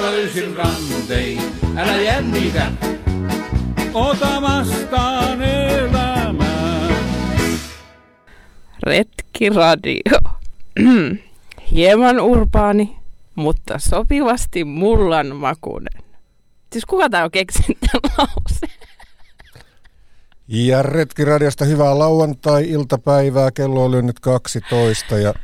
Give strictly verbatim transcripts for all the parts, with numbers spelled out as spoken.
löysin rantein, älä jännitä, ota vastaan elämää. Retkiradio. Hieman urbaani, mutta sopivasti mullan makuinen. Siis kuka tää on keksinyt tämän lauseen? Ja Retkiradiosta hyvää lauantai-iltapäivää. Kello on nyt kaksitoista. Ja...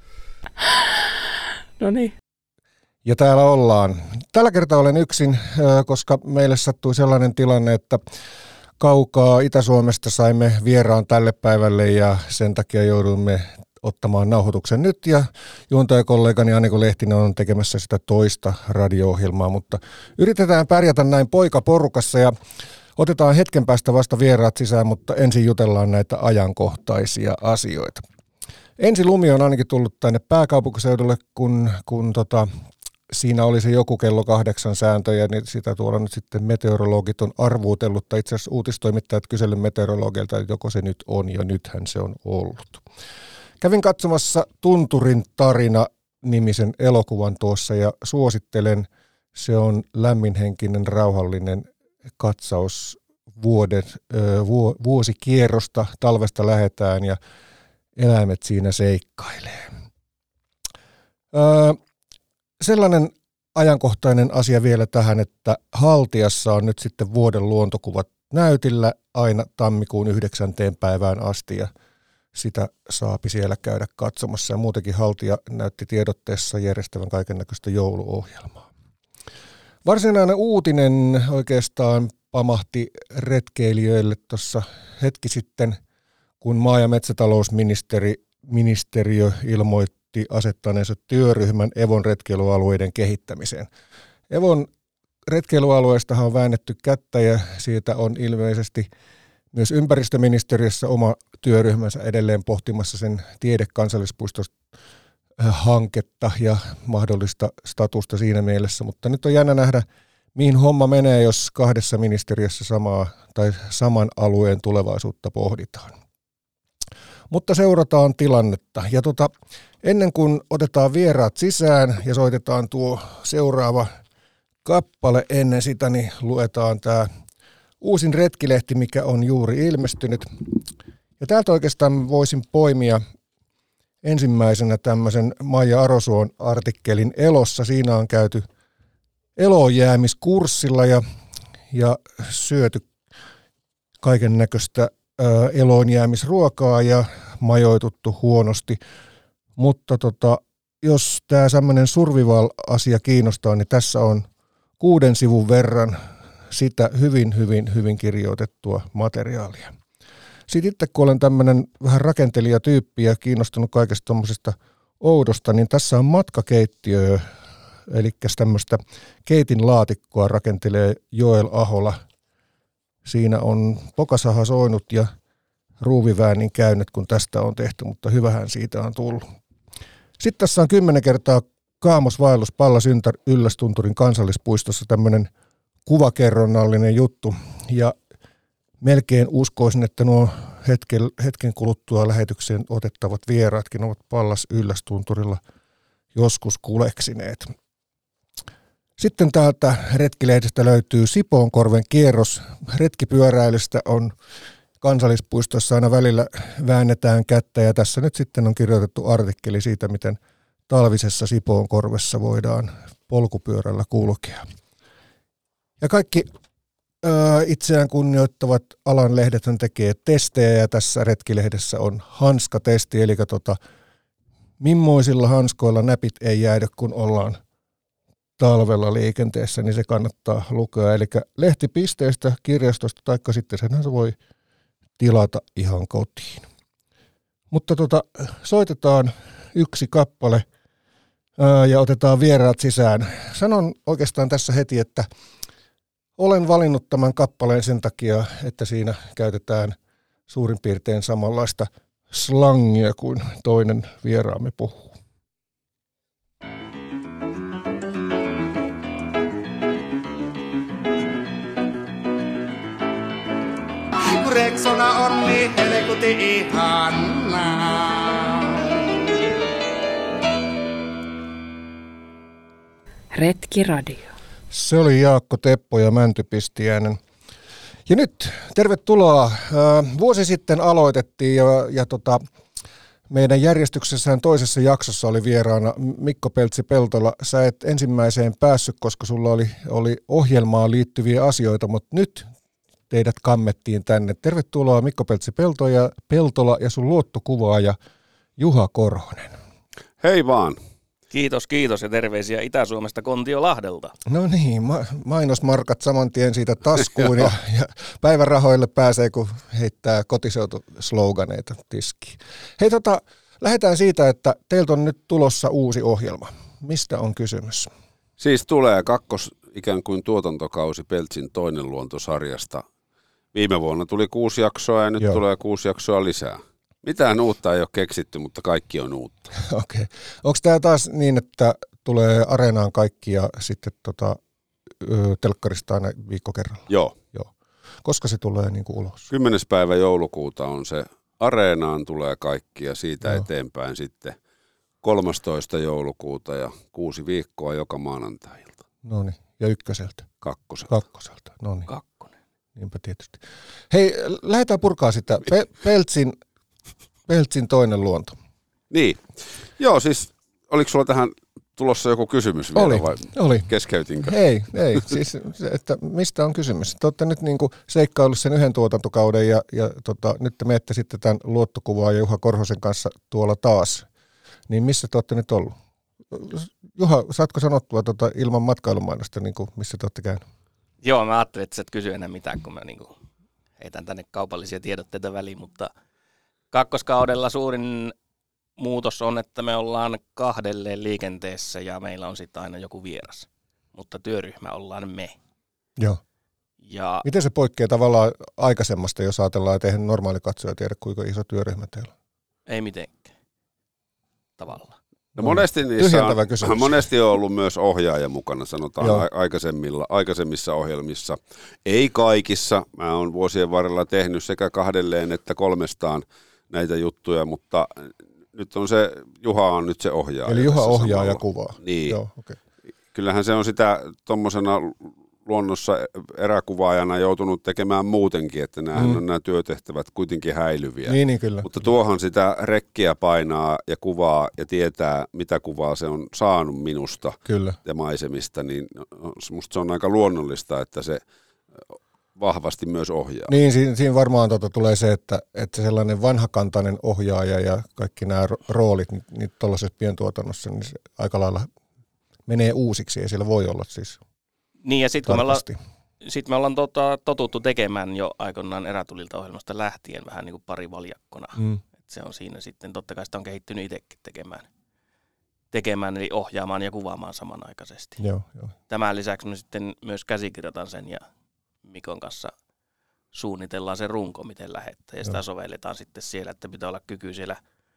No niin. Ja täällä ollaan. Tällä kertaa olen yksin, koska meille sattui sellainen tilanne, että kaukaa Itä-Suomesta saimme vieraan tälle päivälle ja sen takia joudumme ottamaan nauhoituksen nyt. Ja juontajakollegani Aniko Lehtinen on tekemässä sitä toista radio-ohjelmaa, mutta yritetään pärjätä näin poikaporukassa ja otetaan hetken päästä vasta vieraat sisään, mutta ensin jutellaan näitä ajankohtaisia asioita. Ensi lumi on ainakin tullut tänne pääkaupunkiseudulle, kun, kun tota, siinä oli se joku kello kahdeksan sääntöjä, niin sitä tuolla nyt sitten meteorologit on arvuutellut, tai itse asiassa uutistoimittajat kysellyt meteorologilta, että joko se nyt on, ja nythän se on ollut. Kävin katsomassa Tunturin tarina -nimisen elokuvan tuossa, ja suosittelen, se on lämminhenkinen, rauhallinen katsaus vuoden, vu, vuosikierrosta, talvesta lähetään ja eläimet siinä seikkailee. Öö, sellainen ajankohtainen asia vielä tähän, että Haltiassa on nyt sitten vuoden luontokuvat näytillä aina tammikuun yhdeksänteen päivään asti ja sitä saapi siellä käydä katsomassa. Ja muutenkin Haltia näytti tiedotteessa järjestävän kaikennäköistä jouluohjelmaa. Varsinainen uutinen oikeastaan pamahti retkeilijöille tuossa hetki sitten, kun maa- ja metsätalousministeriö ilmoitti asettaneensa työryhmän Evon retkeilyalueiden kehittämiseen. Evon retkeilyalueestahan on väännetty kättä ja siitä on ilmeisesti myös ympäristöministeriössä oma työryhmänsä edelleen pohtimassa sen tiedekansallispuistosta hanketta ja mahdollista statusta siinä mielessä, mutta nyt on jännä nähdä, mihin homma menee, jos kahdessa ministeriössä samaa tai saman alueen tulevaisuutta pohditaan. Mutta seurataan tilannetta. Ja tota, ennen kuin otetaan vieraat sisään ja soitetaan tuo seuraava kappale ennen sitä, niin luetaan tämä uusin retkilehti, mikä on juuri ilmestynyt. Ja täältä oikeastaan voisin poimia ensimmäisenä tämmöisen Maija Arosuon artikkelin Elossa. Siinä on käyty eloonjäämiskurssilla ja, ja syöty kaiken näköistä eloonjäämisruokaa ja majoituttu huonosti. Mutta tota, jos tämä tämmöinen survival-asia kiinnostaa, niin tässä on kuuden sivun verran sitä hyvin, hyvin, hyvin kirjoitettua materiaalia. Sitten itse, kun olen tämmöinen vähän rakentelijatyyppi ja kiinnostunut kaikesta tuommoisesta oudosta, niin tässä on matkakeittiö, eli tämmöistä keitin laatikkoa rakentelee Joel Ahola. Siinä on pokasaha soinut ja ruuviväänin käynyt, kun tästä on tehty, mutta hyvähän siitä on tullut. Sitten tässä on kymmenen kertaa kaamosvaellus Pallas Yllästunturin kansallispuistossa, tämmöinen kuvakerronnallinen juttu, ja melkein uskoisin, että nuo hetken, hetken kuluttua lähetykseen otettavat vieraatkin ovat Pallas Yllästunturilla joskus kuleksineet. Sitten täältä retkilehdestä löytyy Sipoonkorven kierros. Retkipyöräilystä on kansallispuistossa aina välillä väännetään kättä, ja tässä nyt sitten on kirjoitettu artikkeli siitä, miten talvisessa Sipoonkorvessa voidaan polkupyörällä kulkea. Ja kaikki ää, itseään kunnioittavat alan lehdethän tekee testejä, ja tässä retkilehdessä on hanskatesti, eli tota, mimmoisilla hanskoilla näpit ei jäädä, kun ollaan talvella liikenteessä, niin se kannattaa lukea. Eli lehtipisteestä, kirjastosta, taikka sitten senhän se voi tilata ihan kotiin. Mutta tota, soitetaan yksi kappale ää, ja otetaan vieraat sisään. Sanon oikeastaan tässä heti, että olen valinnut tämän kappaleen sen takia, että siinä käytetään suurin piirtein samanlaista slangia kuin toinen vieraamme puhuu. Rexona on niin helkuti ihanaa. Retki. Keskiradio. Se oli Jaakko Teppo ja Mäntypistiäinen. Ja nyt tervetuloa. Vuosi sitten aloitettiin ja, ja tota, meidän järjestyksessään toisessa jaksossa oli vieraana Mikko Peltsi-Peltola. Sä et ensimmäiseen päässyt, koska sulla oli, oli ohjelmaan liittyviä asioita, mutta nyt teidät kammettiin tänne. Tervetuloa Mikko Peltsi-Peltola ja, Peltola ja sun luottokuvaaja Juha Korhonen. Hei vaan. Kiitos, kiitos ja terveisiä Itä-Suomesta Kontiolahdelta. No niin, ma- mainosmarkat saman tien siitä taskuun ja, ja päivärahoille pääsee, kun heittää kotiseutusloganeita tiskiin. Hei tota, lähdetään siitä, että teiltä on nyt tulossa uusi ohjelma. Mistä on kysymys? Siis tulee kakkos ikään kuin tuotantokausi Peltsin toinen luontosarjasta. Viime vuonna tuli kuusi jaksoa ja nyt Joo. tulee kuusi jaksoa lisää. Mitään uutta ei ole keksitty, mutta kaikki on uutta. Okei. Okay. Onko tämä taas niin, että tulee Areenaan kaikki ja sitten tota, telkkarista aina viikko kerralla? Joo. Joo. Koska se tulee niin kuin ulos? Kymmenes päivä joulukuuta on se. Areenaan tulee kaikki ja siitä Joo. eteenpäin sitten kolmastoista joulukuuta ja kuusi viikkoa joka maanantailta. No niin. Ja ykköseltä? Kakkoselta. Kakkoselta. No niin. Kakkonen. Niinpä tietysti. Hei, lähdetään purkaa sitä. Pe- Peltsin Peltsin toinen luonto. Niin. Joo, siis oliko sulla tähän tulossa joku kysymys vielä oli, vai oli. Keskeytinkö? Ei, ei. Siis, että mistä on kysymys? Te olette nyt niin kuin seikkaillut sen yhden tuotantokauden ja, ja tota, nyt te menette sitten tämän luottokuvaa ja Juha Korhosen kanssa tuolla taas. Niin missä te olette nyt ollut? Juha, saatko sanottua tota, ilman matkailumainosta, niin kuin, missä te olette käynyt? Joo, mä ajattelin, että sä et kysy enää mitään, kun mä niin kuin heitän tänne kaupallisia tiedotteita väliin, mutta kakkoskaudella suurin muutos on, että me ollaan kahdelleen liikenteessä ja meillä on sitten aina joku vieras, mutta työryhmä ollaan me. Joo. Ja miten se poikkeaa tavallaan aikaisemmasta, jos ajatellaan, että eihän normaali katsoja tiedä, kuinka iso työryhmä teillä on? Ei mitenkään. Tavallaan. No monesti, niissä on, monesti on ollut myös ohjaaja mukana, sanotaan Joo. aikaisemmilla, aikaisemmissa ohjelmissa. Ei kaikissa. Mä oon vuosien varrella tehnyt sekä kahdelleen että kolmestaan näitä juttuja, mutta nyt on se, Juha on nyt se ohjaaja. Eli Juha ohjaa samalla. Ja kuvaa. Niin. Joo, okay. Kyllähän se on sitä tuommoisena luonnossa eräkuvaajana joutunut tekemään muutenkin, että nämä mm. on nämä työtehtävät kuitenkin häilyviä. Niin, niin kyllä. Mutta tuohan sitä rekkiä painaa ja kuvaa ja tietää, mitä kuvaa se on saanut minusta kyllä. ja maisemista, niin musta se on aika luonnollista, että se vahvasti myös ohjaa. Niin, siinä, siinä varmaan tota tulee se, että, että se sellainen vanhakantainen ohjaaja ja kaikki nämä roolit niin, niin tuollaisessa pientuotannossa niin se aika lailla menee uusiksi, ei siellä voi olla siis. Niin ja sitten me ollaan, sit me ollaan tota, totuttu tekemään jo aikoinaan Erätulilta ohjelmasta lähtien vähän niin kuin pari valjakkona. Mm. Et se on siinä sitten, totta kai sitä on kehittynyt itsekin tekemään, tekemään, eli ohjaamaan ja kuvaamaan samanaikaisesti. Joo, jo. Tämän lisäksi me sitten myös käsikirjoitan sen ja Mikon kanssa suunnitellaan se runko, miten lähettää. Ja sitä Joo. sovelletaan sitten siellä, että pitää olla kyky siellä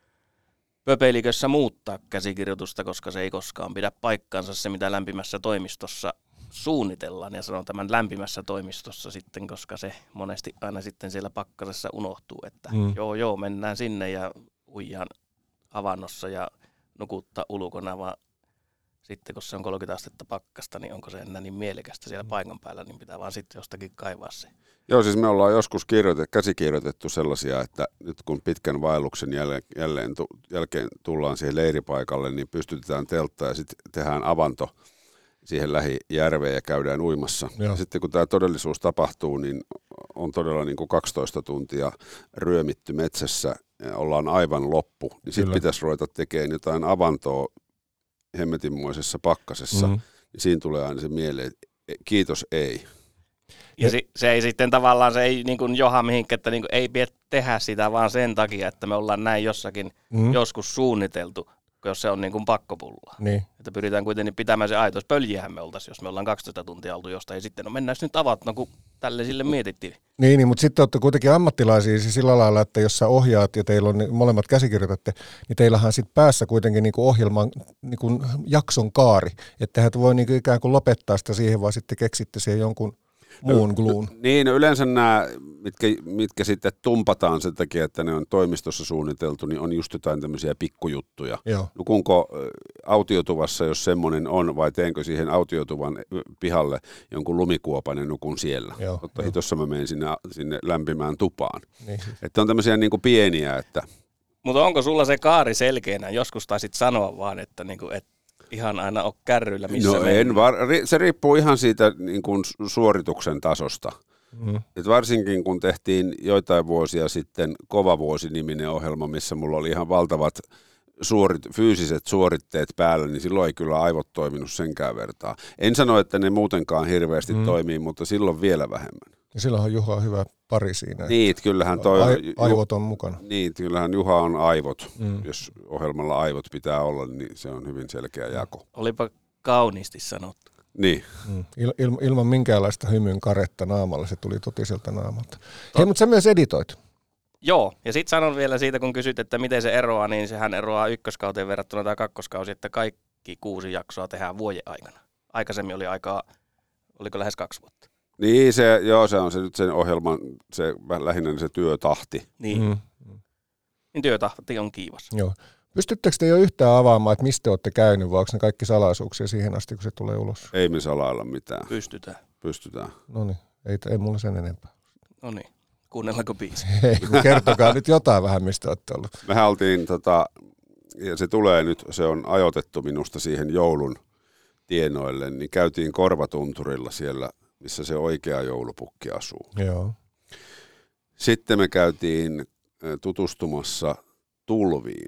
pöpelikössä muuttaa käsikirjoitusta, koska se ei koskaan pidä paikkaansa se, mitä lämpimässä toimistossa suunnitellaan. Ja sanon tämän lämpimässä toimistossa sitten, koska se monesti aina sitten siellä pakkasessa unohtuu, että mm. joo joo, mennään sinne ja uijaan avannossa ja nukuttaa ulkona, vaan sitten kun se on kolmekymmentä astetta pakkasta, niin onko se enää niin mielekästä siellä paikan päällä, niin pitää vaan sitten jostakin kaivaa se. Joo, siis me ollaan joskus kirjoitettu, käsikirjoitettu sellaisia, että nyt kun pitkän vaelluksen jälleen, jälleen, jälkeen tullaan siihen leiripaikalle, niin pystytetään teltta ja sitten tehdään avanto siihen lähijärveen ja käydään uimassa. Ja sitten kun tämä todellisuus tapahtuu, niin on todella niin kuin kaksitoista tuntia ryömitty metsässä ja ollaan aivan loppu. Niin sitten pitäisi ruveta tekemään jotain avantoa hemmetinmoisessa pakkasessa. Mm-hmm. Niin siinä tulee aina se mieleen, että kiitos ei. Ja se, se ei sitten tavallaan, se ei niin kuin joha mihinkään, että niin kuin ei pidä tehdä sitä vaan sen takia, että me ollaan näin jossakin mm-hmm. joskus suunniteltu, jos se on niin kuin pakkopullaa. Niin. Että pyritään kuitenkin pitämään se aito. Pöljiähän me oltaisiin, jos me ollaan kaksitoista tuntia oltu jostain. Ja sitten no mennään nyt avat, no kun tälle sille mietittiin. Niin, niin mutta sitten olette kuitenkin ammattilaisia siis sillä lailla, että jos sä ohjaat ja teillä on niin molemmat käsikirjoitatte, niin teillähän sitten päässä kuitenkin niin kuin ohjelman niin kuin jakson kaari. Että tehän voi niin kuin ikään kuin lopettaa sitä siihen, vaan sitten keksitte siihen jonkun muun gluun. Niin, no yleensä nämä, mitkä, mitkä sitten tumpataan sen takia, että ne on toimistossa suunniteltu, niin on just jotain tämmöisiä pikkujuttuja. Joo. Nukunko autiotuvassa, jos semmoinen on, vai teenkö siihen autiotuvan pihalle jonkun lumikuopan ja nukun siellä? Joo, Totta jo. hitossa mä menen sinne, sinne lämpimään tupaan. Niin siis. Että on tämmöisiä niin kuin pieniä, että... Mutta onko sulla se kaari selkeänä? Joskus taisit sanoa vaan, että niinku, et ihan aina ole kärryillä, missä No mennään. en, var, se riippuu ihan siitä niin kuin suorituksen tasosta. Mm. Et varsinkin kun tehtiin joitain vuosia sitten Kova vuosi-niminen ohjelma, missä mulla oli ihan valtavat suorit, fyysiset suoritteet päällä, niin silloin ei kyllä aivot toiminut senkään vertaa. En sano, että ne muutenkaan hirveästi mm. toimii, mutta silloin vielä vähemmän. Ja silloinhan Juha on hyvä pari siinä. Niin, kyllähän toi... Ai, aivot on mukana. Niin, kyllähän Juha on aivot. Mm. Jos ohjelmalla aivot pitää olla, niin se on hyvin selkeä jako. Olipa kauniisti sanottu. Niin. Mm. Il, il, ilman minkäänlaista hymyn karetta naamalla, se tuli totiselta naamalta. Hei, mutta sä myös editoit. Joo, ja sitten sanon vielä siitä, kun kysyt, että miten se eroaa, niin sehän eroaa ykköskauteen verrattuna tai kakkoskausi, että kaikki kuusi jaksoa tehdään vuoden aikana. Aikaisemmin oli aikaa, oliko lähes kaksi vuotta. Niin, se, joo, se on se nyt sen ohjelman, se lähinnä se työtahti. Niin, Mm. niin työtahti on kiivas. Joo. Pystyttekö te jo yhtään avaamaan, että mistä olette käynyt, vai onko ne kaikki salaisuuksia siihen asti, kun se tulee ulos? Ei me salailla mitään. Pystytään. Pystytään. No niin, ei, ei mulla sen enempää. No niin, kuunnellaanko biisi? Hei, kertokaa nyt jotain vähän, mistä olette ollut. Mehän oltiin, tota, ja se tulee nyt, se on ajoitettu minusta siihen joulun tienoille, niin käytiin Korvatunturilla siellä, missä se oikea joulupukki asuu. Joo. Sitten me käytiin tutustumassa tulviin.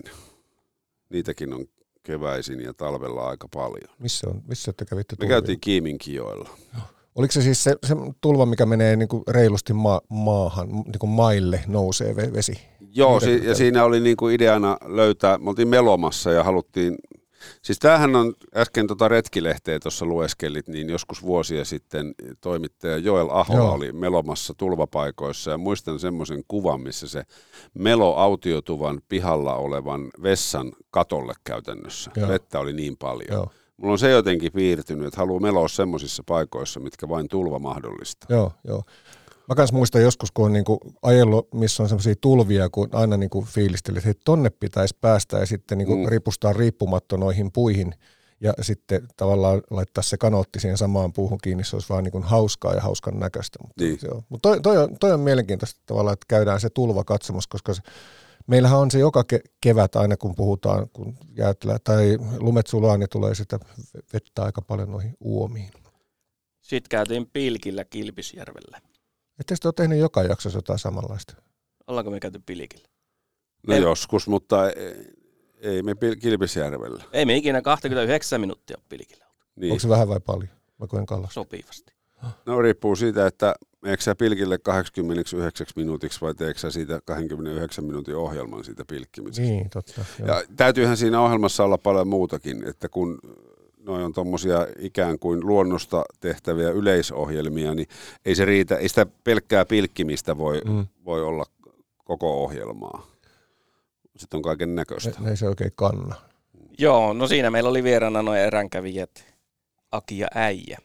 Niitäkin on keväisin ja talvella aika paljon. Missä, on, missä te kävitte Me tulvilla? käytiin Kiiminkijoella. Oliko se siis se, se tulva, mikä menee niin kuin reilusti ma- maahan, niin kuin maille nousee vesi? Joo, Niitä si- ja siinä oli niinku ideana löytää, me oltiin melomassa ja haluttiin, siis tämähän on, äsken tota retkilehteä tuossa lueskelit, niin joskus vuosia sitten toimittaja Joel Ahola Joo. oli melomassa tulvapaikoissa ja muistan semmoisen kuvan, missä se melo autiotuvan pihalla olevan vessan katolle käytännössä. Joo. Vettä oli niin paljon. Joo, Mulla on se jotenkin piirtynyt, että haluaa meloa semmoisissa paikoissa, mitkä vain tulva mahdollistaa. joo, joo. Mä kans muistan joskus, kun on niinku ajellut, missä on semmoisia tulvia, kun aina niinku fiilisteli, että tonne pitäisi päästä ja sitten niinku Mm. ripustaa riippumatto noihin puihin ja sitten tavallaan laittaa se kanootti siihen samaan puuhun kiinni, se olisi vaan niinku hauskaa ja hauskan näköistä. Mutta Niin. Mut toi, toi, on, toi on mielenkiintoista tavallaan, että käydään se tulva katsomassa, koska se, meillähän on se joka ke- kevät aina, kun puhutaan, kun jäätelä tai lumet sulaa, niin tulee sitä vettä aika paljon noihin uomiin. Sitten käytiin Pilkillä Kilpisjärvellä. Etteikö te ole tehnyt joka jaksossa jotain samanlaista? Ollaanko me käyty Pilkillä? No Ei. joskus, mutta ei, ei me Pil- Kilpisjärvellä. Ei me ikinä kaksikymmentäyhdeksän minuuttia ole Pilkillä oltu. Niin. Onko se vähän vai paljon? Vai kuin kallas? Sopivasti. No riippuu siitä, että meneekö sä pilkille kahdeksankymmentäyhdeksän minuutiksi vai teekö sä siitä kaksikymmentäyhdeksän minuutin ohjelman siitä pilkkimisestä. Niin, totta. Joo. Ja täytyyhän siinä ohjelmassa olla paljon muutakin, että kun noi on tommosia ikään kuin luonnosta tehtäviä yleisohjelmia, niin ei se riitä, ei sitä pelkkää pilkkimistä voi, Mm. voi olla koko ohjelmaa. Sitten on kaiken näköistä. Ne, ne ei se oikein kanna. Joo, no siinä meillä oli vieraana noin eränkävijät Aki ja Äijä.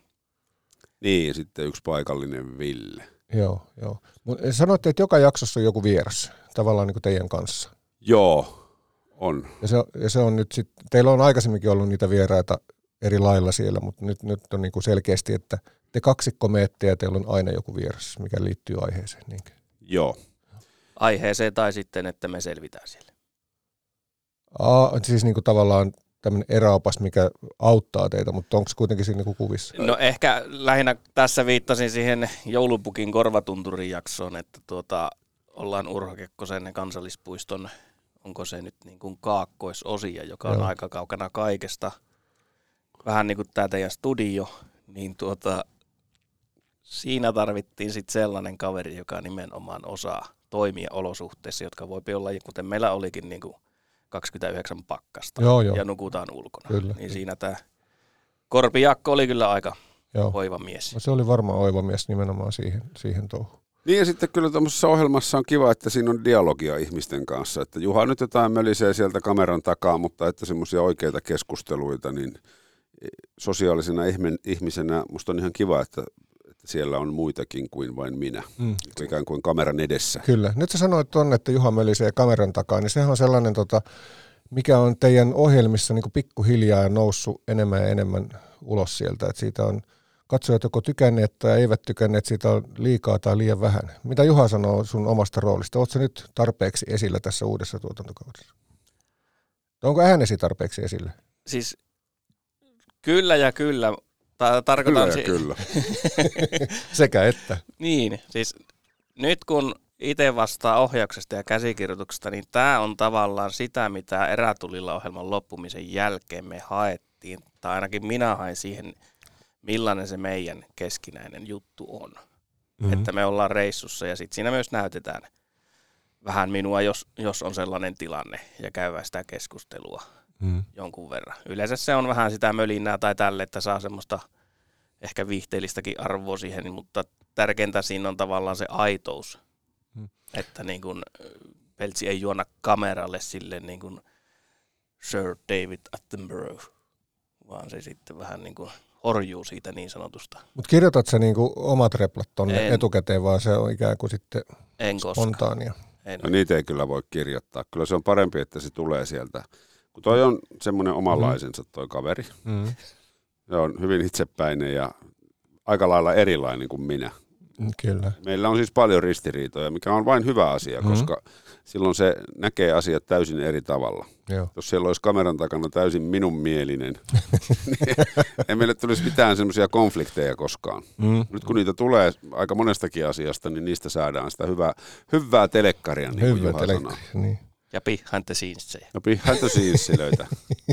Niin, ja sitten yksi paikallinen Ville. Joo, joo. Mut sanoitte, että joka jaksossa on joku vieras, tavallaan niin kuin teidän kanssa. Joo, on. Ja se, ja se on nyt sitten, teillä on aikaisemminkin ollut niitä vieraita eri lailla siellä, mutta nyt, nyt on niin kuin selkeästi, että te kaksikko meette ja teillä on aina joku vieras, mikä liittyy aiheeseen. Niinkö? Joo. Aiheeseen tai sitten, että me selvitään siellä. Aa, siis niin kuin tavallaan tämmöinen eräopas, mikä auttaa teitä, mutta onko se kuitenkin siinä niin kuin kuvissa? No ehkä lähinnä tässä viittasin siihen joulupukin Korvatunturin jaksoon, että tuota, ollaan Urho Kekkosen kansallispuiston, onko se nyt niin kuin kaakkoisosia, joka on Joo. aika kaukana kaikesta. Vähän niin kuin tämä teidän studio, niin tuota, siinä tarvittiin sitten sellainen kaveri, joka nimenomaan osaa toimia olosuhteissa, jotka voi olla, kuten meillä olikin niin kuin kaksikymmentäyhdeksän pakkasta Joo, joo. ja nukutaan ulkona. Kyllä. Niin siinä tämä Korpijakko oli kyllä aika Joo. oiva mies. No se oli varmaan oiva mies nimenomaan siihen, siihen touhuun. Niin ja sitten kyllä tuommoisessa ohjelmassa on kiva, että siinä on dialogia ihmisten kanssa. Että Juha nyt jotain mölisee sieltä kameran takaa, mutta että semmoisia oikeita keskusteluita, niin sosiaalisena ihmisenä musta on ihan kiva, että, että että siellä on muitakin kuin vain minä, Mm. ikään kuin kameran edessä. Kyllä. Nyt sä sanoit tuonne, että Juha mölisee kameran takaa, niin sehän on sellainen, tota, mikä on teidän ohjelmissa niin kuin pikkuhiljaa noussut enemmän ja enemmän ulos sieltä, että siitä on katsojat joko tykänneet tai eivät tykänneet, siitä on liikaa tai liian vähän. Mitä Juha sanoo sun omasta roolista? Oletko nyt tarpeeksi esillä tässä uudessa tuotantokaudessa? Onko äänesi tarpeeksi esillä? Siis kyllä ja kyllä. Ta- tarkoitan Kyllä ja si- kyllä. Sekä että. Niin, siis nyt kun itse vastaa ohjauksesta ja käsikirjoituksesta, niin tämä on tavallaan sitä, mitä Erätulilla ohjelman loppumisen jälkeen me haettiin. Tai ainakin minä hain siihen, millainen se meidän keskinäinen juttu on. Mm-hmm. Että me ollaan reissussa ja sitten siinä myös näytetään vähän minua, jos, jos on sellainen tilanne ja käydään sitä keskustelua mm. jonkun verran. Yleensä se on vähän sitä mölinää tai tälle, että saa semmoista ehkä viihteellistäkin arvoa siihen, mutta tärkeintä siinä on tavallaan se aitous, mm. että niin kun Peltsi ei juona kameralle sille niin kuin Sir David Attenborough, vaan se sitten vähän niin kuin horjuu siitä niin sanotusta. Mutta kirjoitat sä niinku omat replat tonne en, etukäteen, vaan se on ikään kuin sitten en spontaania? No niitä ei kyllä voi kirjoittaa. Kyllä se on parempi, että se tulee sieltä. Kun toi on semmoinen omanlaisensa toi kaveri. Mm. Se on hyvin itsepäinen ja aika lailla erilainen kuin minä. Kyllä. Meillä on siis paljon ristiriitoja, mikä on vain hyvä asia, mm-hmm. koska silloin se näkee asiat täysin eri tavalla. Joo. Jos siellä olisi kameran takana täysin minun mielinen, niin ei meille tulisi mitään semmoisia konflikteja koskaan. Mm-hmm. Nyt kun niitä tulee aika monestakin asiasta, niin niistä saadaan sitä hyvää, hyvää telekkaria, niin kuin Juha sanoo. Niin. Ja behind the scenesejä. No behind the scenesilöitä.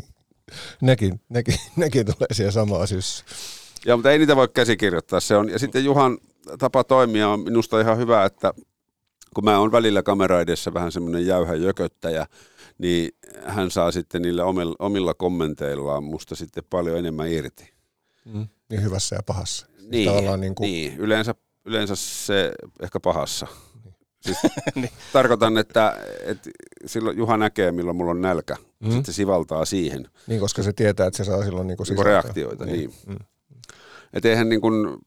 nekin, nekin, nekin tulee siihen samaan syssyyn. Joo, mutta ei niitä voi käsikirjoittaa. Se on. Ja sitten Juhan tapa toimia on minusta ihan hyvä, että kun mä oon välillä kamera edessä vähän semmoinen jäyhä jököttäjä, niin hän saa sitten niillä omilla, omilla kommenteillaan musta sitten paljon enemmän irti. Mm. Niin hyvässä ja pahassa. Niin, niin, kuin... niin. Yleensä, yleensä se ehkä pahassa. Siis niin. Tarkoitan, että, että silloin Juha näkee, milloin mulla on nälkä. Mm. Sitten se sivaltaa siihen. Niin, koska se tietää, että se saa silloin niin kuin reaktioita. Niin. Niin. Mm. Että eihän niin kuin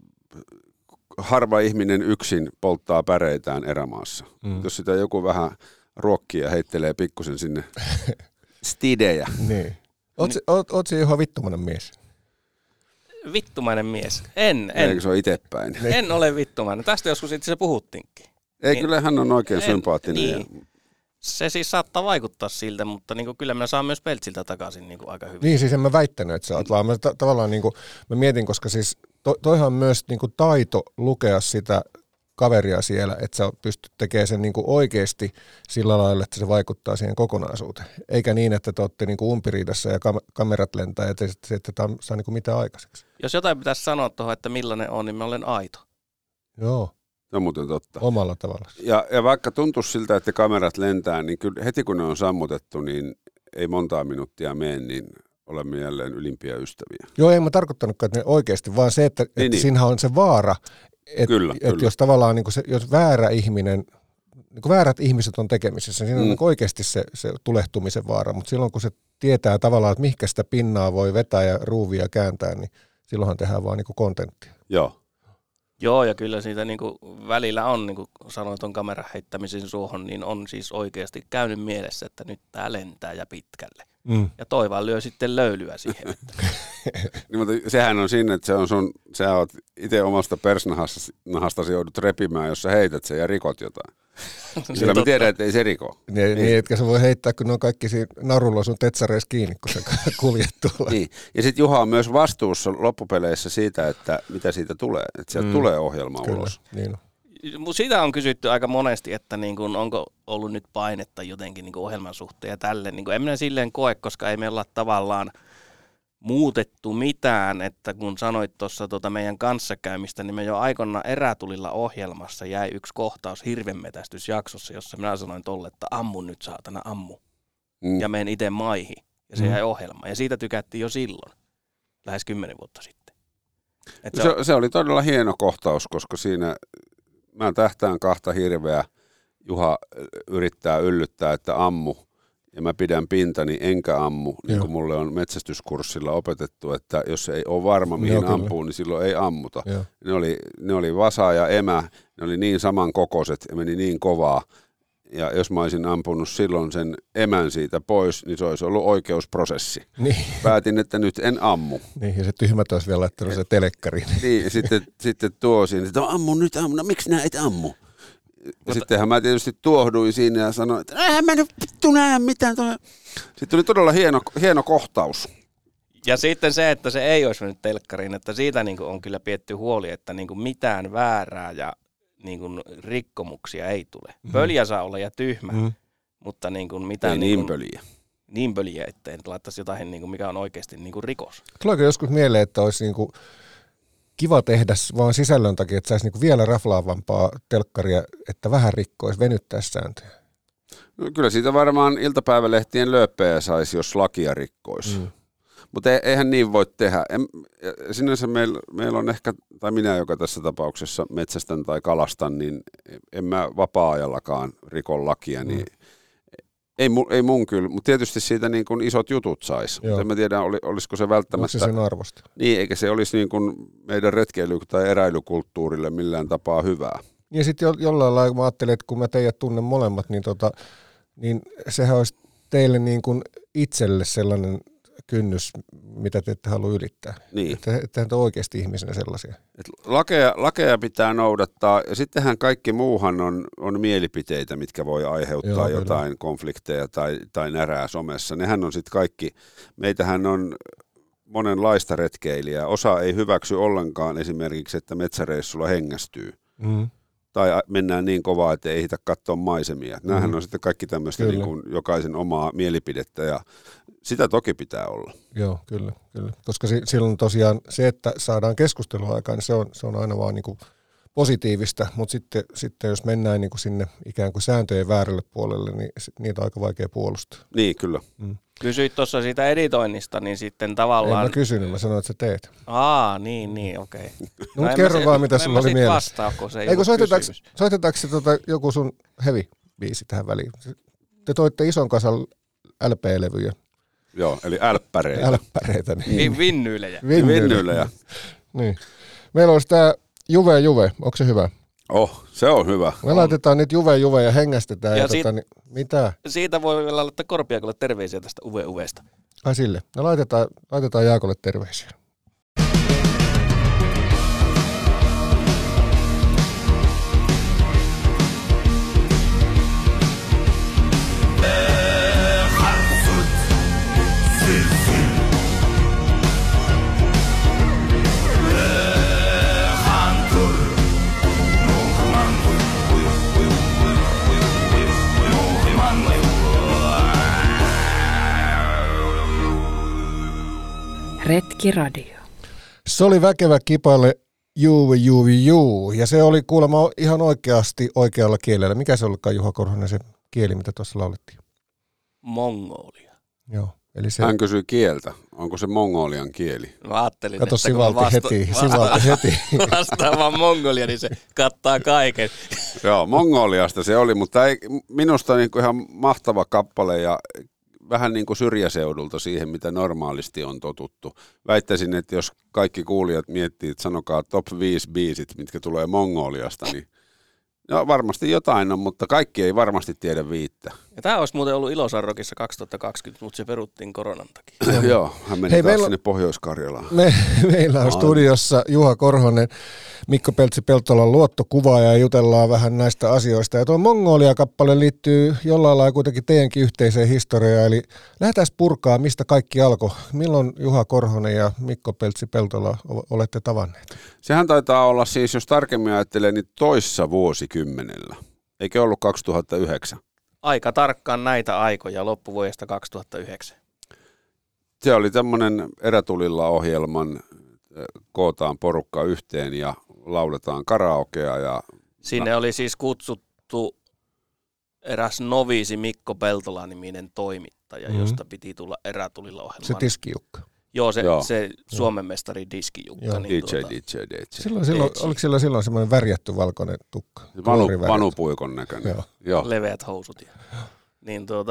harva ihminen yksin polttaa päreitään erämaassa. Mm. Jos sitä joku vähän ruokkii ja heittelee pikkusen sinne stidejä. Niin. Oot, oot, oot se Juha vittumainen mies? Vittumainen mies? En. en. Eikö se ole itsepäin? En ole vittumainen. Tästä joskus itse puhuttiinkin. Ei, niin, kyllä hän on oikein en, sympaattinen. Niin. Ja... Se siis saattaa vaikuttaa siltä, mutta niin kuin, kyllä mä saan myös Peltsiltä takaisin niin kuin aika hyvin. Niin, siis en mä väittänyt, että sä oot, vaan mä ta- tavallaan niin kuin, mä mietin, koska siis to- toihan on myös niin kuin taito lukea sitä kaveria siellä, että sä pystyt tekemään sen niin kuin oikeasti sillä lailla, että se vaikuttaa siihen kokonaisuuteen. Eikä niin, että te olette niin kuin umpiriidassa ja kam- kamerat lentää ja te ette saa niin kuin mitään aikaiseksi. Jos jotain pitäisi sanoa tuohon, että millainen on, niin mä olen aito. Joo. Se on muuten totta. Omalla tavalla. Ja, ja vaikka tuntuisi siltä, että kamerat lentää, niin kyllä heti kun ne on sammutettu, niin ei montaa minuuttia mene, niin olemme jälleen ylimpiä ystäviä. Joo, ei mä tarkoittanutkaan, että ne oikeasti, vaan se, että, niin, että niin. siinähän on se vaara, että, kyllä, että kyllä. jos tavallaan niin kuin se, jos väärä ihminen, niin kuin väärät ihmiset on tekemisissä, siinä on mm. niin kuin oikeasti se, se tulehtumisen vaara, mutta silloin kun se tietää tavallaan, että mihinkä sitä pinnaa voi vetää ja ruuvia kääntää, niin silloinhan tehdään vaan niin kuin kontenttia. Joo. Joo, ja kyllä siitä niin kuin välillä on, niin kuin sanoin tuon kameran heittämisen suohon, niin on siis oikeasti käynyt mielessä, että nyt tää lentää ja pitkälle. Mm. Ja toi vaan lyö sitten löylyä siihen. niin, mutta sehän on siinä, että se on sun, sä oot itse omasta persnahastasi joudut repimään, jos sä heität sen ja rikot jotain. Kyllä mä tiedän, että ei se riko. Niin, niin, etkä sä voi heittää, kun ne on kaikki siinä narulla sun tetsareissa kiinni, kun sä kuljet tuolla. Niin. Ja sitten Juha on myös vastuussa loppupeleissä siitä, että mitä siitä tulee. Että sieltä mm. tulee ohjelma Kyllä, ulos. Niin on. Sitä on kysytty aika monesti, että niin kun, onko ollut nyt painetta jotenkin niin kun ohjelman suhteen ja tälleen. Niin en minä silleen koe, koska ei me olla tavallaan muutettu mitään, että kun sanoit tuossa tuota meidän kanssakäymistä, niin me jo aikona Erätulilla ohjelmassa jäi yksi kohtaus hirvenmetästysjaksossa, jossa minä sanoin tolle, että ammu nyt saatana, ammu. Mm. Ja menen itse maihin. Ja se mm. jäi ohjelmaan. Ja siitä tykättiin jo silloin, lähes kymmenen vuotta sitten. Se, se, se oli todella hieno kohtaus, koska siinä mä tähtään kahta hirveä, Juha yrittää yllyttää, että ammu. ja mä pidän pintani enkä ammu, niin kuin mulle on metsästyskurssilla opetettu, että jos ei ole varma mihin Joo, ampuu, niin silloin ei ammuta. Ne oli, ne oli vasa ja emä, ne oli niin samankokoiset ja meni niin kovaa. Ja jos mä olisin ampunut silloin sen emän siitä pois, niin se olisi ollut oikeusprosessi. Niin. Päätin, että nyt en ammu. Niin, ja se tyhmät olisi vielä laittanut se telekkariin. Niin, sitten, sitten tuosin, että ammu nyt, ammu, no miksi nää et ammu? Mutta... Sittenhän mä tietysti tuohduin siinä ja sanoin, että eihän mä nyt vittu näe mitään. Sitten tuli todella hieno, hieno kohtaus. Ja sitten se, että se ei olisi mennyt telkkariin, että siitä niin kuin on kyllä pietty huoli, että niin kuin mitään väärää ja niin kuin rikkomuksia ei tule. Mm. Pöljä saa olla ja tyhmä, mm. mutta niin kuin mitään... Ei niin, niin kuin, pöljä. Niin pöljä, ettei laittaisi jotain, niin kuin, mikä on oikeasti niin kuin rikos. Tuleeko joskus mieleen, että olisi niin kuin kiva tehdä vaan sisällön takia, että saisi niin kuin vielä raflaavampaa telkkaria, että vähän rikkoisi, venyttäisi sääntöjä? No, kyllä siitä varmaan iltapäivälehtien lööppejä saisi, jos lakia rikkoisi. Mm. Mutta eihän niin voi tehdä. En, sinänsä meillä meil on ehkä, tai minä, joka tässä tapauksessa metsästän tai kalastan, niin en mä vapaa-ajallakaan rikon lakia, niin mm. ei, ei mun kyllä. Mutta tietysti siitä niin kun isot jutut saisi. En mä tiedä, oli, olisiko se välttämättä... Onko se sen arvosta? Niin, eikä se olisi niin kun meidän retkeily- tai eräilykulttuurille millään tapaa hyvää. Ja sitten jo, jollain lailla mä ajattelin, että kun mä teidät tunnen molemmat, niin, tota, niin sehän olisi teille niin kun itselle sellainen... kynnys, mitä te ette halua ylittää. Niin. Että, ettehän te oikeasti ihmisenä sellaisia. Et lakeja, lakeja pitää noudattaa, ja sittenhän kaikki muuhan on, on mielipiteitä, mitkä voi aiheuttaa Joo, jotain kyllä. konflikteja tai, tai närää somessa. Nehän on sitten kaikki, meitähän on monenlaista retkeilijää. Osa ei hyväksy ollenkaan esimerkiksi, että metsäreissulla hengästyy. Mm. Tai mennään niin kovaa, että ei ehditä katsoa maisemia. Nämähän mm. on sitten kaikki tämmöistä niin kuin jokaisen omaa mielipidettä, ja sitä toki pitää olla. Joo, kyllä. kyllä. Koska si- silloin tosiaan se, että saadaan keskustelua aikaan, niin se on, se on aina vaan niin kuin positiivista, mutta sitten, sitten jos mennään niin kuin sinne ikään kuin sääntöjen väärälle puolelle, niin niitä on aika vaikea puolustaa. Niin, kyllä. Mm. Kysyit tuossa siitä editoinnista, niin sitten tavallaan... En mä kysynyt, mä sanoin, että sä teet. Aa, niin, niin, okei. Okay. No, no mutta kerro se, vaan, mitä sulla oli mielessä. Vastaa, kun se ei Eikö soitetaanko, soitetaanko se tota, joku sun heavy-biisi tähän väliin? Te toitte ison kasan L P-levyjä. Joo, eli älppäreitä. Älppäreitä. Niin. Vinnyylejä. Vinnyylejä. Vinnyylejä. Niin. Meillä olisi tämä Juve Juve, onko se hyvä? Oh, se on hyvä. Me on. Laitetaan nyt Juve Juve ja hengästetään. Ja, ja siitä, tota, niin, mitä? Siitä voi vielä laittaa Korpiakolle terveisiä tästä Uve Uvesta. Ai sille. No laitetaan, laitetaan Jaakolle terveisiä. Retkiradio. Se oli väkevä kipale Juuvi Juuvi Juu, ja se oli kuulemma ihan oikeasti oikealla kielellä. Mikä se olikaan, Juha Korhonen, se kieli, mitä tuossa laulettiin? Mongolia. Joo. Eli se... Hän kysyi kieltä. Onko se mongolian kieli? Mä ajattelin, Kato, että sivalti kun vasta- heti, sivalti heti. vastaa vaan mongolia, niin se kattaa kaiken. Joo, Mongoliasta se oli, mutta ei, minusta niin kuin ihan mahtava kappale ja vähän niin kuin syrjäseudulta siihen, mitä normaalisti on totuttu. Väittäisin, että jos kaikki kuulijat miettii, että sanokaa top viisi biisit, mitkä tulee Mongoliasta, niin no, varmasti jotain on, mutta kaikki ei varmasti tiedä viittä. Ja tämä olisi muuten ollut Ilosarrokissa kaksituhattakaksikymmentä, mutta se peruttiin koronan takia. Joo, hän meni Hei, taas meillä, sinne Pohjois-Karjalaan. Me, meillä on studiossa Juha Korhonen, Mikko Peltsi-Peltolan luottokuvaaja, ja jutellaan vähän näistä asioista. Ja tuo Mongolia-kappale liittyy jollain lailla kuitenkin teidänkin yhteiseen historiaan, eli lähdetään purkaa, mistä kaikki alkoi. Milloin Juha Korhonen ja Mikko Peltsi-Peltola olette tavanneet? Sehän taitaa olla siis, jos tarkemmin ajattelee, niin toissa vuosikymmenellä. Eikö ollut kaksituhattayhdeksän? Aika tarkkaan näitä aikoja loppuvuodesta kaksituhattayhdeksän. Se oli tämmöinen Erätulilla ohjelman, kootaan porukka yhteen ja lauletaan karaokea. Ja sinne oli siis kutsuttu eräs noviisi Mikko Peltola-niminen toimittaja, mm-hmm. josta piti tulla Erätulilla ohjelmaan. Se Tiskijukka. Joo, se, Joo. se Suomen mestari Diskijukka. Niin D J, tuota, D J, D J. Silloin, silloin, oliko sillä silloin semmoinen värjätty valkoinen tukka? Vanu, vanupuikon näköinen. Joo. Joo. Leveät housut. Ja. Niin tuota,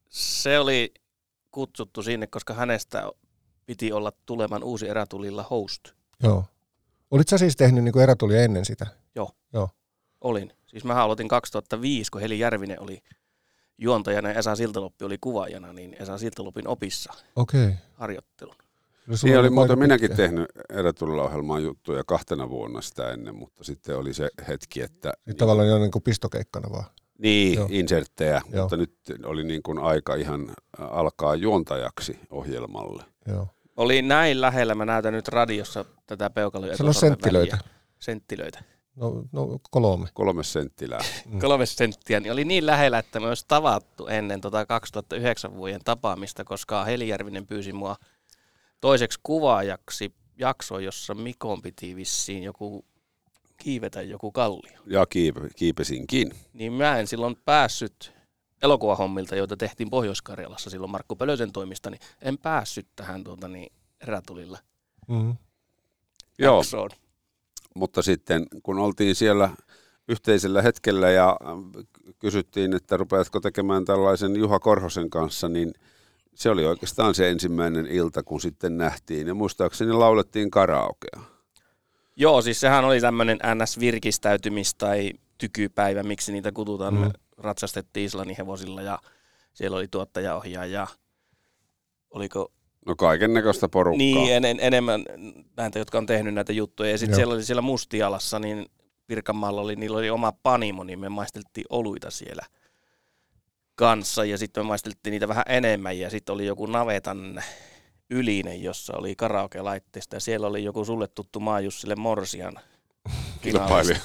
Se oli kutsuttu sinne, koska hänestä piti olla tulevan uusi erätulilla host. Joo. Olit sä siis tehnyt niin kuin erätulia ennen sitä? Joo. Joo. Olin. Siis mä aloitin kaksituhattaviisi, kun Heli Järvinen oli juontajana ja Esa Siltaloppi oli kuvaajana, niin Esa Siltalopin opissa Okei. harjoittelun. Niin oli muuten minäkin tehnyt erätulilla ohjelmaan juttuja kahtena vuonna sitä ennen, mutta sitten oli se hetki, että... Niin tavallaan jo niin kuin pistokeikkana vaan. Niin, Joo. inserttejä, Joo. mutta nyt oli niin kuin aika ihan alkaa juontajaksi ohjelmalle. Joo. Oli näin lähellä, mä näytän nyt radiossa tätä peukalon Se on senttilöitä. Senttilöitä. No, no kolme. Kolme senttilää. Mm. Kolme senttiä, niin oli niin lähellä, että me olisi tavattu ennen tota kaksituhattayhdeksän vuoden tapaamista, koska Heli Järvinen pyysi mua toiseksi kuvaajaksi jakso, jossa Mikon piti vissiin joku kiivetä joku kallio. Ja kiipe, kiipesinkin. Niin mä en silloin päässyt elokuvahommilta, joita tehtiin Pohjois-Karjalassa silloin Markku Pölösen toimista, niin en päässyt tähän tuota, niin erätulilla Mm. Joo, jaksoon. mutta sitten kun oltiin siellä yhteisellä hetkellä ja kysyttiin, että rupeatko tekemään tällaisen Juha Korhosen kanssa, niin se oli oikeastaan se ensimmäinen ilta, kun sitten nähtiin. Ja muistaakseni laulettiin karaokea. Joo, siis sehän oli tämmöinen N S-virkistäytymis- tai tykypäivä, miksi niitä kutsutaan. Mm. Me ratsastettiin Islannin hevosilla ja siellä oli tuottajaohjaaja. Oliko... No kaiken näköistä porukkaa. Niin, en, en, enemmän näitä, jotka on tehnyt näitä juttuja. Ja sitten Joo. siellä oli siellä Mustialassa, niin Pirkanmaalla oli, niillä oli oma panimo, niin me maisteltiin oluita siellä kanssa. Ja sitten me maisteltiin niitä vähän enemmän. Ja sitten oli joku navetan ylinen, jossa oli karaoke-laitteista. Ja siellä oli joku sulle tuttu Maajussille Morsian Kilpailija.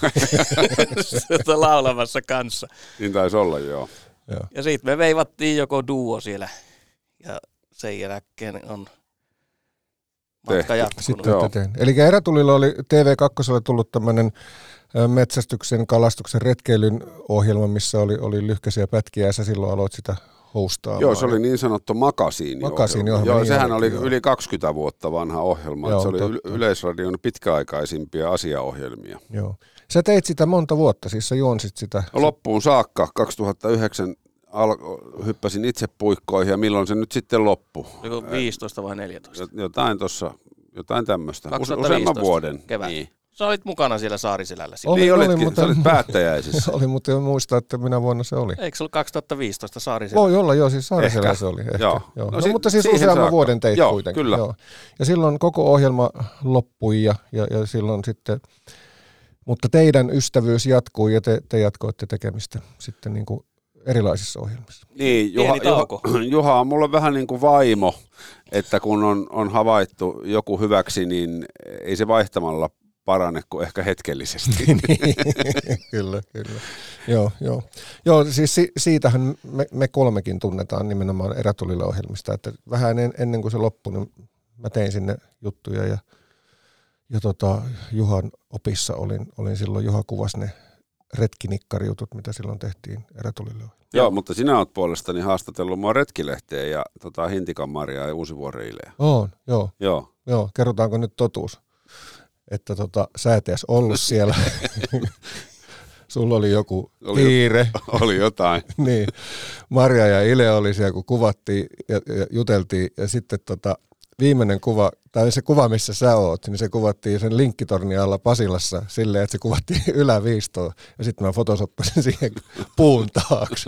laulamassa kanssa. Niin taisi olla, joo. Joo. Ja sitten me veivattiin joko duo siellä. Ja sen jälkeen on matka jatkunut. Sitten olette tehneet. Eli erätulilla oli T V kaksi tullut tämmöinen metsästyksen, kalastuksen, retkeilyn ohjelma, missä oli, oli lyhkäisiä pätkiä ja sä silloin aloit sitä hostaamaan. Joo, se oli niin sanottu makasiini. Makasiiniohjelma. Joo, niin sehän oli joo. yli kaksikymmentä vuotta vanha ohjelma. Joo, se oli totta. Yleisradion pitkäaikaisimpia asiaohjelmia. Joo. Sä teit sitä monta vuotta, siis sä juonsit sitä. Loppuun saakka kaksituhattayhdeksän al- hyppäsin itse puikkoihin ja milloin se nyt sitten loppui? Joku viisitoista vai neljätoista? Jotain tuossa, jotain tämmöistä. kaksituhattaviisitoista Useamman vuoden. Kevät. Niin. Sä olit mukana siellä Saariselällä silloin. Oli, niin oli, olitkin, mutta- sä olit päättäjäisissä. Oli, mutta en muista, että minä vuonna se oli. Eikö se ollut kaksituhattaviisitoista Saariselä? Voi olla, joo, siis Saariselä Ehkä. se oli. Ehkä. Joo. Joo. No No, si- mutta siis siihen useamman saakka. vuoden teit Joo, kuitenkin. kyllä. Joo. Ja silloin koko ohjelma loppui ja, ja, ja silloin sitten, mutta teidän ystävyys jatkui ja te, te jatkoitte tekemistä sitten niin kuin erilaisissa ohjelmissa. Niin, Juha, Pieni tauko. Juha, Juha on mulle vähän niin kuin vaimo, että kun on, on havaittu joku hyväksi, niin ei se vaihtamalla parane kuin ehkä hetkellisesti. Kyllä, kyllä. Joo, joo. Joo, siis si- siitähän me, me kolmekin tunnetaan nimenomaan erätulilla ohjelmista, että vähän en, ennen kuin se loppui, niin mä tein sinne juttuja ja, ja tota, Juhan opissa olin, olin silloin, Juha kuvasi ne retkinikkarijutut, mitä silloin tehtiin erätulilla. Joo, mutta sinä olet puolestani haastatellut mua Retkilehteen ja tota, Hintikan Marjaa ja Uusivuori-Ileä. On, joo, Joo. joo. Kerrotaanko nyt totuus, että tota, sä et edes ollut siellä. Sulla oli joku Oli kiire. Oli jotain. Niin, Marja ja Ile oli siellä, kun kuvattiin ja, ja juteltiin, ja sitten tota, viimeinen kuva, tai se kuva, missä sä oot, niin se kuvattiin sen linkkitornin alla Pasilassa silleen, että se kuvattiin yläviistoon, ja sitten mä fotosoppasin siihen puun taakse.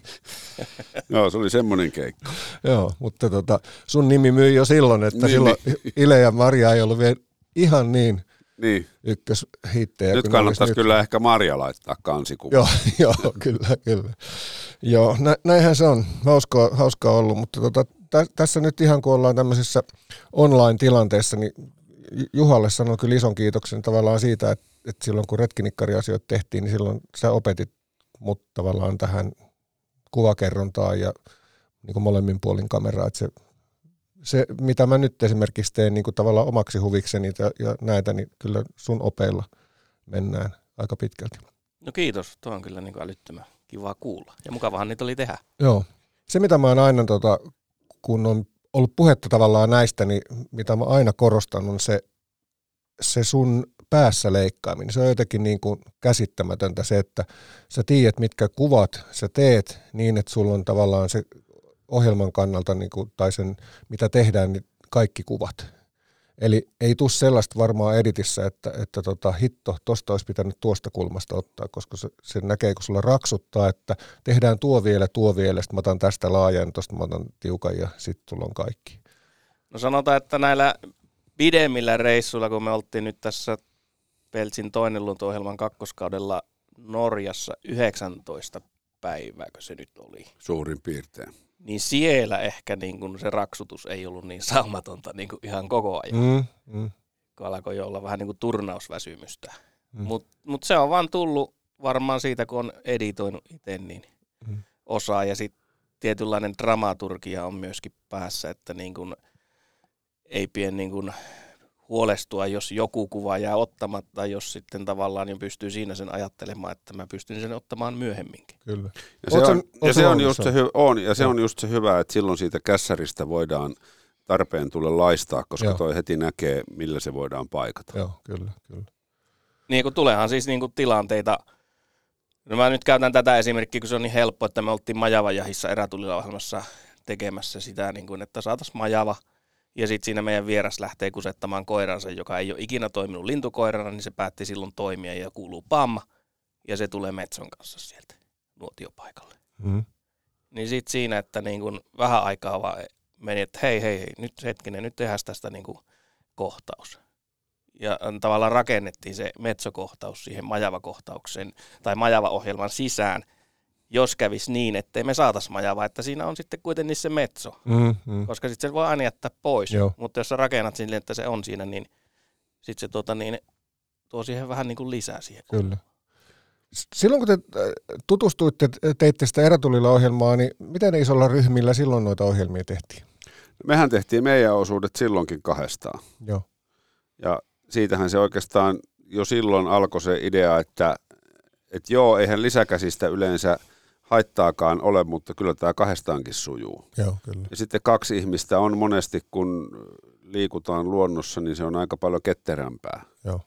Joo, se oli semmoinen keikka. Joo, mutta tota, sun nimi myi jo silloin, että Niin, silloin Ile ja Marja ei ollut vielä ihan niin Niin. ykköshittejä. Nyt kuin kannattaisi olisi kyllä ehkä Marja laittaa kansikuva. Joo, joo, kyllä, kyllä. Joo, nä, näinhän se on. Hauskaa, hauskaa ollut, mutta tota, tä, tässä nyt ihan kun ollaan tämmöisessä online-tilanteessa, niin Juhalle sanon kyllä ison kiitoksen tavallaan siitä, että, että silloin kun retkinikkariasioita tehtiin, niin silloin sä opetit mut tavallaan tähän kuvakerrontaan ja niin kuin molemmin puolin kameraa, että se, se, mitä mä nyt esimerkiksi teen niin kuin tavallaan omaksi huvikseni ja, ja näitä, niin kyllä sun opeilla mennään aika pitkälti. No kiitos, tuo on kyllä niin kuin älyttömän kivaa kuulla. Ja mukavahan niitä oli tehdä. Joo. Se mitä mä oon aina, tota, kun on ollut puhetta tavallaan näistä, niin mitä mä aina korostan on se, se sun päässä leikkaaminen. Se on jotenkin niin kuin käsittämätöntä se, että sä tiedät mitkä kuvat sä teet niin, että sulla on tavallaan se ohjelman kannalta niin kuin, tai sen mitä tehdään, niin kaikki kuvat. Eli ei tule sellaista varmaan editissä, että, että tota, hitto, tuosta olisi pitänyt tuosta kulmasta ottaa, koska se, se näkee, kun sulla raksuttaa, että tehdään tuo vielä, tuo vielä, sitten mä otan tästä laajan, tuosta mä otan tiukan ja sitten tulla on kaikki. No sanotaan, että näillä pidemmillä reissuilla, kun me oltiin nyt tässä Peltsin toinen luonto-ohjelman kakkoskaudella Norjassa yhdeksäntoista päivääkö se nyt oli. Suurin piirtein. Niin siellä ehkä niin kun se raksutus ei ollut niin saumatonta niin kuin ihan koko ajan. Mm, mm. Kun alkoi jo olla vähän niin kuin turnausväsymystä. Mm. Mutta mut se on vaan tullut varmaan siitä, kun on editoinut itse, niin Mm. osaa. Ja sitten tietynlainen dramaturgia on myöskin päässä, että niin kun ei pien niin kun huolestua, jos joku kuva jää ottamatta, jos sitten tavallaan niin pystyy siinä sen ajattelemaan, että mä pystyn sen ottamaan myöhemminkin. Kyllä. Ja se on, ja se on just se, hy- on, ja se on just se hyvä, että silloin siitä kässäristä voidaan tarpeen tulle laistaa, koska Joo. toi heti näkee, millä se voidaan paikata. Joo, kyllä, kyllä. Niin kun tuleehan siis niin kun tilanteita, no mä nyt käytän tätä esimerkkiä, kun se on niin helppo, että me oltiin Majava-jahissa erätulilla-ohjelmassa tekemässä sitä, niin kun, että saataisiin Majava, ja sitten siinä meidän vieras lähtee kusettamaan koiransa, joka ei ole ikinä toiminut lintukoirana, niin se päätti silloin toimia ja kuuluu pamma, ja se tulee Metson kanssa sieltä nuotiopaikalle. Mm. Niin sitten siinä, että niin kun vähän aikaa vaan meni, että hei, hei, hei, nyt hetkinen, nyt tehdään tästä niin kun kohtaus. Ja tavallaan rakennettiin se Metso-kohtaus siihen Majava-kohtaukseen tai Majava-ohjelman sisään, jos kävisi niin, ettei me saataisi Majavaa, että siinä on sitten kuitenkin se Metso. Mm, mm. Koska sitten se voi aina jättää pois, Joo. mutta jos sä rakennat silleen, että se on siinä, niin sitten se tuota, niin, tuo siihen vähän niin kuin lisää siihen. Kyllä. Silloin kun te tutustuitte, teitte sitä Erätulilla-ohjelmaa, niin miten isolla ryhmillä silloin noita ohjelmia tehtiin? Mehän tehtiin meidän osuudet silloinkin kahdestaan. Joo. Ja siitähän se oikeastaan jo silloin alkoi se idea, että, että joo, eihän lisäkäsistä yleensä haittaakaan ole, mutta kyllä tämä kahdestaankin sujuu. Joo, kyllä. Ja sitten kaksi ihmistä on monesti, kun liikutaan luonnossa, niin se on aika paljon ketterämpää. Joo.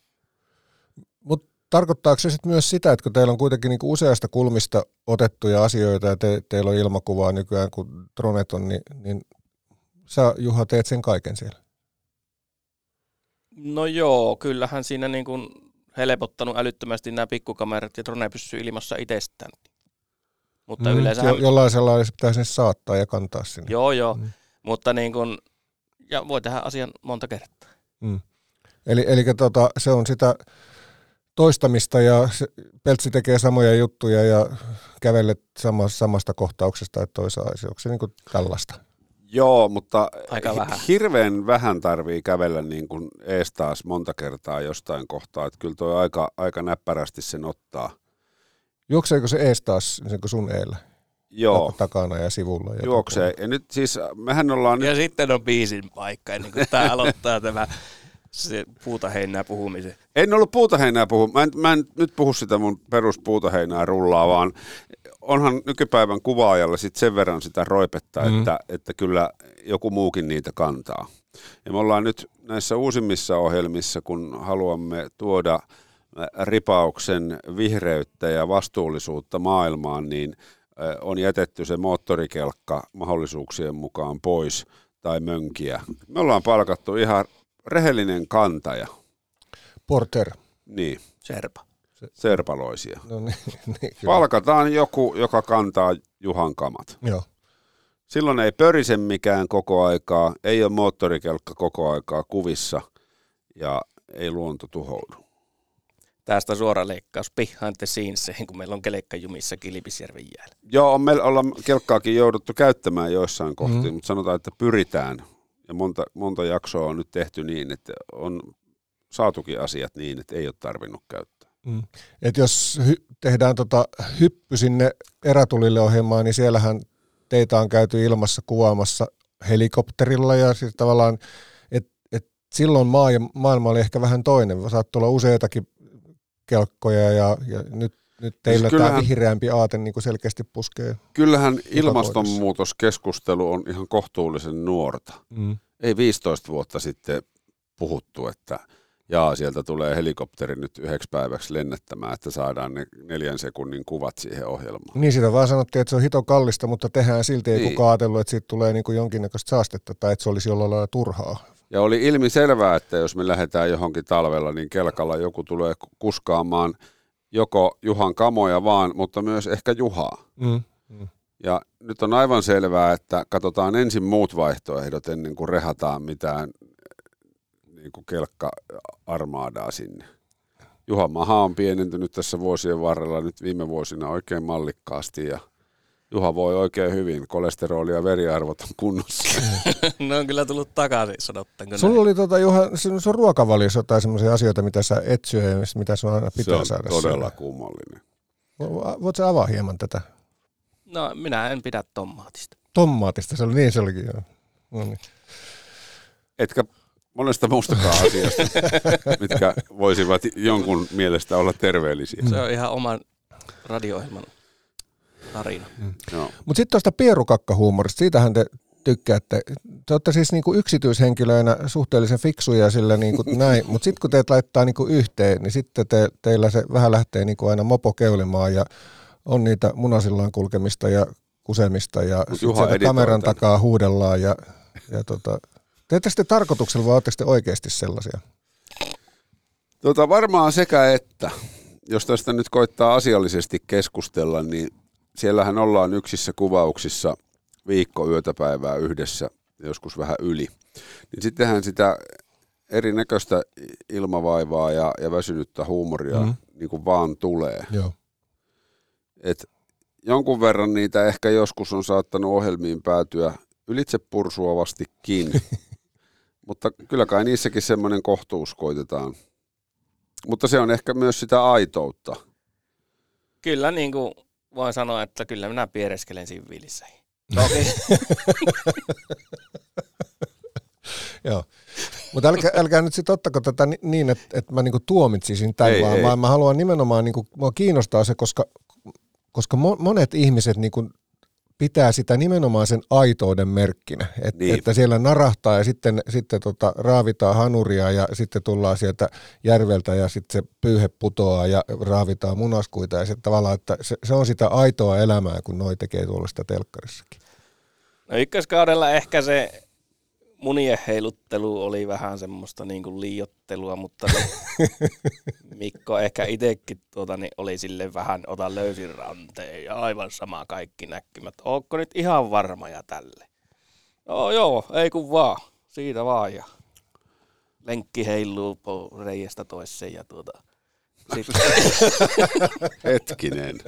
Mutta tarkoittaako se sitten myös sitä, että kun teillä on kuitenkin niinku useasta kulmista otettuja asioita ja te, teillä on ilmakuvaa nykyään, kun dronet on, niin, niin sä, Juha, teet sen kaiken siellä? No joo, kyllähän siinä niin kuin helpottanut älyttömästi nämä pikkukamerat ja drone pysyy ilmassa itsestään. Mutta Mm, yleensä... jo, jollain sellainen se pitää sinne saattaa ja kantaa sinne. Joo, joo. Mm. Mutta niin kuin, ja voi tehdä asian monta kertaa. Mm. Eli, eli tota, se on sitä toistamista ja se, Peltsi tekee samoja juttuja ja kävelet sama, samasta kohtauksesta, että toisaalta onko se niin kuin tällaista? Joo, mutta Aika vähän. hirveän vähän tarvii kävellä niin kuin ees taas monta kertaa jostain kohtaa. Että kyllä toi aika, aika näppärästi sen ottaa. Juokseeko se ees taas niin kuin sun eellä? Joo, Takana ja sivulla? Ja juoksee. Ja nyt siis mehän ollaan Ja nyt... sitten on biisin paikka, ennen kuin tämä aloittaa tämä se puutaheinää puhumisen. En ollut puutaheinää puhu. Mä en, mä en nyt puhu sitä mun perus puutaheinää rullaa, vaan onhan nykypäivän kuvaajalla sit sen verran sitä roipetta, mm. että, että kyllä joku muukin niitä kantaa. Ja me ollaan nyt näissä uusimmissa ohjelmissa, kun haluamme tuoda ripauksen vihreyttä ja vastuullisuutta maailmaan, niin on jätetty se moottorikelkka mahdollisuuksien mukaan pois tai mönkiä. Me ollaan palkattu ihan rehellinen kantaja. Porter. Niin. Serpa. Serpaloisia. No niin, niin, kyllä. Palkataan joku, joka kantaa Juhan kamat. Joo. Silloin ei pörise mikään koko aikaa, ei ole moottorikelkka koko aikaa kuvissa ja ei luonto tuhoudu. Tästä suora leikkaus behind the sceneseihin, kun meillä on kelekka jumissa Kilpisjärven jäällä. Joo, on meillä ollaan kelkkaakin jouduttu käyttämään joissain kohtiin, Mm. mutta sanotaan, että pyritään. Ja monta, monta jaksoa on nyt tehty niin, että on saatukin asiat niin, että ei ole tarvinnut käyttää. Mm. Et jos hy- tehdään tota hyppy sinne Erätulille ohjelmaan, niin siellähän teitä on käyty ilmassa kuvaamassa helikopterilla ja siis tavallaan, että et silloin maa ja maailma oli ehkä vähän toinen. Saattoi olla useitakin kelkkoja ja, ja nyt, nyt teillä Siis tämä kyllähän- vihreämpi aate niin kuin selkeästi puskee. Kyllähän ilmastonmuutoskeskustelu on ihan kohtuullisen nuorta. Mm. Ei viisitoista vuotta sitten puhuttu, että jaa, sieltä tulee helikopteri nyt yhdeksi päiväksi lennättämään, että saadaan ne neljän sekunnin kuvat siihen ohjelmaan. Niin sitä vaan sanottiin, että se on hito kallista, mutta tehdään silti, ei niin. kukaan ajatellut, että siitä tulee niin kuin jonkinnäköistä saastetta tai että se olisi jollain lailla turhaa. Ja oli ilmi selvää, että jos me lähdetään johonkin talvella, niin kelkalla joku tulee kuskaamaan joko Juhan kamoja vaan, mutta myös ehkä Juhaa. Mm. Mm. Ja nyt on aivan selvää, että katsotaan ensin muut vaihtoehdot ennen kuin rehataan mitään niin kuin kelkka-armaadaa sinne. Juhan maha on pienentynyt tässä vuosien varrella nyt viime vuosina oikein mallikkaasti ja Juha voi oikein hyvin. Kolesteroli ja veriarvot on kunnossa. Ne on kyllä tullut takaisin, sanottanko näin. Sulla oli tota, Juha, sun ruokavaliossa jotain sellaisia asioita, mitä sä et syö ja mitä sun aina pitää saada. Se on saada todella syödä. Kummallinen. Voit sä avaa hieman tätä? No minä en pidä tomaatista. Tomaatista, se oli niin se olikin. Joo. No niin. Etkä monesta muustakaan asiasta, mitkä voisivat jonkun mielestä olla terveellisiä. Se on ihan oman radio-ohjelman tarina. Mm. Mutta sitten tuosta pierukakkahuumorista, siitähän te tykkäätte. Te olette siis niinku yksityishenkilöinä suhteellisen fiksuja sillä niinku näin, mutta sitten kun teet laittaa niinku yhteen, niin sitten te, teillä se vähän lähtee niinku aina mopo keulimaan ja on niitä munasillaan kulkemista ja kusemista ja sitten kameran tämän takaa huudellaan ja, ja tota, teette sitten tarkoituksella vai oletteko te oikeasti sellaisia? Tota, varmaan sekä että. Jos tästä nyt koittaa asiallisesti keskustella, niin siellähän ollaan yksissä kuvauksissa viikko yötäpäivää yhdessä, joskus vähän yli. Niin sittenhän sitä erinäköistä ilmavaivaa ja, ja väsynyttä huumoria mm. niin kuin vaan tulee. Joo. Et jonkun verran niitä ehkä joskus on saattanut ohjelmiin päätyä ylitsepursuavastikin, mutta kyllä kai niissäkin semmoinen kohtuus koitetaan. Mutta se on ehkä myös sitä aitoutta. Kyllä niin kuin voin sanoa, että kyllä minä piereskelen siviilissä. Toki. Joo. Mutta älkää, älkää nyt sitten ottako tätä niin, että, että mä niinku tuomitsisin tämän, ei, vaan ei. Mä, mä haluan nimenomaan, niinku, mua kiinnostaa se, koska, koska monet ihmiset niinku pitää sitä nimenomaan sen aitouden merkkinä, Et, niin. että siellä narahtaa ja sitten, sitten tota, raavitaan hanuria ja sitten tullaan sieltä järveltä ja sitten se pyyhe putoaa ja raavitaan munaskuita ja sitten tavallaan, että se, se on sitä aitoa elämää, kun noi tekee tuollaista telkkarissakin. No ykköskaudella ehkä se munien heiluttelu oli vähän semmoista niin kuin liiottelua, mutta Mikko ehkä itsekin tuota, niin oli sille vähän ota löysin ranteen ja aivan sama kaikki näkymät. Ootko nyt ihan varma ja tälle? No joo, ei kun vaan, siitä vaan ja lenkki heiluu reiästä toiseen ja tuota sitten. Hetkinen.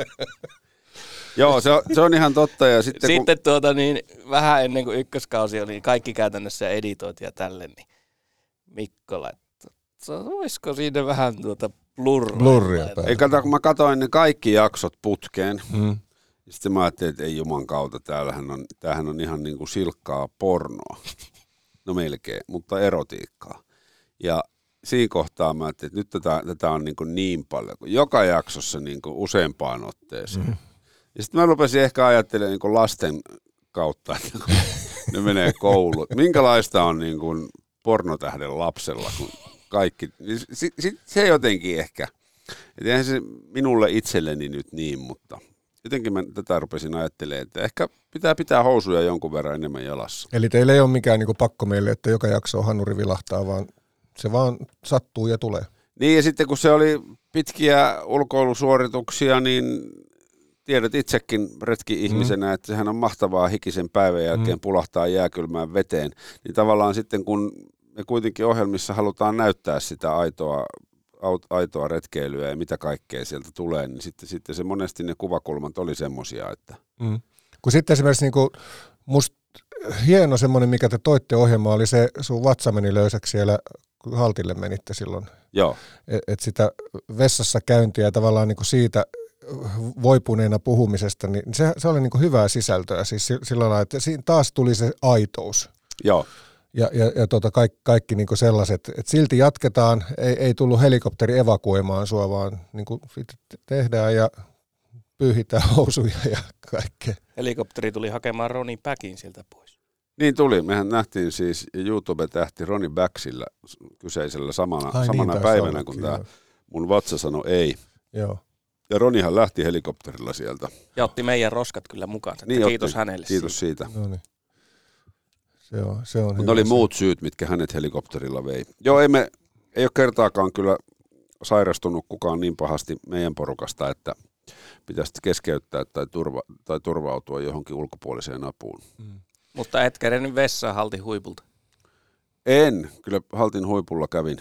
Joo, se on, se on ihan totta. Ja sitten sitten kun tuota niin, vähän ennen kuin ykköskausi oli, niin kaikki käytännössä editoit ja tälle, niin Mikko laittoi, voisiko siinä vähän tuota blurria? Blurria päälle. ei kato, kun mä katsoin ne kaikki jaksot putkeen, Mm. sitten mä ajattelin, että ei juman kautta, täällähän on, tämähän on ihan niin kuin silkkaa pornoa. No melkein, mutta erotiikkaa. Ja siinä kohtaa mä ajattelin, että nyt tätä, tätä on niin, kuin niin paljon, kuin joka jaksossa niin kuin useampaan otteeseen. Mm. Ja sitten mä rupesin ehkä ajattelemaan niin kuin lasten kautta, että kun ne menee kouluun. Minkälaista on niin kuin pornotähden lapsella, kun kaikki, se, se, se jotenkin ehkä, et eihän se minulle itselleni nyt niin, mutta jotenkin mä tätä rupesin ajattelemaan, että ehkä pitää pitää housuja jonkun verran enemmän jalassa. Eli teillä ei ole mikään niinku pakko meille, että joka jakso hanuri vilahtaa, vaan se vaan sattuu ja tulee. Niin ja sitten kun se oli pitkiä ulkoilusuorituksia, niin tiedät itsekin retki-ihmisenä, mm. että sehän on mahtavaa hikisen päivän jälkeen mm. pulahtaa jääkylmään veteen. Niin tavallaan sitten kun me kuitenkin ohjelmissa halutaan näyttää sitä aitoa, aitoa retkeilyä ja mitä kaikkea sieltä tulee, niin sitten, sitten se monesti ne kuvakulmat oli semmoisia, että Mm. Kun sitten esimerkiksi niinku musta hieno semmoinen, mikä te toitte ohjelmaan, oli se sun vatsa meni löysäksi siellä, kun haltille menitte silloin. joo. Että et sitä vessassa käyntiä ja tavallaan niinku siitä voipuneena puhumisesta, niin se, se oli niinku hyvää sisältöä. Siis sillä lailla, että siinä taas tuli se aitous. Joo. Ja, ja, ja tota kaikki, kaikki niinku sellaiset, että silti jatketaan, ei, ei tullut helikopteri evakuoimaan sua, vaan niinku tehdään ja pyyhitään housuja ja kaikkea. Helikopteri tuli hakemaan Ronin Päkin sieltä pois. Niin tuli. Mehän nähtiin siis YouTube-tähti Ronnie Backsillä kyseisellä samana, Ai samana niin, päivänä, ollakin, kun tämä joo. mun vatsa sanoi ei. Joo. Ja Ronihan lähti helikopterilla sieltä. Ja otti meidän roskat kyllä mukaan. Niin Kiitos otti. hänelle. Kiitos siitä. No niin. Se on, se on Mutta hyvä oli se. muut syyt, mitkä hänet helikopterilla vei. Joo, ei, me, ei ole kertaakaan kyllä sairastunut kukaan niin pahasti meidän porukasta, että pitäisi keskeyttää tai, turva, tai turvautua johonkin ulkopuoliseen apuun. Mm. Mutta et kerennyt vessaan haltin huipulta En. Kyllä haltin huipulla kävin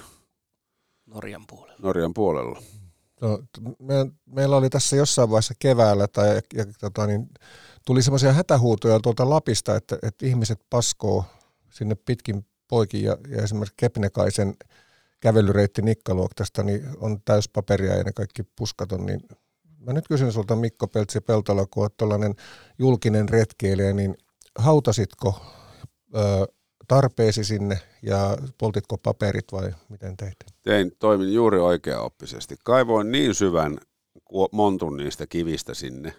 Norjan puolella. Norjan puolella. No, me, meillä oli tässä jossain vaiheessa keväällä tai, ja, ja, tota, niin, tuli semmoisia hätähuutoja tuolta Lapista, että, että ihmiset paskoo sinne pitkin poikin ja, ja esimerkiksi Kepnekaisen kävelyreitti Nikkaluoktasta niin on täyspaperia ja ne kaikki puskaton. Niin mä nyt kysyn sulta Mikko Peltsi-Peltola, kun olet tuollainen julkinen retkeilijä, niin hautasitko ö, tarpeesi sinne ja poltitko paperit vai miten teit? Tein, toimin juuri oikeaoppisesti. Kaivoin niin syvän montun niistä kivistä sinne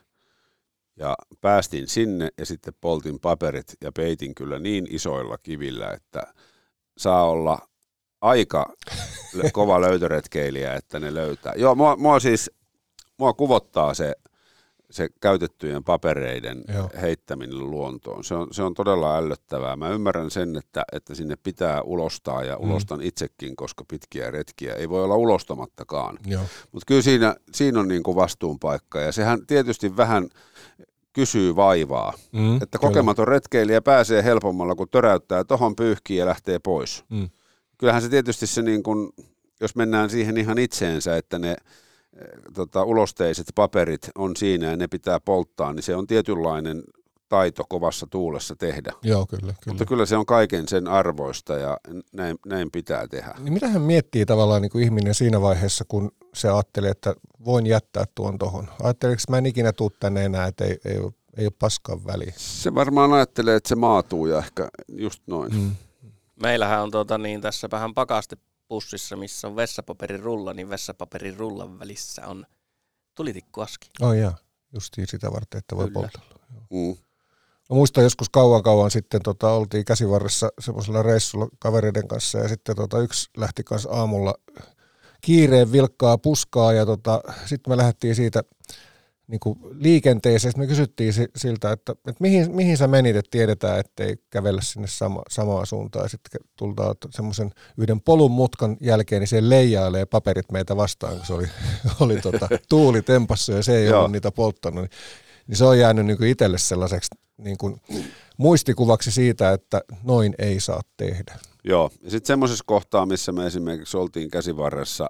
ja päästin sinne ja sitten poltin paperit ja peitin kyllä niin isoilla kivillä, että saa olla aika kova löytöretkeilijä, että ne löytää. Joo, mua, mua siis, mua kuvottaa se, se käytettyjen papereiden Joo. heittäminen luontoon. Se on, se on todella ällöttävää. Mä ymmärrän sen, että, että sinne pitää ulostaa ja ulostan mm. itsekin, koska pitkiä retkiä ei voi olla ulostamattakaan. Mutta kyllä siinä, siinä on niinku vastuun paikka ja sehän tietysti vähän kysyy vaivaa. Mm, että kokematon kyllä. retkeilijä pääsee helpommalla, kun töräyttää tohon pyyhkiin ja lähtee pois. Mm. Kyllähän se tietysti se, niin kun, jos mennään siihen ihan itseensä, että ne tota, ulosteiset paperit on siinä ja ne pitää polttaa, niin se on tietynlainen taito kovassa tuulessa tehdä. Joo, kyllä, kyllä. Mutta kyllä se on kaiken sen arvoista ja näin, näin pitää tehdä. Niin mitä hän miettii tavallaan niin kuin ihminen siinä vaiheessa, kun se ajattelee, että voin jättää tuon tohon? Ajatteleeko mä en ikinä tuu tänne enää, että ei, ei, ole, ei ole paskan väliä? Se varmaan ajattelee, että se maatuu ja ehkä just noin. Mm. Meillähän on tuota, niin, tässä vähän pakastepussissa, missä on vessapaperin rulla, niin vessapaperin rullan välissä on tulitikkuaski. Oh jaa, justiin sitä varten, että voi Kyllä. poltella. Mm. Mä muistan joskus kauan kauan sitten tota, oltiin Käsivarressa semmoisella reissulla kavereiden kanssa ja sitten tota, yksi lähti kanssa aamulla kiireen vilkkaa puskaa ja tota, sitten me lähdettiin siitä niin kuin liikenteeseen. Sitten me kysyttiin siltä, että, että mihin, mihin sä menit, että tiedetään, ettei kävellä sinne sama, samaan suuntaan. Sitten tultaan semmoisen yhden polun mutkan jälkeen, niin se leijailee paperit meitä vastaan, kun se oli, oli tota, tuuli tempassa ja se ei ollut niitä polttanut. Niin se on jäänyt niin kuin itselle sellaiseksi niin kuin muistikuvaksi siitä, että noin ei saa tehdä. Joo, ja sitten semmoisessa kohtaa, missä me esimerkiksi oltiin Käsivarressa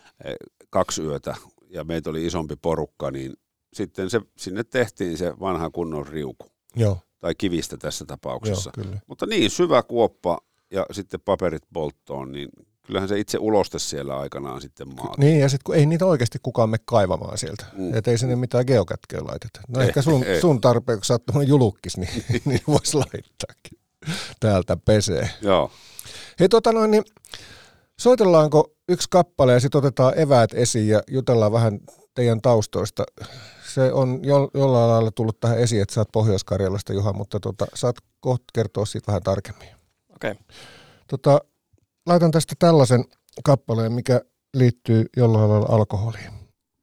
kaksi yötä ja meitä oli isompi porukka, niin sitten se, sinne tehtiin se vanha kunnon riuku. Joo. Tai kivistä tässä tapauksessa. Joo, kyllä. Mutta niin, syvä kuoppa ja sitten paperit polttoon, niin kyllähän se itse uloste siellä aikanaan sitten maatuu. Niin, ja sitten kun ei niitä oikeasti kukaan mene kaivamaan sieltä. Mm. Että ei sinne mitään geokätkeä laiteta. No ei, ehkä sun, sun tarpeen, kun sä oot tämmöinen julukkis, niin, niin voisi laittaakin. Täältä pesee. Joo. Hei tota noin, niin soitellaanko yksi kappale ja sitten otetaan eväät esiin ja jutellaan vähän teidän taustoista. Se on jo, jollain lailla tullut tähän esiin, että sä oot Pohjois-Karjalasta, Juha, mutta tota, saat kohta kertoa siitä vähän tarkemmin. Okei. Okay. Tota, laitan tästä tällaisen kappaleen, mikä liittyy jollain lailla alkoholiin.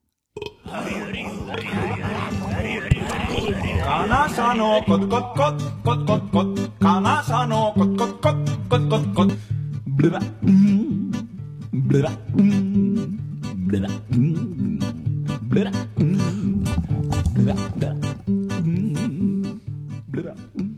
Kana sanoo kot kot kot kot kot kot. Kana sanoo kot kot kot kot kot kot. Blä mm. Blä mm. Blä mm. Blä mm. Blä mm. Blä mm.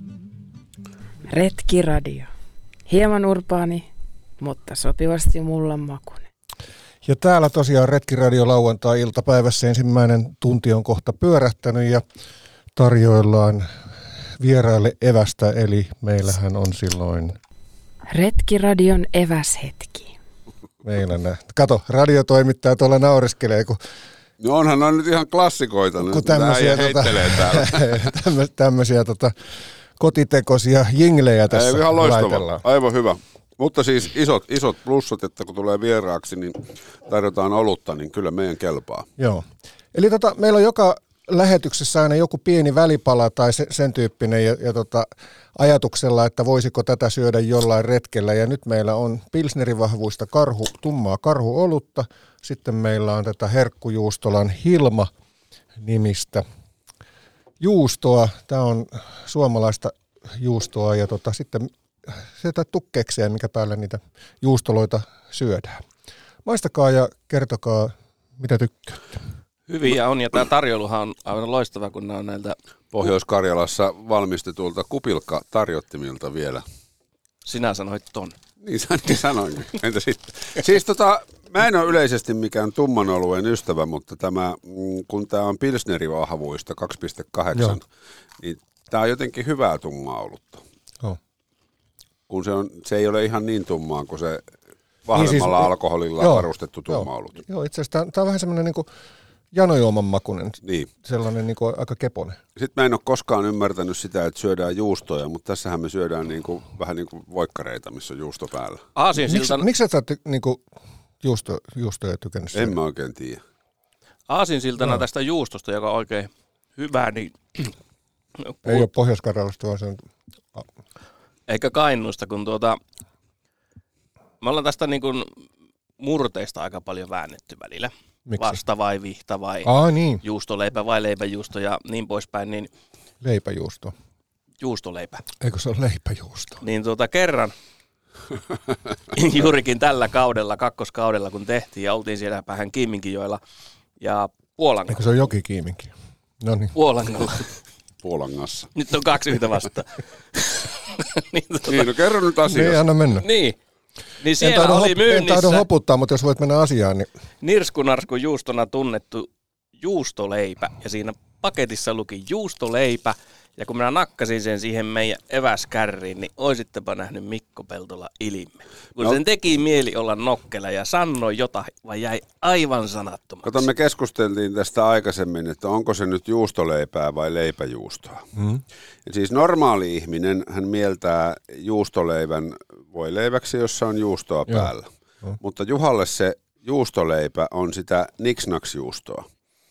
Retkiradio. Hieman urbaani, mutta sopivasti mullan makuinen. Ja täällä tosiaan Retkiradio lauantai-iltapäivässä ensimmäinen tunti on kohta pyörähtänyt ja tarjoillaan vieraille evästä, eli meillähän on silloin Retkiradion eväshetki. Meillä nä. Kato, radiotoimittaja tuolla naureskelee, kun No onhan on nyt ihan klassikoita, nyt tämmöisiä heittelee tota, täällä. Tämmöisiä tota, kotitekoisia jinglejä tässä Ei, ihan loistava, laitellaan. Aivan hyvä. Mutta siis isot, isot plussat, että kun tulee vieraaksi, niin tarjotaan olutta, niin kyllä meidän kelpaa. Joo. Eli tota, meillä on joka lähetyksessä aina joku pieni välipala tai se, sen tyyppinen ja, ja tota, ajatuksella, että voisiko tätä syödä jollain retkellä. Ja nyt meillä on pilsnerivahvuista karhu, tummaa karhuolutta. Sitten meillä on tätä Herkkujuustolan Hilma-nimistä juustoa. Tämä on suomalaista juustoa ja tota, sitten sitä tukkeekseen, mikä päällä niitä juustoloita syödään. Maistakaa ja kertokaa, mitä tykkäätte. Hyviä on, ja tämä tarjouluhan on aivan loistava, kun nämä on näiltä... Pohjois-Karjalassa valmistetulta kupilka-tarjottimilta vielä. Sinä sanoit ton. Niin, niin sanoin. Entä sitten? Siis tota, mä en ole yleisesti mikään tumman oluen ystävä, mutta tämä, kun tämä on pilsnerivahvuista kaksi pilkku kahdeksan, niin tämä on jotenkin hyvää tummaa olutta. Oh. Kun se, on, se ei ole ihan niin tummaa kuin se vahvemmalla niin siis, alkoholilla joo, varustettu tumma olut. Joo, joo, itse asiassa tämä on vähän semmoinen niin kuin janojuoman makuinen, niin. Sellainen niin kuin aika keponen. Sitten mä en ole koskaan ymmärtänyt sitä, että syödään juustoja, mutta tässähän me syödään niin kuin, vähän niin kuin voikkareita, missä on juusto päällä. Aasinsiltana... Miksi et sä oot niin kuin juusto, juustoja tykännyt syödä? En mä oikein tiedä. Aasinsiltana no. tästä juustosta, joka on oikein hyvä, niin... Ei ole Pohjois-Karjalasta, vaan se on... Eikä Kainuusta, kun tuota... Me ollaan tästä niin kuin murteista aika paljon väännetty välillä. Miksi? Vasta vai vihta vai Aa, niin. juustoleipä vai leipäjuusto ja niin poispäin. Niin leipäjuusto. Juustoleipä. Eikö se ole leipäjuusto? Niin tuota kerran, juurikin tällä kaudella, kakkoskaudella kun tehtiin ja oltiin siellä vähän Kiiminkijoella ja Puolangalla. Eikö se ole joki Kiiminki? No niin. Puolangalla. Puolangassa. Nyt on kaksi yhtä vasta. niin, tuota, niin, no kerro nyt asiasta. Niin, anna mennä. Niin. Niin siellä en oli hop- myynnissä. En taida hoputtaa, mutta jos voit mennä asiaan, niin... Nirskunarsku juustona tunnettu juustoleipä. Ja siinä paketissa luki juustoleipä. Ja kun minä nakkasin sen siihen meidän eväskärriin, niin oisittepa nähnyt Mikko Peltola ilme. Kun no. sen teki mieli olla nokkela ja sanoi jotain, vai jäi aivan sanattomaksi. Kato, me keskusteltiin tästä aikaisemmin, että onko se nyt juustoleipää vai leipäjuustoa. Mm. Ja siis normaali ihminen, hän mieltää juustoleivän voileiväksi, jossa on juustoa Joo. päällä. Joo. Mutta Juhalle se juustoleipä on sitä niksnaksjuustoa.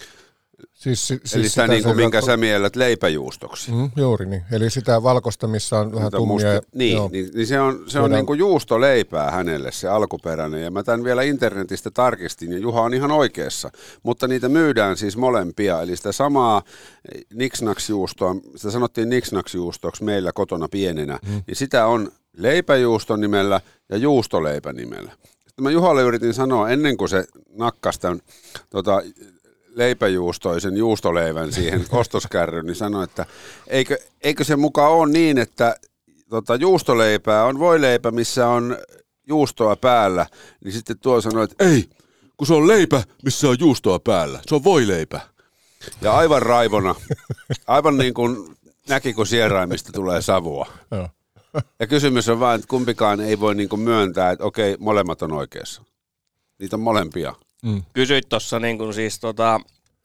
Siis, siis Eli sitä, sitä niin kuin, minkä valko... sä miellet leipäjuustoksi. Mm, juuri niin. Eli sitä valkoista, missä on vähän tummia. Musta, ja, niin, niin, niin se on, se on niin kuin juustoleipää hänelle se alkuperäinen. Ja mä tämän vielä internetistä tarkistin ja Juha on ihan oikeassa. Mutta niitä myydään siis molempia. Eli sitä samaa niksnaksjuustoa, sitä sanottiin niksnaksjuustoksi meillä kotona pienenä. Mm. Niin sitä on leipäjuuston nimellä ja juustoleipä nimellä. Sitten mä Juhalle yritin sanoa ennen kuin se nakkasi tämän... Tota, leipäjuustoisen juustoleivän siihen ostoskärryyn, niin sanoi, että eikö, eikö se mukaan ole niin, että tota, juustoleipää on voileipä, missä on juustoa päällä, niin sitten tuo sanoi, että ei, kun se on leipä, missä on juustoa päällä, se on voileipä. Ja aivan raivona, aivan niin kuin näki, kun sieraimista tulee savua. Ja kysymys on vain, että kumpikaan ei voi niin kuin myöntää, että okei, molemmat on oikeassa. Niitä on molempia. Mm. Kysyit tuossa niin kuin siis tota,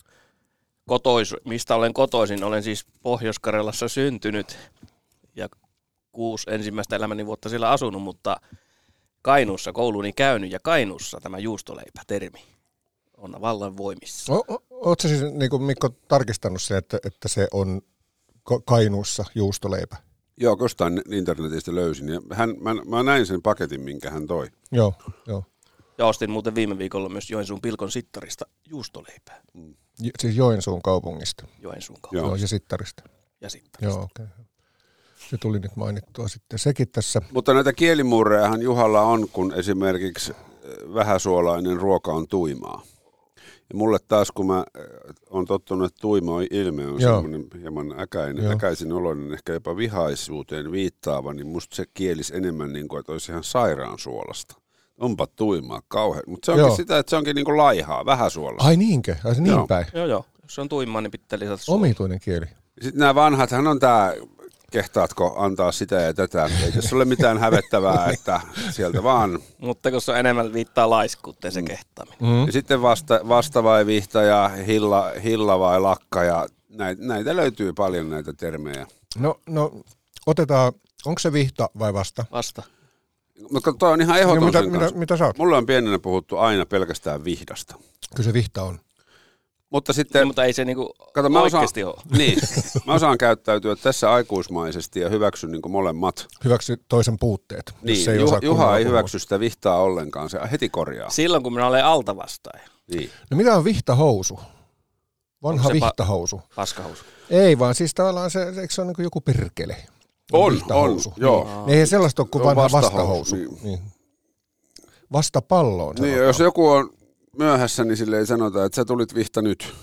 kotois, mistä olen kotoisin. Olen siis Pohjois-Karjalassa syntynyt ja kuusi ensimmäistä elämäni vuotta siellä asunut, mutta Kainuussa kouluni käynyt ja Kainuussa tämä juustoleipä-termi on vallan voimissa. O, o, Oletko siis niin kuin Mikko tarkistanut se, että, että se on Kainuussa juustoleipä? Joo, jostain internetistä löysin ja hän, mä, mä näin sen paketin, minkä hän toi. Joo, joo. Ja ostin muuten viime viikolla myös Joensuun Pilkon sittarista juustoleipää. Mm. Siis Joensuun kaupungista? Joensuun kaupungista. Joo, ja sittarista? Ja sittarista. Joo, okei. Okay. Se tuli nyt mainittua sitten sekin tässä. Mutta näitä kielimuurejahan Juhalla on, kun esimerkiksi vähäsuolainen ruoka on tuimaa. Ja mulle taas, kun mä oon tottunut, että tuima on ilme, on Joo. semmoinen hieman äkäinen, äkäisin oloinen, ehkä jopa vihaisuuteen viittaava, niin musta se kielisi enemmän niin kuin, että olisi ihan sairaan suolasta. Onpa tuimaa, kauhean. Mutta se onkin joo. sitä, että se onkin niinku laihaa, vähän suolasta. Ai niinkö? Ai se niin joo. päin? Joo, joo. Jos se on tuimaa, niin pitää lisätä suolaa. Omituinen kieli. Sitten nämä vanhat, hän on tää, kehtaatko antaa sitä ja tätä. Ei tässä ole mitään hävettävää, että sieltä vaan. Mutta kun se on enemmän viittaa laiskuuteen se mm. kehtaaminen. Mm. Ja sitten vasta, vasta vai vihta ja hilla, hilla vai lakka ja näitä, näitä löytyy paljon näitä termejä. No, no otetaan, onko se vihta vai vasta? Vasta. Mutta toi on ihan ehdoton mitä, sen mitä, kanssa. mitä sä oot? Mulla on pienenä puhuttu aina pelkästään vihdasta. Kyllä se vihta on. Mutta sitten, mutta ei se niinku kato, mä oikeasti osaan, ole. Niin, mä osaan käyttäytyä tässä aikuismaisesti ja hyväksyn niin kuin molemmat. Hyväksy toisen puutteet. Niin, ei Juha, osaa Juha ei puhua. hyväksy sitä vihtaa ollenkaan, se heti korjaa. Silloin kun minä olen altavastaaja. Niin. No mitä on vihtahousu? Vanha Onko se pa- vihtahousu. Paskahousu. Ei vaan siis tavallaan se, eikö se ole niin kuin joku perkele? On, Vihtahousu. on, joo. Niin, ei sellaista ole kuin Se on vanha vastahousu, vastahousu. niin. Niin. Vastapalloon Niin, sanotaan. jos joku on myöhässä, niin sille ei sanota, että sä tulit vihta nyt.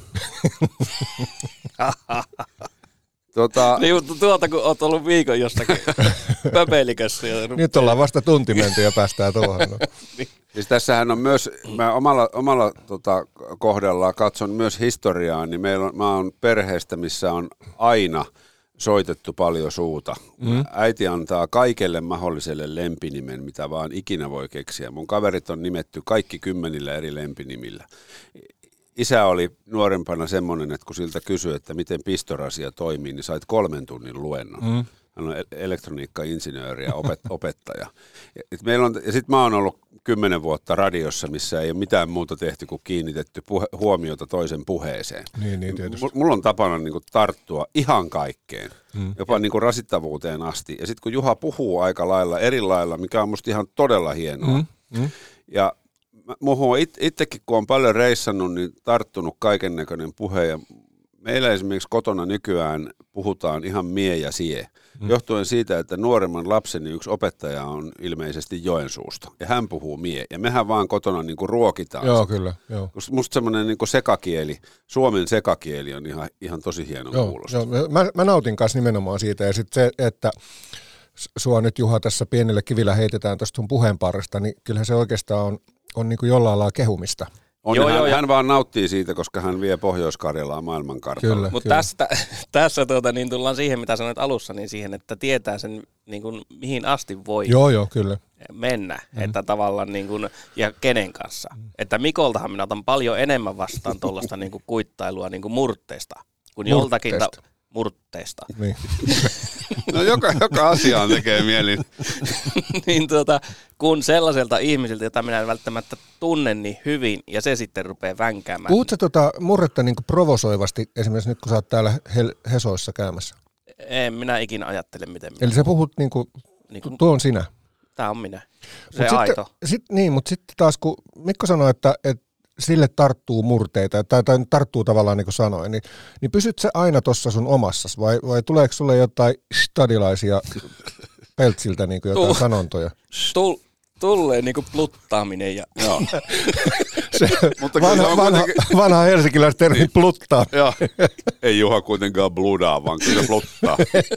tota, Niin, mutta tuolta kun oot ollut viikon jostakin pöpelikössä. Ja Nyt ollaan vasta tunti menty ja päästään tuohon. No. siis tässähän on myös, mä omalla, omalla tota, kohdalla katson myös historiaa, niin meillä on, mä oon perheestä, missä on aina soitettu paljon suuta. Mm. Äiti antaa kaikelle mahdolliselle lempinimen, mitä vaan ikinä voi keksiä. Mun kaverit on nimetty kaikki kymmenillä eri lempinimillä. Isä oli nuorempana semmoinen, että kun siltä kysyi, että miten pistorasia toimii, niin sait kolmen tunnin luennon. Mm. Hän on elektroniikka-insinööri ja opet- opettaja. Ja, ja sitten mä oon ollut kymmenen vuotta radiossa, missä ei ole mitään muuta tehty kuin kiinnitetty puhe- huomiota toisen puheeseen. Niin, niin tietysti. M- mulla on tapana niin kuin tarttua ihan kaikkeen, mm. jopa niin kuin rasittavuuteen asti. Ja sitten kun Juha puhuu aika lailla eri lailla, mikä on musta ihan todella hienoa. Mm. Mm. Ja muuhun it, itsekin, kun on paljon reissannut, niin tarttunut kaiken näköinen puhe. Ja meillä esimerkiksi kotona nykyään puhutaan ihan mie ja sie. Mm. Johtuen siitä, että nuoremman lapseni yksi opettaja on ilmeisesti Joensuusta. Ja hän puhuu mie. Ja mehän vaan kotona niin kuin ruokitaan. Joo, sitä. kyllä. Joo. Musta semmoinen niin kuin sekakieli, suomen sekakieli on ihan, ihan tosi hieno Joo, kuulosta. joo. Mä, mä nautin kanssa nimenomaan siitä. Ja sitten se, että sua nyt Juha tässä pienellä kivillä heitetään tuosta sun puheenparresta, niin kyllähän se oikeastaan on, on niin kuin jollain lailla kehumista. On, joo, hän, joo, hän vaan nauttii siitä, koska hän vie Pohjois-Karjalaa maailmankartalle. Mutta tästä, tässä tuota, niin tullaan siihen, mitä sanoit alussa, niin siihen, että tietää sen, niin kuin, mihin asti voi Joo, joo, kyllä. mennä, mm. että tavallaan niin kuin, ja kenen kanssa. Mm. Että Mikoltahan minä otan paljon enemmän vastaan tuollaista niin kuin kuittailua niin kuin murteesta, kuin joltakin ta- murteesta. Niin. No joka, joka asiaan tekee mieli. niin tuota, kun sellaiselta ihmisiltä, jota minä en välttämättä tunne niin hyvin, ja se sitten rupeaa vänkäämään. Puhutko tota murretta niin kuin provosoivasti, esimerkiksi nyt kun sä oot täällä Hel- Hesoissa käymässä? En minä ikinä ajattele, miten minä. Eli sä puhut, niin kuin, Niin kuin, tuo on sinä. tämä on minä. Se Mut aito. Sitten, sit, niin, mutta sitten taas kun Mikko sanoi, että, että sille tarttuu murteita, tai, tai tarttuu tavallaan niin kuin sanoin, niin, niin pysyt sä aina tuossa sun omassas, vai, vai tuleeko sulle jotain stadilaisia peltsiltä niin kuin jotain Tuu. sanontoja? Tull, tulleen niin kuin pluttaaminen ja Joo. Se, Mutta vanha, kyllä se on vanha, kuitenkin- vanha helsinkiläistermi pluttaa. Joo. Ei Juha kuitenkaan bludaa, vaan kyllä pluttaa.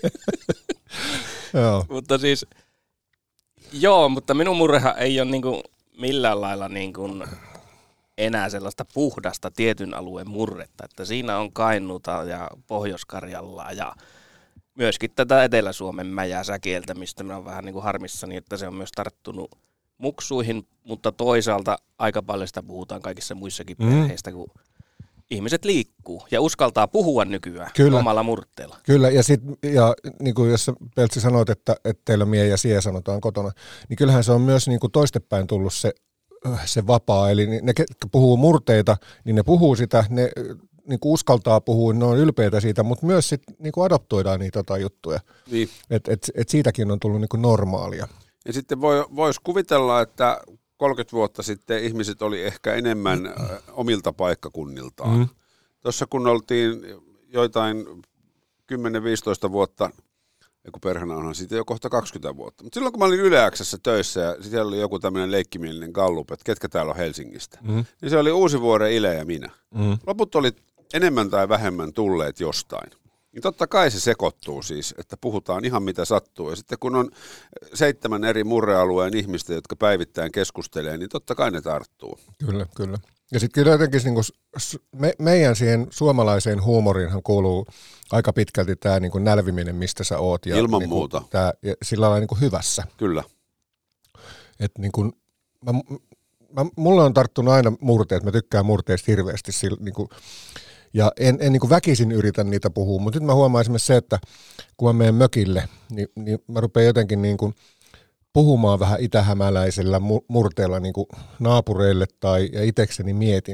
Joo. Mutta siis, joo, mutta minun murrehan ei ole niin kuin millään lailla niin kuin enää sellaista puhdasta tietyn alueen murretta, että siinä on Kainuuta ja Pohjois-Karjalaa ja myöskin tätä Etelä-Suomen mäjäsäkieltä, mistä minä olen vähän niin kuin harmissani, että se on myös tarttunut muksuihin, mutta toisaalta aika paljon sitä puhutaan kaikissa muissakin Mm. perheistä, kun ihmiset liikkuu ja uskaltaa puhua nykyään Kyllä. omalla murteella. Kyllä, ja, sit, ja niin kuin jos sä, Peltsi sanoit, että, että teillä mie ja sie sanotaan kotona, niin kyllähän se on myös niin kuin toistepäin tullut se, se vapaa, eli ne, ketkä puhuu murteita, niin ne puhuu sitä, ne niin kuin uskaltaa puhua, ne on ylpeitä siitä, mutta myös sit, niin kuin adoptoidaan niitä jotain juttuja, Niin. että et, et siitäkin on tullut niin kuin normaalia. Ja sitten voi, voisi kuvitella, että kolmekymmentä vuotta sitten ihmiset oli ehkä enemmän äh, omilta paikkakunniltaan. Mm. Tuossa kun oltiin joitain kymmenen viisitoista vuotta, kun perhana onhan siitä jo kohta kaksikymmentä vuotta. Mutta silloin kun mä olin Yle X:ssä töissä ja siellä oli joku tämmöinen leikkimielinen gallup, että ketkä täällä on Helsingistä, mm. niin se oli Uusivuoren Ile ja minä. Mm. Loput oli enemmän tai vähemmän tulleet jostain. Niin totta kai se sekoittuu siis, että puhutaan ihan mitä sattuu. Ja sitten kun on seitsemän eri murrealueen ihmistä, jotka päivittäin keskustelee, niin totta kai ne tarttuu. Kyllä, kyllä. Ja sitten kyllä jotenkin niin kuin me, meidän siihen suomalaiseen huumoriinhan kuuluu aika pitkälti tämä niin kuin nälviminen, mistä sä oot. Ja Ilman niin kuin muuta. Tää, ja sillä lailla niin kuin hyvässä. Kyllä. Et niin kuin, mä, mä, mulle on tarttunut aina murteet, mä tykkään murteista hirveästi. Sillä, niin kuin, ja en, en niin kuin väkisin yritä niitä puhua, mutta nyt mä huomaan esimerkiksi se, että kun mä menen mökille, niin, niin mä rupean jotenkin niin kuin puhumaan vähän itähämäläisellä murteella niin kuin naapureille tai ja itekseni mietin,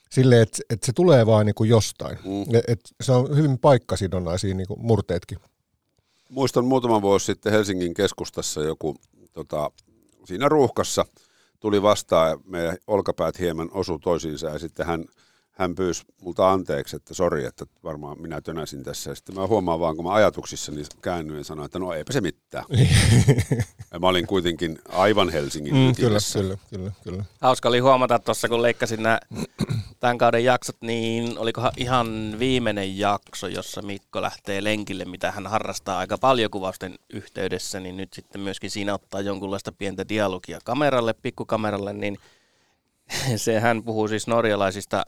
silleen, että et se tulee vaan niinku jostain. Mm. Et, et se on hyvin paikkasidonnaisia niinku murteetkin. Muistan muutama vuosi sitten Helsingin keskustassa joku tota, siinä ruuhkassa tuli vastaan ja meidän olkapäät hieman osu toisiinsa ja sitten hän, hän pyysi multa anteeksi, että sori, että varmaan minä tönäsin tässä. Ja sitten mä huomaan vaan, kun mä ajatuksissani käännyin ja sanoin, että no eipä se mitään. Ja mä olin kuitenkin aivan Helsingin Mm, kyllä, ytimessä. kyllä, kyllä, kyllä. Hauska oli huomata tuossa, kun leikkasin nämä tämän kauden jaksot, niin olikohan ihan viimeinen jakso, jossa Mikko lähtee lenkille, mitä hän harrastaa aika paljon kuvausten yhteydessä, niin nyt sitten myöskin siinä ottaa jonkunlaista pientä dialogia kameralle, pikkukameralle, niin se hän puhuu siis norjalaisista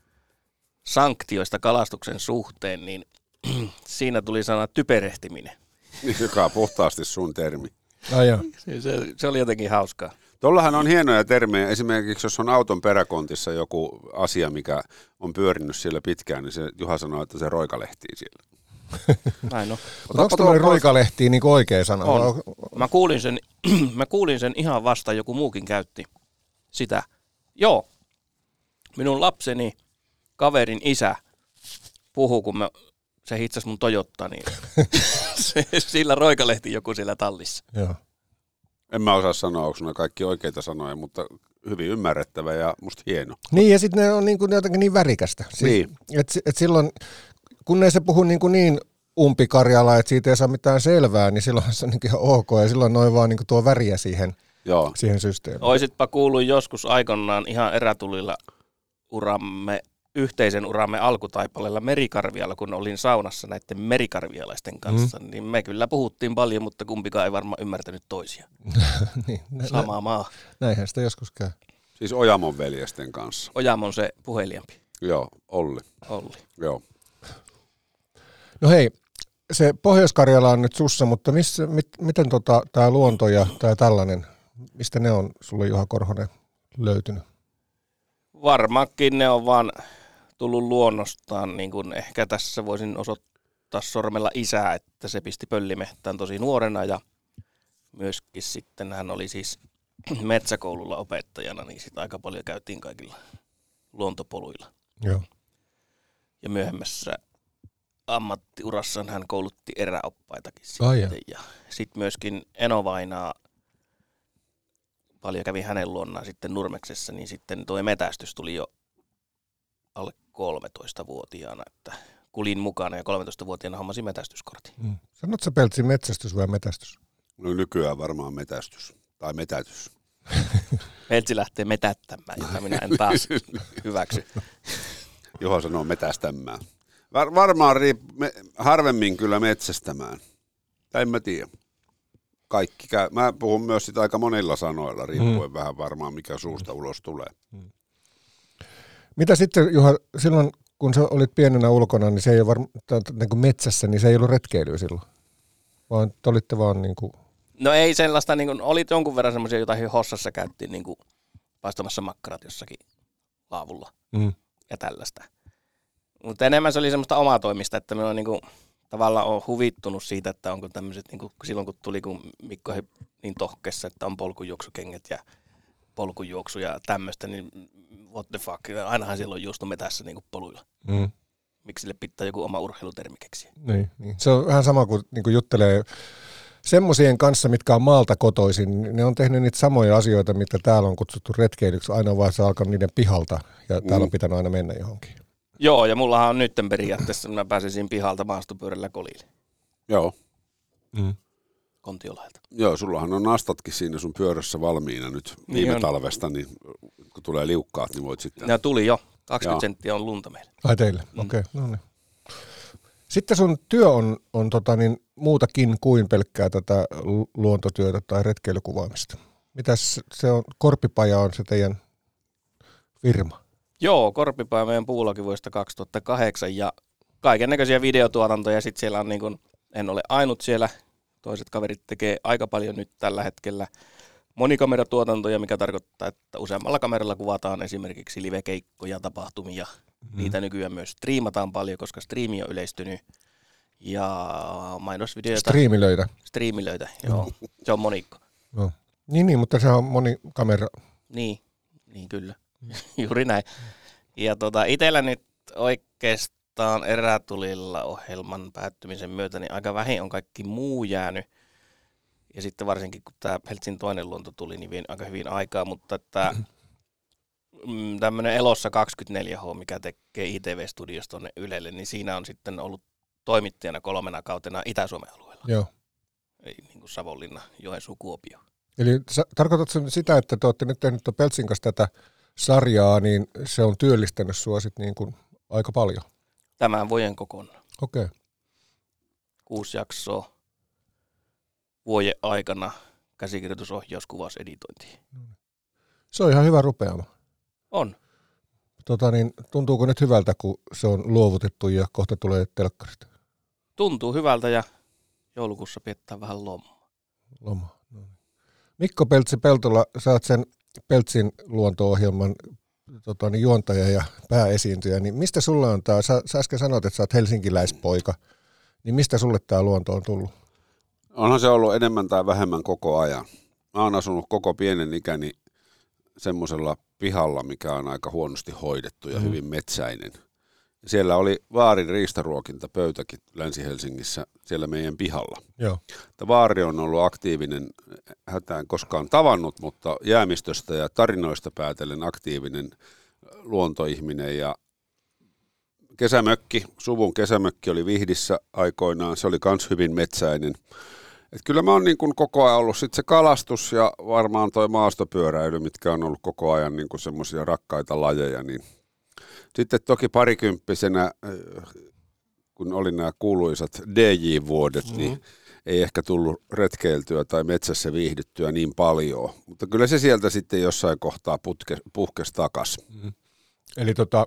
sanktioista kalastuksen suhteen, niin siinä tuli sana typerehtiminen. Joka on puhtaasti sun termi. Ai joo. Se, se, se oli jotenkin hauskaa. Tuollahan on hienoja termejä. Esimerkiksi jos on auton peräkontissa joku asia, mikä on pyörinyt siellä pitkään, niin se Juha sanoo, että se roikalehtii siellä. Näin on. Mutta onko tuollainen roikalehtiin niin oikea sana? On. Mä kuulin, sen, mä kuulin sen ihan vasta, joku muukin käytti sitä. Joo, minun lapseni kaverin isä puhuu, kun mä, se hitsasi mun Toyottaa, niin se, sillä roikalehti joku siellä tallissa. Joo. En mä osaa sanoa, onko ne kaikki oikeita sanoja, mutta hyvin ymmärrettävä ja musta hieno. Niin, ja sitten ne on niin kuin jotenkin niin värikästä. Siis, Niin. et, et silloin, kun ei se puhu niin, kuin niin umpikarjala, että siitä ei saa mitään selvää, niin silloin se on niin ihan ok, ja silloin noin vaan niin kuin tuo väriä siihen, Joo. siihen systeemiin. Oisitpa kuullut joskus aikanaan ihan erätulilla uramme, yhteisen uramme alkutaipaleella Merikarvialla, kun olin saunassa näiden merikarvialaisten kanssa, mm. niin me kyllä puhuttiin paljon, mutta kumpikaan ei varmaan ymmärtänyt toisia. niin, nä, Sama maa. Näinhän sitä joskus käy. Siis Ojamon veljesten kanssa. Ojamon se puheliampi. Joo, Olli. Olli. Joo. No hei, se Pohjois-Karjala on nyt sussa, mutta missä, mit, miten tota, tämä luonto ja tämä tällainen, mistä ne on sulle Juha Korhonen löytynyt? Varmaankin ne on vaan tullut luonnostaan, niin kuin ehkä tässä voisin osoittaa sormella isää, että se pisti pöllimehtään tosi nuorena ja myöskin sitten hän oli siis metsäkoululla opettajana, niin sitä aika paljon käytiin kaikilla luontopoluilla. Joo. Ja myöhemmässä ammattiurassaan hän koulutti eräoppaitakin Ai sitten. Ja sitten myöskin Eno Vainaa, paljon kävi hänen luonnaan sitten Nurmeksessa, niin sitten tuo metästys tuli jo alle kolmetoistavuotiaana, että kulin mukana ja kolmetoistavuotiaana hommasin metästyskortin. Mm. Sanotko sä Peltsi metsästys vai metästys? No nykyään varmaan metästys tai metätys. Peltsi lähtee metättämään, jota minä en taas hyväksy. Juha sanoo metästämään. Var, varmaan riip, me, harvemmin kyllä metsästämään. Tai en mä tiedä. Kaikki käy. Mä puhun myös sitä aika monilla sanoilla, riippuen mm. vähän varmaan mikä suusta ulos tulee. Mm. Mitä sitten Juha, silloin kun sä olit pienenä ulkona, niin se ei ole varmaan niin metsässä, niin se ei ollut retkeilyä silloin? Vaan te olitte vaan niin kuin... No ei sellaista, niin kuin, oli jonkun verran semmoisia, joita Hossassa käyttiin niin kuin paistamassa makkarat jossakin laavulla mm. ja tällaista. Mutta enemmän se oli semmoista omatoimista, että me on niin kuin, tavallaan on huvittunut siitä, että onko tämmöiset, niin kuin, silloin kun tuli, kun Mikko niin tohkessa, että on polkujuoksukengät ja polkujuoksu ja tämmöistä, niin what the fuck, ainahan siellä on juostu metässä niin kuin poluilla. Mm. Miksi sille pitää joku oma urheilutermi keksiä? Niin, niin. Se on vähän sama kuin, niin kuin juttelee semmoisien kanssa, mitkä on maalta kotoisin. Ne on tehnyt niitä samoja asioita, mitä täällä on kutsuttu retkeilyksi. Aina vaan se alkaa niiden pihalta ja mm. täällä on pitänyt aina mennä johonkin. Joo, ja mullahan on nytten periaatteessa, mä pääsisin pihalta maastopyörällä kolille. Joo. Mm. Kontiolahelta. Joo, sullahan on nastatkin siinä sun pyörässä valmiina nyt viime niin talvesta, niin kun tulee liukkaat, niin voit sitten... Ne tuli jo. kaksikymmentä Joo. senttiä on lunta meillä. Ai teille, Mm. okei. Okay. No niin. Sitten sun työ on, on tota niin, muutakin kuin pelkkää tätä luontotyötä tai retkeilykuvaamista. Mitäs se on, Korpipaja on se teidän firma? Joo, Korpipaja meidän puullakin vuodesta kaksituhattakahdeksan ja kaiken näköisiä videotuotantoja. Sitten siellä on niin kuin, en ole ainut siellä, toiset kaverit tekee aika paljon nyt tällä hetkellä monikameratuotantoja, mikä tarkoittaa, että useammalla kameralla kuvataan esimerkiksi livekeikkoja, tapahtumia. Mm. Niitä nykyään myös striimataan paljon, koska striimi on yleistynyt. Ja mainosvideoita. Striimilöitä. Striimilöitä, joo. Se on monikko. No. Niin, niin, mutta se on moni kamera. Niin, niin kyllä. Juuri näin. Ja tota, itsellä nyt oikeastaan erätulilla ohjelman päättymisen myötä, niin aika vähin on kaikki muu jäänyt. Ja sitten varsinkin, kun tämä Helsingin toinen luonto tuli, niin vien aika hyvin aikaa, mutta että tämmöinen Elossa kaksikymmentäneljä H, mikä tekee I T V-studios tuonne Ylelle, niin siinä on sitten ollut toimittajana kolmena kautena Itä-Suomen alueella. Joo. Ei, niin kuin Savonlinna, Joensuu, Kuopio. Eli sä, tarkoitatko sitä, että te olette nyt tehnyt Peltsin kanssa tätä sarjaa, niin se on työllistänyt sua sit niin kuin aika paljon? Tämän vuoden kokonaan. Okei. Okay. Kuusi jaksoa vuoden aikana, käsikirjoitus, ohjaus, kuvaus, editointi. Se on ihan hyvä rupeama. On. Tota niin, tuntuuko nyt hyvältä, kun se on luovutettu ja kohta tulee telkkarista? Tuntuu hyvältä ja joulukuussa piettää vähän lomaa. Loma. No. Mikko Peltsi-Peltola, sä oot sen Peltsin luonto-ohjelman tota, niin juontaja ja pääesiintyjä, niin mistä sulle on tää, sä, sä äsken sanoit, että sä oot helsinkiläispoika, niin mistä sulle tää luonto on tullut? Onhan se ollut enemmän tai vähemmän koko ajan. Mä oon asunut koko pienen ikäni semmoisella pihalla, mikä on aika huonosti hoidettu ja mm. hyvin metsäinen. Siellä oli Vaarin riistaruokintapöytäkin Länsi-Helsingissä siellä meidän pihalla. Joo. Vaari on ollut aktiivinen, hätään koskaan tavannut, mutta jäämistöstä ja tarinoista päätellen aktiivinen luontoihminen. Ja kesämökki, suvun kesämökki oli Vihdissä aikoinaan, se oli myös hyvin metsäinen. Et kyllä mä oon niin kuin koko ajan ollut sit se kalastus ja varmaan toi maastopyöräily, mitkä on ollut koko ajan niin kuin semmoisia rakkaita lajeja. Niin. Sitten toki parikymppisenä, kun oli nämä kuuluisat D J-vuodet, mm-hmm. niin ei ehkä tullut retkeiltyä tai metsässä viihdyttyä niin paljon. Mutta kyllä se sieltä sitten jossain kohtaa putke, puhkesi takas. Mm-hmm. Eli tota,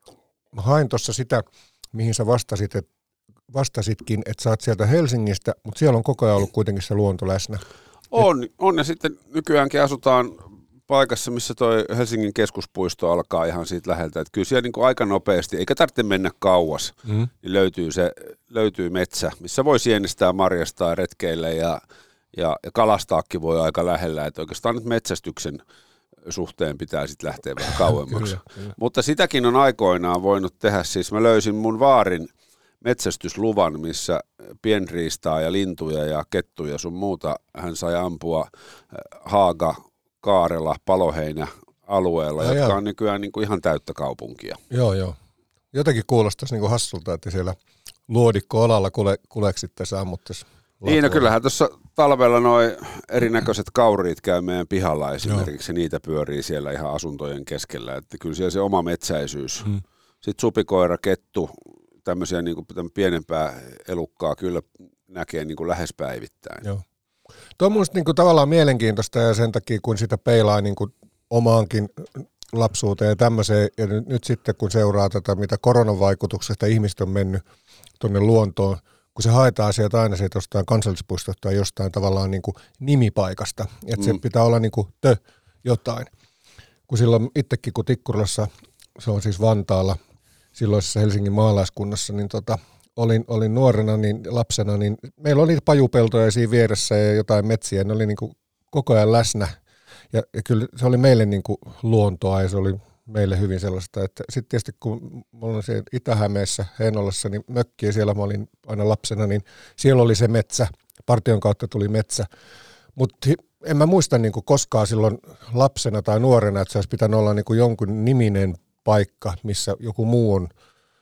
mä hain tuossa sitä, mihin sä vastasit, että vastasitkin, että sä oot sieltä Helsingistä, mutta siellä on koko ajan ollut kuitenkin se luonto läsnä. On, on ja sitten nykyäänkin asutaan paikassa, missä toi Helsingin keskuspuisto alkaa ihan siitä läheltä. Että kyllä siellä niin kuin aika nopeasti, eikä tarvitse mennä kauas, mm. niin löytyy, se, löytyy metsä, missä voi sienestää, marjastaa, retkeillä ja, ja, ja kalastaakin voi aika lähellä. Että oikeastaan nyt metsästyksen suhteen pitää sitten lähteä vähän kauemmaksi. kyllä, kyllä. Mutta sitäkin on aikoinaan voinut tehdä. Siis mä löysin mun Vaarin metsästysluvan, missä pienriistaa ja lintuja ja kettuja sun muuta hän sai ampua Haaga, Kaarela, Paloheinä alueella, ja jotka joo. on nykyään niin kuin ihan täyttä kaupunkia. Joo, joo. Jotenkin kuulostaisi niin kuin hassulta, että siellä luodikko-olalla kule, kuleksitte ammuttaisiin. Niin, no kyllähän tuossa talvella noi erinäköiset kauriit käy meidän pihalla esimerkiksi, ja niitä pyörii siellä ihan asuntojen keskellä, että kyllä siellä se oma metsäisyys. Hmm. Sitten supikoira, kettu, tämmöisiä niin kuin pienempää elukkaa kyllä näkee niin kuin lähes päivittäin. Joo. Tuo on minusta niin kuin tavallaan mielenkiintoista ja sen takia, kun sitä peilaa niin kuin omaankin lapsuuteen ja tämmöiseen, ja nyt, nyt sitten kun seuraa tätä, mitä koronan vaikutuksesta ihmiset on mennyt tuonne luontoon, kun se haetaan sieltä aina sieltä jostain kansallispuistosta tai jostain tavallaan niin kuin nimipaikasta, että mm. se pitää olla niin kuin tö jotain. Kun silloin itsekin, kun Tikkurilassa, se on siis Vantaalla, silloisessa Helsingin maalaiskunnassa, niin tota, olin, olin nuorena, niin lapsena, niin meillä oli pajupeltoja siinä vieressä ja jotain metsiä, ne oli niin kuin koko ajan läsnä. Ja, ja kyllä se oli meille niin kuin luontoa ja se oli meille hyvin sellaista, että sitten tietysti kun mä olin siellä Itä-Hämeessä Heinolassa, niin mökki ja siellä mä olin aina lapsena, niin siellä oli se metsä, partion kautta tuli metsä. Mutta en mä muista niin kuin koskaan silloin lapsena tai nuorena, että se olisi pitänyt olla niin kuin jonkun niminen paikka, missä joku muu on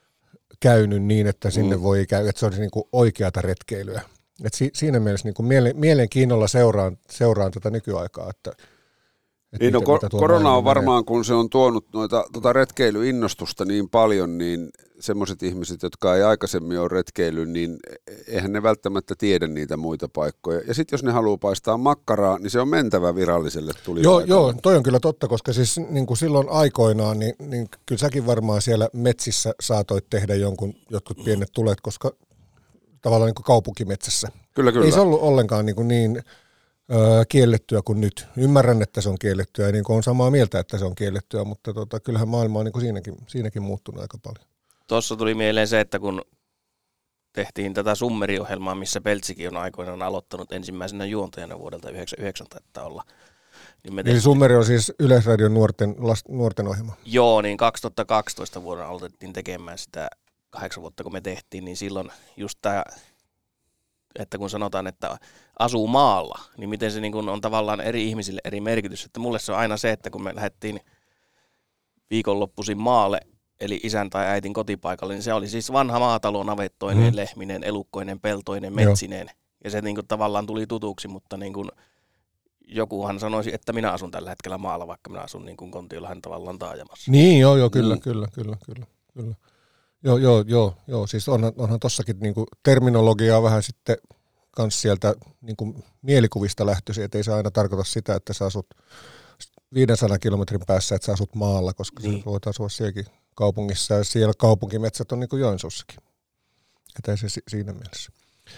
käynyt niin, että sinne mm. voi käydä, että se olisi niin kuin oikeata retkeilyä. Et si, siinä mielessä niin kuin mielen, mielenkiinnolla seuraan, seuraan tätä nykyaikaa. Että, että niin mitä, no, ko- mitä korona on varmaan, menee. Kun se on tuonut noita, tota retkeilyinnostusta niin paljon, niin semmoiset ihmiset, jotka ei aikaisemmin ole retkeillyt, niin eihän ne välttämättä tiedä niitä muita paikkoja. Ja sitten jos ne haluaa paistaa makkaraa, niin se on mentävä viralliselle tulipaikalle. Joo, joo, toi on kyllä totta, koska siis niin kuin silloin aikoinaan, niin, niin kyllä säkin varmaan siellä metsissä saatoit tehdä jonkun, jotkut pienet tulet, koska tavallaan niin kuin kaupunkimetsässä. Kyllä, kyllä. Ei se ollut ollenkaan niin, kuin niin ö, kiellettyä kuin nyt. Ymmärrän, että se on kiellettyä ja niin kuin on samaa mieltä, että se on kiellettyä, mutta tota, kyllähän maailma on niin kuin siinäkin, siinäkin muuttunut aika paljon. Tuossa tuli mieleen se, että kun tehtiin tätä summeriohjelmaa, missä Peltsikin on aikoinaan aloittanut ensimmäisenä juontajana vuodelta yhdeksänkymmentäyhdeksän taittaa olla, Niin me Eli Summeri on siis Yleisradion nuorten, last, nuorten ohjelma. Joo, niin kaksituhattakaksitoista vuonna aloitettiin tekemään sitä kahdeksan vuotta, kun me tehtiin, niin silloin just tämä, että kun sanotaan, että asuu maalla, niin miten se niin kun on tavallaan eri ihmisille eri merkitys. Että mulle se on aina se, että kun me lähdettiin viikonloppuisin maalle, eli isän tai äitin kotipaikalle, niin se oli siis vanha maatalo, navettoinen, mm. lehminen, elukkoinen, peltoinen, metsineen. Joo. Ja se niin kuin tavallaan tuli tutuksi, mutta niin kuin jokuhan sanoisi, että minä asun tällä hetkellä maalla, vaikka minä asun niin kuin Kontiolahden tavallaan taajamassa. Niin, joo, joo, kyllä, mm. kyllä, kyllä, kyllä, kyllä. Joo, joo, joo, joo. Siis onhan, onhan tossakin niin kuin terminologiaa vähän sitten kans sieltä niin kuin mielikuvista lähtöisin, että ei se aina tarkoita sitä, että sä asut viisisataa kilometrin päässä, että sä asut maalla, koska niin. Sä voit asua sielläkin kaupungissa, ja siellä kaupunkimetsät on niin kuin Joensuussakin. Että ei se si- siinä mielessä.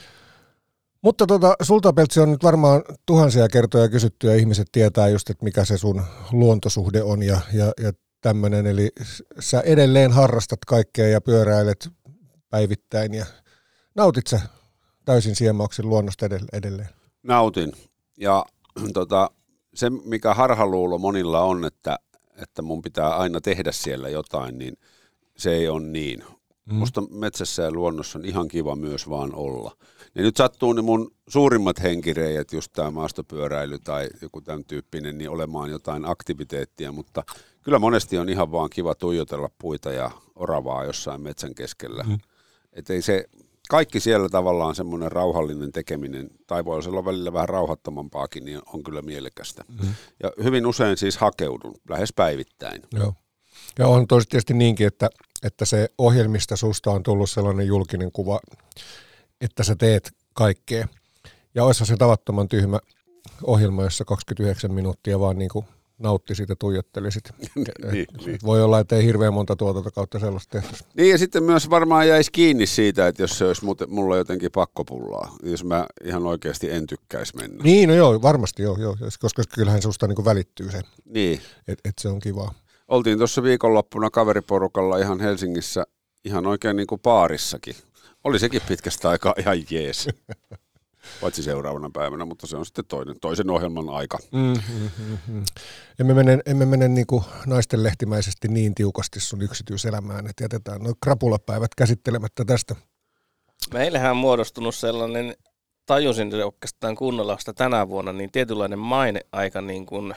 Mutta tota, sulta, Peltsi, on nyt varmaan tuhansia kertoja kysytty, ja ihmiset tietää just, että mikä se sun luontosuhde on, ja, ja, ja tämmöinen. Eli sä edelleen harrastat kaikkea ja pyöräilet päivittäin, ja nautit sä täysin siemauksen luonnosta edelleen? Nautin. Ja tota, se, mikä harhaluulo monilla on, että, että mun pitää aina tehdä siellä jotain, niin se ei ole niin. Mm. Musta metsässä ja luonnossa on ihan kiva myös vaan olla. Ja nyt sattuu ne mun suurimmat henkireijät, just tämä maastopyöräily tai joku tämän tyyppinen, niin olemaan jotain aktiviteettia, mutta kyllä monesti on ihan vaan kiva tuijotella puita ja oravaa jossain metsän keskellä. Mm. Et ei se, kaikki siellä tavallaan semmoinen rauhallinen tekeminen, tai voi olla välillä vähän rauhattomampaakin, niin on kyllä mielekästä. Mm. Ja hyvin usein siis hakeudun, lähes päivittäin. Joo. Ja on tosi tietysti niinkin, että, että se ohjelmista susta on tullut sellainen julkinen kuva, että sä teet kaikkea. Ja olisi se tavattoman tyhmä ohjelma, jossa kaksikymmentäyhdeksän minuuttia vaan niin kuin nautti siitä, tuijottelisit. niin, niin. Voi olla, että ei hirveän monta tuotantokautta sellaista tehty. Niin, ja sitten myös varmaan jäisi kiinni siitä, että jos se olisi mulla jotenkin pakkopullaa, jos mä ihan oikeasti en tykkäisi mennä. Niin, no joo, varmasti joo, joo koska kyllähän susta niin kuin välittyy se, niin. että et se on kivaa. Oltiin tuossa viikonloppuna kaveriporukalla ihan Helsingissä, ihan oikein niin kuin baarissakin. Oli sekin pitkästä aikaa ihan jees. Paitsi seuraavana päivänä, mutta se on sitten toinen, toisen ohjelman aika. Mm, mm, mm, mm. Emme mene, emme mene niin kuin naisten lehtimäisesti niin tiukasti sun yksityiselämään, että jätetään nuo krapulapäivät käsittelemättä tästä. Meillähän on muodostunut sellainen, tajusin se oikeastaan kunnolla sitä tänä vuonna, niin tietynlainen maine aika niin kuin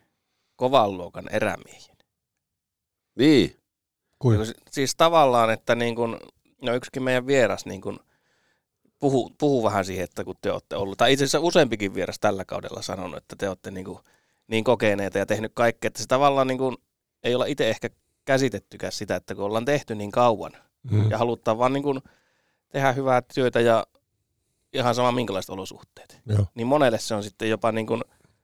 kovan luokan erämiehiä. Niin. Kuin? Siis tavallaan, että niin kuin, no yksikin meidän vieras niin kuin puhuu, puhuu vähän siihen, että kun te olette ollut, tai itse asiassa useampikin vieras tällä kaudella sanonut, että te olette niin, kuin, niin kokeneita ja tehnyt kaikkea, että se tavallaan niin kuin, ei olla itse ehkä käsitettykään sitä, että kun ollaan tehty niin kauan mm. ja halutaan vaan niin kuin tehdä hyvää työtä ja ihan sama minkälaiset olosuhteet, Joo. niin monelle se on sitten jopa niin kuin,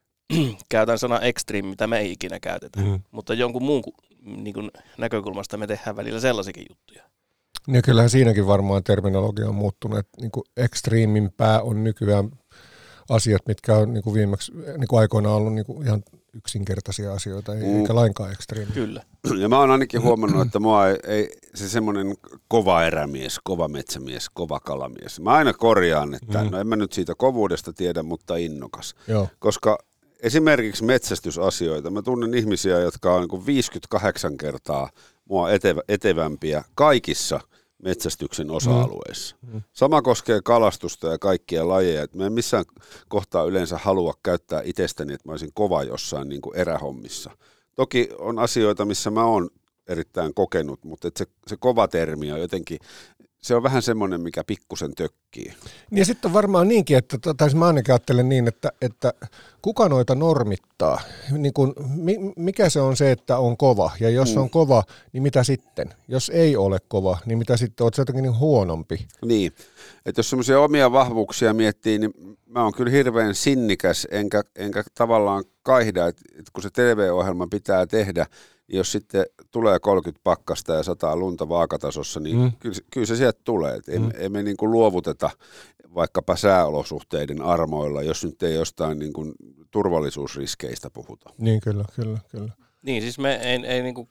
käytän sana extreme, mitä me ei ikinä käytetä, mm. mutta jonkun muun niin kuin näkökulmasta me tehdään välillä sellaisikin juttuja. Ja kyllähän siinäkin varmaan terminologia on muuttunut, että niin kuin extreemimpää on nykyään asiat, mitkä on niin kuin viimeksi niin kuin aikoinaan ollut niin kuin ihan yksinkertaisia asioita, mm. eikä lainkaan ekstriimiä. Kyllä. Ja mä oon ainakin huomannut, että mua ei, ei se semmoinen kova erämies, kova metsämies, kova kalamies. Mä aina korjaan, että mm. no en mä nyt siitä kovuudesta tiedä, mutta innokas. Joo. Koska esimerkiksi metsästysasioita, mä tunnen ihmisiä, jotka on niin kuin viisikymmentäkahdeksan kertaa mua etevä, etevämpiä kaikissa metsästyksen osa-alueissa. Mm. Sama koskee kalastusta ja kaikkia lajeja. Mä en missään kohtaa yleensä halua käyttää itsestäni, että mä olisin kova jossain niin kuin erähommissa. Toki on asioita, missä mä oon erittäin kokenut, mutta että se, se kova termi on jotenkin, se on vähän semmoinen, mikä pikkusen tökkii. Ja sitten on varmaan niinkin, että, tai mä ainakin ajattelen niin, että, että kuka noita normittaa? Niin kun, mikä se on se, että on kova? Ja jos mm. on kova, niin mitä sitten? Jos ei ole kova, niin mitä sitten? Oletko jotenkin niin huonompi? Niin, että jos semmoisia omia vahvuuksia miettii, niin mä oon kyllä hirveän sinnikäs, enkä, enkä tavallaan kaihda, että kun se T V-ohjelma pitää tehdä, jos sitten tulee kolmekymmentä pakkasta ja sataa lunta vaakatasossa, niin mm. kyllä, kyllä se sieltä tulee. Et mm. Ei me niin kuin luovuteta vaikkapa sääolosuhteiden armoilla, jos nyt ei jostain niin kuin turvallisuusriskeistä puhuta. Niin, kyllä, kyllä, kyllä. Niin, siis me ei, ei, niin kuin,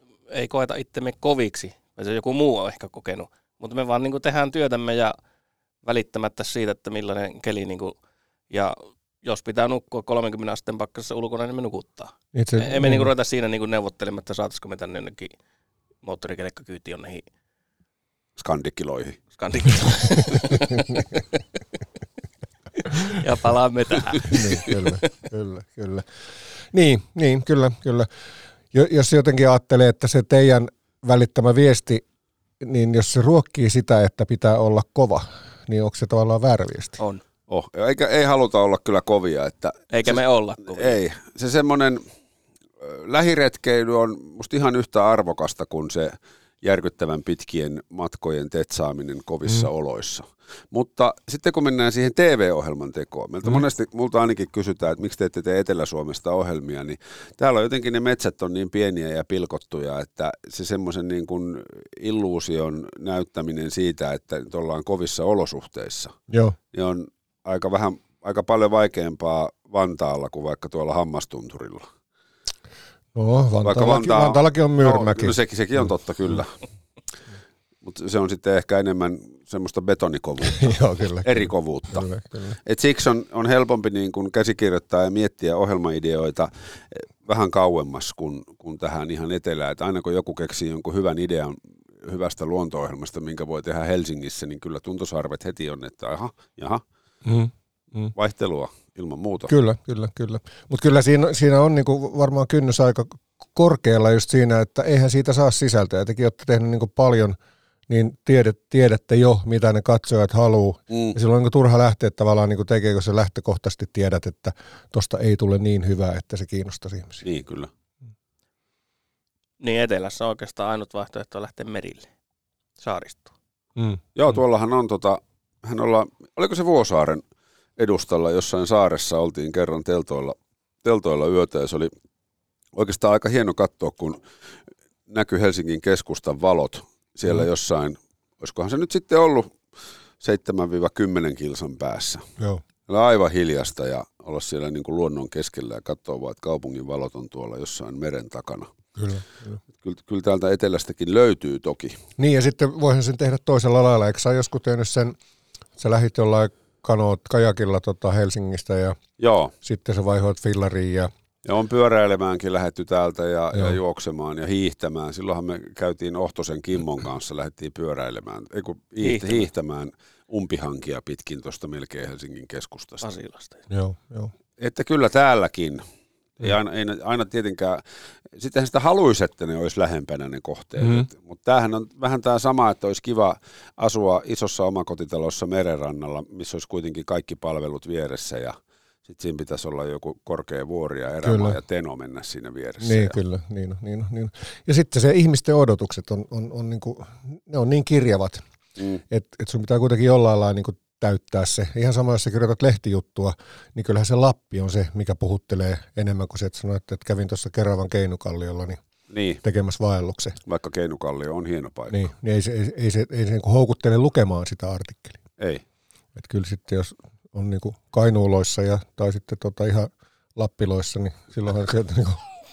ei koeta itsemme koviksi, se joku muu on ehkä kokenut, mutta me vaan niin kuin tehdään työtämme ja välittämättä siitä, että millainen keli niin kuin, ja jos pitää nukkua kolmekymmentä asteen pakkasessa ulkona, niin me nukuttaa. Itse, Emme niin. niinku ruveta siinä niinku neuvottelemaan, että saataisiko me tänne jonnekin moottorikelkkakyytiin jonnekin Skandikiloihin. Skandikiloihin. Ja palaamme tähän. niin, kyllä, kyllä, kyllä. Niin, niin, kyllä, kyllä. Jos jotenkin ajattelee, että se teidän välittämä viesti, niin jos se ruokkii sitä, että pitää olla kova, niin onko se tavallaan väärä viesti? On. Oh, eikä, ei haluta olla kyllä kovia. Että Eikä se, me olla kovia. Ei. Se semmoinen lähiretkeily on musta ihan yhtä arvokasta kuin se järkyttävän pitkien matkojen tetsaaminen kovissa mm. oloissa. Mutta sitten kun mennään siihen T V-ohjelman tekoon, meiltä mm. monesti, multa ainakin kysytään, että miksi te ette tee Etelä-Suomesta ohjelmia, niin täällä on jotenkin ne metsät on niin pieniä ja pilkottuja, että se semmoisen niin kuin illuusion näyttäminen siitä, että nyt ollaan kovissa olosuhteissa, Joo. niin on aika, vähän, aika paljon vaikeampaa Vantaalla kuin vaikka tuolla Hammastunturilla. No, Vantaallakin, Vantaa, Vantaallakin on Myyrmäki. No, no sekin, sekin on totta, kyllä. Mutta se on sitten ehkä enemmän semmoista betonikovuutta, Joo, kyllä, eri kovuutta. Kyllä, kyllä. Et siksi on, on helpompi niin kun käsikirjoittaa ja miettiä ohjelmaideoita vähän kauemmas kuin, kuin tähän ihan etelään. Et aina kun joku keksii jonkun hyvän idean hyvästä luonto-ohjelmasta, minkä voi tehdä Helsingissä, niin kyllä tuntosarvet heti on, että aha, jaha, Mm, mm. vaihtelua ilman muuta. Kyllä, kyllä, kyllä. Mutta kyllä siinä, siinä on niinku varmaan kynnys aika korkealla just siinä, että eihän siitä saa sisältöä. Tekin olette tehnyt niinku paljon, niin tiedet, tiedätte jo, mitä ne katsojat haluaa. Mm. Ja silloin on niinku turha lähteä tavallaan niinku tekemään, kun sä lähtökohtaisesti tiedät, että tosta ei tule niin hyvää, että se kiinnostaisi ihmisiä. Niin, kyllä. Niin etelässä on oikeastaan ainut vaihtoehto lähteä merille, saaristoon. Mm. Joo, tuollahan on tota, hän olla, oliko se Vuosaaren edustalla jossain saaressa, oltiin kerran teltoilla, teltoilla yötä ja se oli oikeastaan aika hieno katsoa, kun näkyi Helsingin keskustan valot siellä mm. jossain, olisikohan se nyt sitten ollut seitsemän kymmenen kilsan päässä. Joo. Oli aivan hiljasta ja olla siellä niin kuin luonnon keskellä ja katsoa vaan, että kaupungin valot on tuolla jossain meren takana. Kyllä, kyllä. Kyllä, kyllä täältä etelästäkin löytyy toki. Niin ja sitten voihan sen tehdä toisella lailla. Eikö sä joskus tehnyt sen, sä lähdit jollain kanoot kajakilla tota Helsingistä ja Joo. sitten sä vaihoit fillariin ja Ja on pyöräilemäänkin lähdetty täältä ja, ja juoksemaan ja hiihtämään. Silloinhan me käytiin Ohtosen Kimmon kanssa, lähdettiin pyöräilemään, ei kun hiihtämään, hiihtämään umpihankia pitkin tuosta melkein Helsingin keskustasta. Asilasta. joo, joo. Että kyllä täälläkin. Ei aina, ei aina tietenkään, sittenhän sitä haluaisi, että ne olisi lähempänä ne kohteet. Mm. Mutta tämähän on vähän tämä sama, että olisi kiva asua isossa omakotitalossa merenrannalla, missä olisi kuitenkin kaikki palvelut vieressä ja sitten siinä pitäisi olla joku korkea vuori ja erämaa kyllä. ja teno mennä siinä vieressä. Niin ja... kyllä, niin on, niin on, niin on. Ja sitten se ihmisten odotukset on, on, on, niinku, ne on niin kirjavat, mm. että et sun pitää kuitenkin jollain lailla niinku täyttää se. Ihan sama, jos sä kirjoitat lehtijuttua, niin kyllähän se Lappi on se, mikä puhuttelee enemmän kuin se, että sanoit, että kävin tuossa Keravan Keinukalliolla niin niin. tekemässä vaelluksen. Vaikka Keinukallio on hieno paikka. Niin, niin ei se, ei, ei se, ei se niinku houkuttele lukemaan sitä artikkelia. Ei. Että kyllä sitten, jos on niinku kainuuloissa ja, tai sitten tota ihan lappiloissa, niin silloinhan sieltä niinku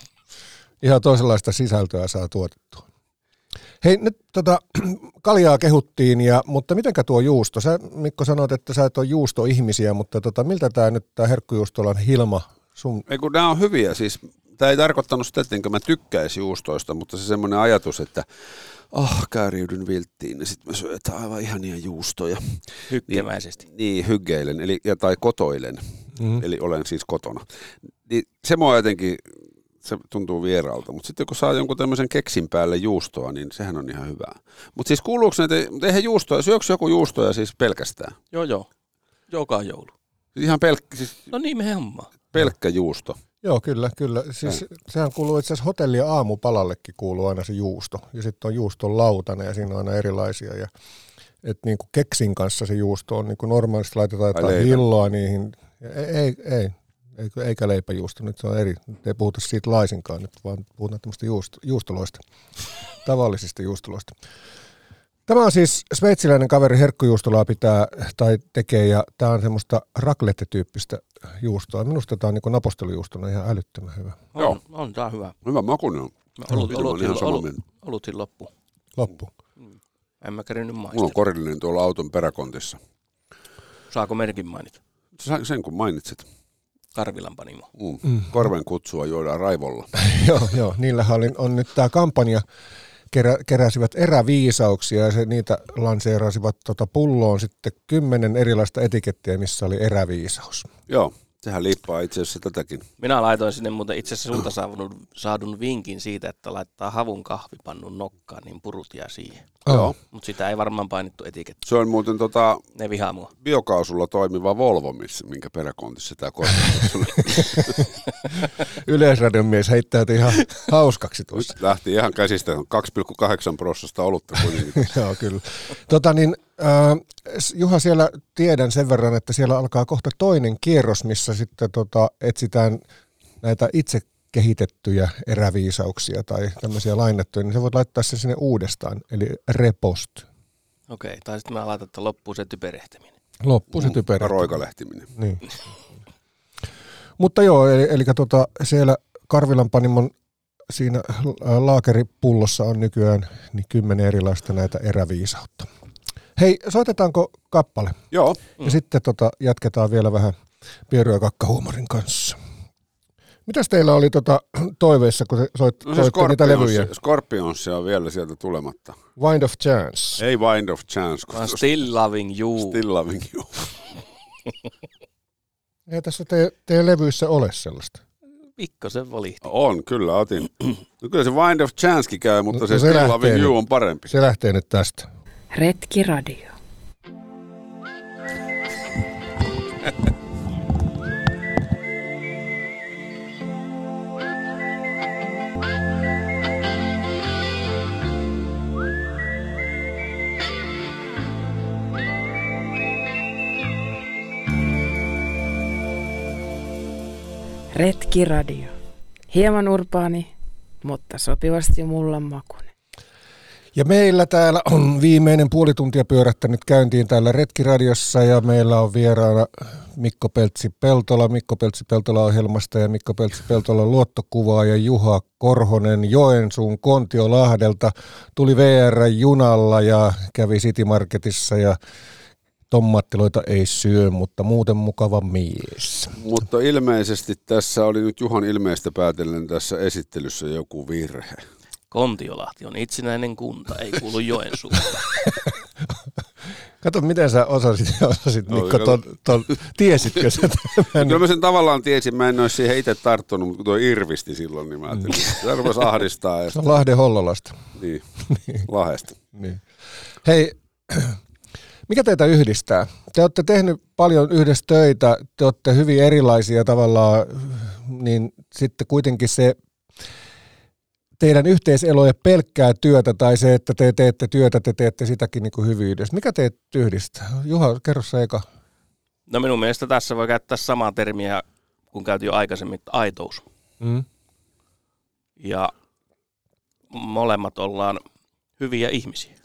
ihan toisenlaista sisältöä saa tuotettua. Hei, nyt tota, kaljaa kehuttiin, ja, mutta mitenkä tuo juusto? Sä, Mikko, sanoit, että sä et ole juustoihmisiä, mutta tota, miltä tämä nyt tämä herkkujuustolan Hilma sun... Ei kun nämä on hyviä, siis tämä ei tarkoittanut sitä, että mä tykkäisin juustoista, mutta se semmoinen ajatus, että oh, kääriydyn vilttiin, ja sitten mä syötän aivan ihania juustoja. Hykkemäisesti. Niin, niin hyggeilen, eli, ja, tai kotoilen, Mm. eli olen siis kotona. Niin, se mua jotenkin, se tuntuu vieraalta, mutta sitten kun saa jonkun tämmöisen keksin päälle juustoa, niin sehän on ihan hyvää. Mutta siis kuuluuko näitä, mutta eihän juustoja, syöks joku juustoja siis pelkästään? Joo, joo. Joka joulu. Siis ihan pelkkä, siis No niin me hommaa. pelkkä juusto. Joo, kyllä, kyllä. Siis Mm. sehän kuuluu itse asiassa hotelli- ja aamupalallekin kuuluu aina se juusto. Ja sitten on juuston lautanen ja siinä on aina erilaisia. Ja, et niin kuin keksin kanssa se juusto on niin kuin normaalisti laitetaan jotain leipä. hilloa niihin. Ja ei, ei, ei, eikä, eikä leipäjuusto. Nyt se on eri. Nyt ei puhuta siitä laisinkaan, nyt vaan puhutaan tämmöistä juusto, juustoloista, tavallisista juustoloista. Tämä on siis sveitsiläinen kaveri, herkkujuustolaa pitää tai tekee, ja tämä on semmoista raclette-tyyppistä juustoa. Minusta tämä on niin kuin napostelujuustona ihan älyttömän hyvä. On, Joo. on tää hyvä. Hyvä makuinen on. Olut, Kyllä mä oon olut, ihan samaa olut, mieltä. olutin loppu. Loppu. En mä kerinyt Mulla on maistaa. korillinen tuolla auton peräkontissa. Saako merkin mainita? Sen kun mainitsit. Karvilan Panimo. Mm. Mm. Korven kutsua juodaan raivolla. joo, joo, niillähän oli, on nyt tämä kampanja, kerä, keräsivät eräviisauksia ja se, niitä lanseerasivat tota pulloon sitten kymmenen erilaista etikettiä, missä oli eräviisaus. Joo. Sehän liippaa itse asiassa tätäkin. Minä laitoin sinne muuten itse asiassa sulta saadun, saadun vinkin siitä, että laittaa havun kahvipannun nokkaan, niin purut jää siihen. Oh. Joo. Mutta sitä ei varmaan painittu etiketti. Se on muuten tota, ne vihaa mua. Biokaasulla toimiva Volvo, missä, minkä peräkontissa tämä korva. Yleisradion mies heittäytyi ihan hauskaksi tuossa. Nyt lähti ihan käsistä, kaksi pilkku kahdeksan prosenttia olutta kuitenkin. Joo, kyllä. Tota niin, äh, Juha, siellä tiedän sen verran, että siellä alkaa kohta toinen kierros, missä sitten tota, etsitään näitä itse kehitettyjä eräviisauksia tai tämmöisiä lainattuja, niin sä voit laittaa sen sinne uudestaan, eli repost. Okei, tai sitten mä laitan, että loppuu se typerehtiminen. Loppuu se typerehtiminen. Roikalehtiminen. Niin. Mutta joo, eli, eli tota, siellä Karvilan Panimon siinä laakeripullossa on nykyään niin kymmenen erilaista näitä eräviisautta. Hei, soitetaanko kappale? Joo. Ja mm. sitten tota, jatketaan vielä vähän Pieru ja Kakka-huumorin kanssa. Mitäs teillä oli tota, toiveissa, kun te soit, no soitte niitä levyjä? Scorpions on vielä sieltä tulematta. Wind of Chance. Ei Wind of Chance. Vaan Still Loving You. Still Loving You. Ei tässä te, teidän levyissä ole sellaista. Pikkasen volihti. On, kyllä otin. No kyllä se Wind of Chancekin käy, mutta no, se, se Still Loving You on parempi. Se lähtee nyt tästä. Retki Radio. Retki Radio. Hieman urbaani, mutta sopivasti mullan makuinen. Ja meillä täällä on viimeinen puoli tuntia pyörähtänyt käyntiin täällä Retkiradiossa ja meillä on vieraana Mikko Peltsi-Peltola, Mikko Peltsi-Peltola-ohjelmasta ja Mikko Peltsi-Peltolan luottokuvaaja Juha Korhonen Joensuun Kontiolahdelta. Tuli V R-junalla ja kävi City Marketissa ja tommattiloita ei syö, mutta muuten mukava mies. Mutta ilmeisesti tässä oli nyt Juhan ilmeistä päätellen tässä esittelyssä joku virhe. Kontiolahti on itsenäinen kunta, ei kuulu Joensuuta. Kato, miten sä osasit, osasit no, Mikko, ton, ton, tiesitkö sä tämän? Kyllä mä sen tavallaan tiesin, mä en olisi siihen itse tarttunut, mutta kun tuo irvisti silloin, niin mä ajattelin, että se rupesi ahdistaa. Ja se on Lahden Hollolasta. Niin, Lahdesta. Niin. Hei, mikä teitä yhdistää? Te olette tehnyt paljon yhdessä töitä, te olette hyvin erilaisia tavallaan, niin sitten kuitenkin se teidän yhteiselo ja pelkkää työtä tai se, että te teette työtä, te teette sitäkin niin kuin hyvin yhdessä. Mikä teitä yhdistää? Juha, kerro se eka. No minun mielestä tässä voi käyttää samaa termiä, kun käytiin jo aikaisemmin, aitous. Mm. Ja molemmat ollaan hyviä ihmisiä.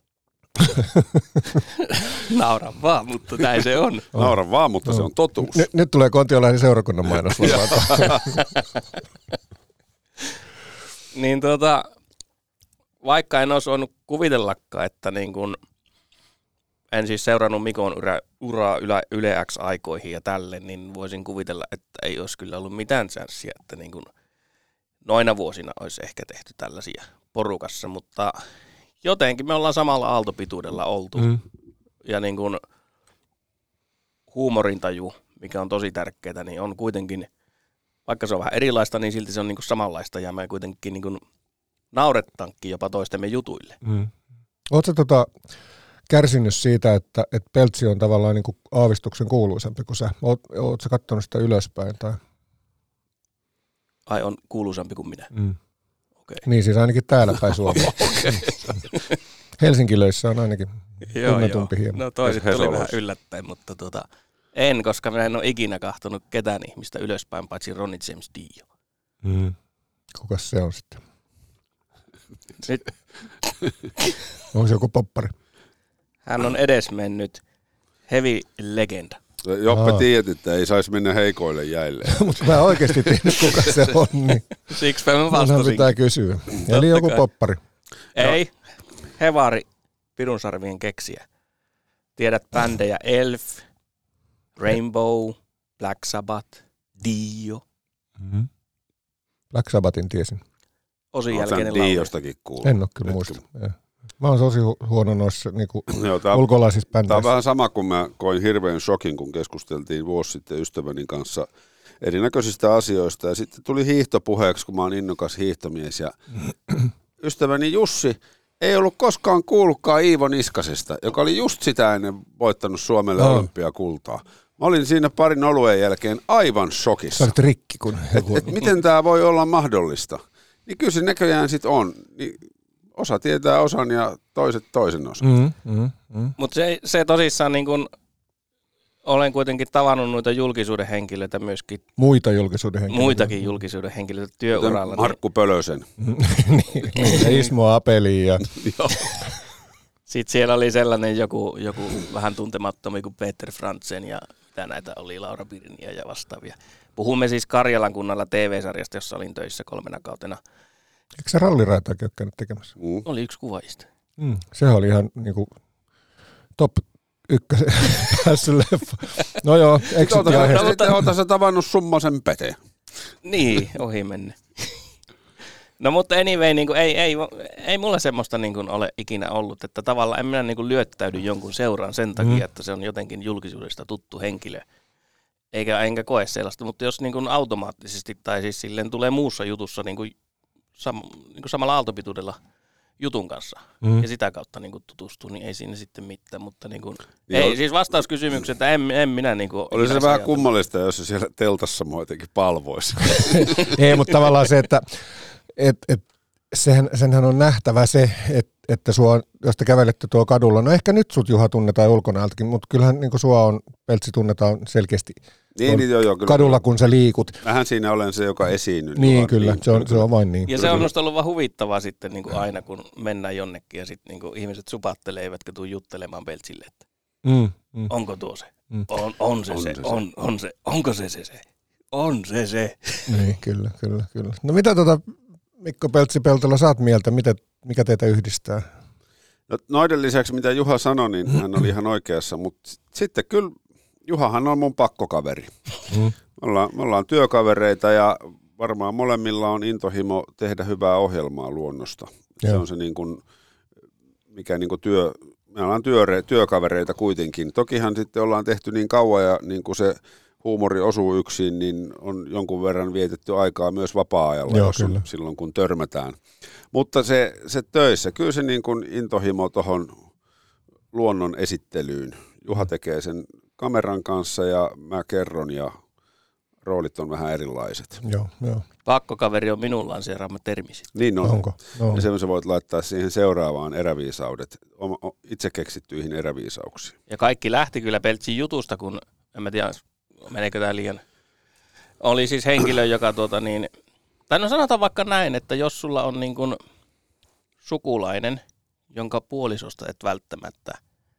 Naura vaan, mutta näin se on. on. Naura vaan, mutta no. Se on totuus. N- nyt tulee Kontiolahden seurakunnan mainos. Niin tuota, vaikka en olisi voinut kuvitellakaan, että niin kun, en siis seurannut Mikon ura, uraa yle, yle X-aikoihin ja tälle, niin voisin kuvitella, että ei olisi kyllä ollut mitään chanssiä, että niin kun noina vuosina olisi ehkä tehty tällaisia porukassa, mutta jotenkin me ollaan samalla aaltopituudella oltu. Mm. Ja niin kun huumorintaju, mikä on tosi tärkeää, niin on kuitenkin, vaikka se on vähän erilaista, niin silti se on niin kuin samanlaista ja me kuitenkin niin kuin naurettaankin jopa toistemme jutuille. Mm. Oletko tota kärsinyt siitä, että, että Peltsi on tavallaan niin kuin aavistuksen kuuluisampi kuin sä? Oot, ootko katsonut sitä ylöspäin? Tai? Ai on kuuluisampi kuin minä? Mm. Okay. Niin siis ainakin täällä päin Suomessa. Okay. Helsinkilöissä on ainakin tunnetumpi hieman. No toiset oli vähän yllättäen, mutta tuota, en, koska mä en ole ikinä kahtonut ketään ihmistä ylöspäin, paitsi Ronnie James Dio. Mm. Kukas se on sitten? Nyt. Onko se joku poppari? Hän on edesmennyt heavy legenda. Joppe tiedät, että ei saisi mennä heikoille jäille. Mutta mä oikeasti tiedän, kuka se on. Niin. Siksi mä vastasin. Pitää kysyä. Eli joku poppari. Ei, Hevari, Pirunsarvien keksiä. Tiedät bändejä Elf, Rainbow, Black Sabbath, Dio. Mm-hmm. Black Sabbathin tiesin. Osin Oletko jälkeinen sä laulu. Diostakin kuullut? En ole kyllä Etkö? muista. Ja. Mä oon tosi hu- huono noissa niinku Joo, tää- ulkolaisissa Tämä on bändeissä. vähän sama kuin mä koin hirveän shokin, kun keskusteltiin vuosi sitten ystäväni kanssa erinäköisistä asioista. Ja sitten tuli hiihtopuheeksi, kun mä oon innokas hiihtomies. Ja ystäväni Jussi ei ollut koskaan kuullutkaan Iivo Niskasesta, joka oli just sitä ennen voittanut Suomelle Oh. olympiakultaa. Mä olin siinä parin olueen jälkeen aivan Sä shokissa. olet rikki, kun Et, et miten tämä voi olla mahdollista? Niin kyllä se näköjään sitten on. Niin osa tietää osan ja toiset toisen osan. Mm, mm, mm. Mutta se, se tosissaan niin kun, olen kuitenkin tavannut noita julkisuuden henkilöitä myöskin, Muita julkisuuden henkilöitä. muitakin julkisuuden henkilöitä työuralla. niin- Markku Pölösen. niin, niin, ja Ismo Apeli ja Sitten siellä oli sellainen joku, joku vähän tuntemattomi kuin Peter Frantzen ja mitä näitä oli, Laura Birniä ja vastaavia. Puhumme siis Karjalan kunnalla T V-sarjasta, jossa olin töissä kolmena kautena. eikö se ralliraitaakin ole käynyt tekemässä? Mm. Oli yksi kuvaajista. Mm. Sehän oli ihan niinku top ykkösen päässyt leffa. No joo, eikö Oota, sitten sä- ihan sitten oota sä tavannut Summasen Pete. Niin, ohi menne. No mutta anyway, niin kuin, ei, ei, ei mulla semmoista niin kuin, ole ikinä ollut, että tavallaan en minä niin kuin, lyöttäydy jonkun seuraan sen takia, Mm. että se on jotenkin julkisuudesta tuttu henkilö. Eikä, enkä koe sellaista, mutta jos niin kuin, automaattisesti tai siis silleen tulee muussa jutussa niin kuin, sam, niin kuin samalla aaltopituudella jutun kanssa Mm. ja sitä kautta niin kuin, tutustuu, niin ei siinä sitten mitään. Mutta niin kuin, Niin ei, ol- siis vastauskysymykseen, että en, en minä niin kuin, Oli se ikinä vähän ajatellut. kummallista, jos se siellä teltassa mua jotenkin palvoisi. Ei, mutta tavallaan se, että et, et, sehän, senhän on nähtävä se, että, että sua, jos te kävelette tuo kadulla, no ehkä nyt sut Juha tunnetaan ulkonäöltäkin, mutta kyllähän niin sua on, Peltsi tunnetaan selkeästi Niin, niin joo, joo, kyllä. kadulla, kun sä liikut. Mähän siinä olen se, joka esiintyy. Niin, kyllä, se on, se on vain niin. Ja se on minusta ollut vaan huvittavaa sitten niin kuin aina, kun mennään jonnekin ja sitten niin kuin ihmiset supattelee, eivätkä tule juttelemaan Peltsille, että Mm, mm. onko tuo se? Mm. On, on se On se, se se. on, on se, onko se se se? On se se. Niin, kyllä, kyllä, kyllä. No mitä tota, Mikko Peltsi-Peltola, sä oot mieltä, mitä, mikä teitä yhdistää? No, noiden lisäksi, mitä Juha sanoi, niin hän oli ihan oikeassa, mutta s- sitten kyllä Juhahan on mun pakkokaveri. Mm. Me ollaan, me ollaan työkavereita ja varmaan molemmilla on intohimo tehdä hyvää ohjelmaa luonnosta. Se Joo. on se niin kuin, mikä niin kuin työ, me ollaan työre, työkavereita kuitenkin. Tokihan sitten ollaan tehty niin kauan ja niin kuin se huumori osuu yksin, niin on jonkun verran vietetty aikaa myös vapaa-ajalla, Joo, jos kyllä. on, silloin kun törmätään. Mutta se, se töissä, kyllä se niin kuin intohimo tuohon luonnon esittelyyn. Juha tekee sen kameran kanssa ja mä kerron ja roolit on vähän erilaiset. Joo, joo. Pakkokaveri on minun lanseeraamme termi sitten. Niin on. Onko? No. Ja sen sä voit laittaa siihen seuraavaan eräviisaudet, oma- o- itse keksittyihin eräviisauksiin. Ja kaikki lähti kyllä Peltsin jutusta, kun en mä tiedä, meneekö tämä liian. Oli siis henkilö, joka tuota niin, tai no sanotaan vaikka näin, että jos sulla on niin kuin sukulainen, jonka puolisosta et välttämättä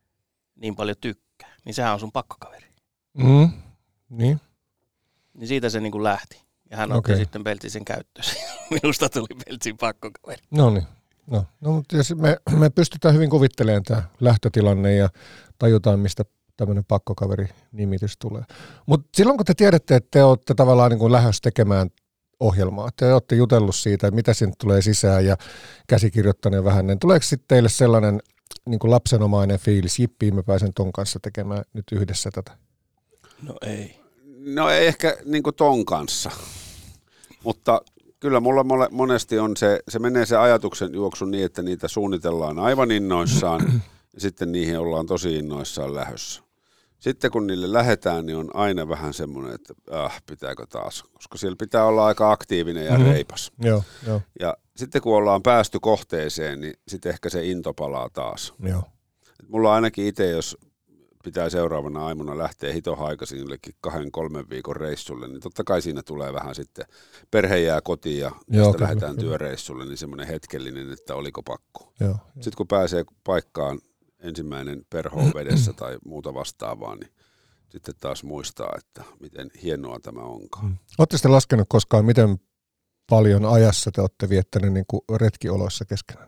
niin paljon tykkää, niin sehän on sun pakkokaveri. Mm. Niin. Niin siitä se niin kuin lähti. Ja hän otti Okei. sitten Peltsin sen käyttöön. Minusta tuli Peltsin pakkokaveri. No niin. No, no mutta jos me, me pystytään hyvin kuvittelemaan tämä lähtötilanne ja tajutaan, mistä tämmöinen pakkokaveri-nimitys tulee. Mutta silloin kun te tiedätte, että te olette tavallaan niin kuin lähdössä tekemään ohjelmaa, te olette jutellut siitä, että mitä sinne tulee sisään ja käsikirjoittaneen vähän, niin tuleeko sitten teille sellainen niin kuin lapsenomainen fiilis, jippii, mä pääsen ton kanssa tekemään nyt yhdessä tätä? No ei. No ei ehkä niin kuin ton kanssa, mutta kyllä mulla mole- monesti on se, se menee se ajatuksen juoksu niin, että niitä suunnitellaan aivan innoissaan ja sitten niihin ollaan tosi innoissaan lähdössä. Sitten kun niille lähdetään, niin on aina vähän semmoinen, että äh, pitääkö taas, koska siellä pitää olla aika aktiivinen ja Mhm. reipas. Joo, joo, Ja sitten kun ollaan päästy kohteeseen, niin sitten ehkä se into palaa taas. joo. Et mulla on ainakin itse, jos pitää seuraavana aamuna lähteä hitohan aikaisin jollekin kahden, kolmen viikon reissulle, niin totta kai siinä tulee vähän sitten, perhe jää kotiin ja Joo, sitten kyllä, lähdetään kyllä. työreissulle, niin semmoinen hetkellinen, että oliko pakko. joo. Sitten kun pääsee paikkaan ensimmäinen perho on vedessä tai muuta vastaavaa, niin sitten taas muistaa, että miten hienoa tämä onkaan. Oletteko te laskenut koskaan, miten paljon ajassa te olette viettäneet niin kuin retkioloissa keskenään?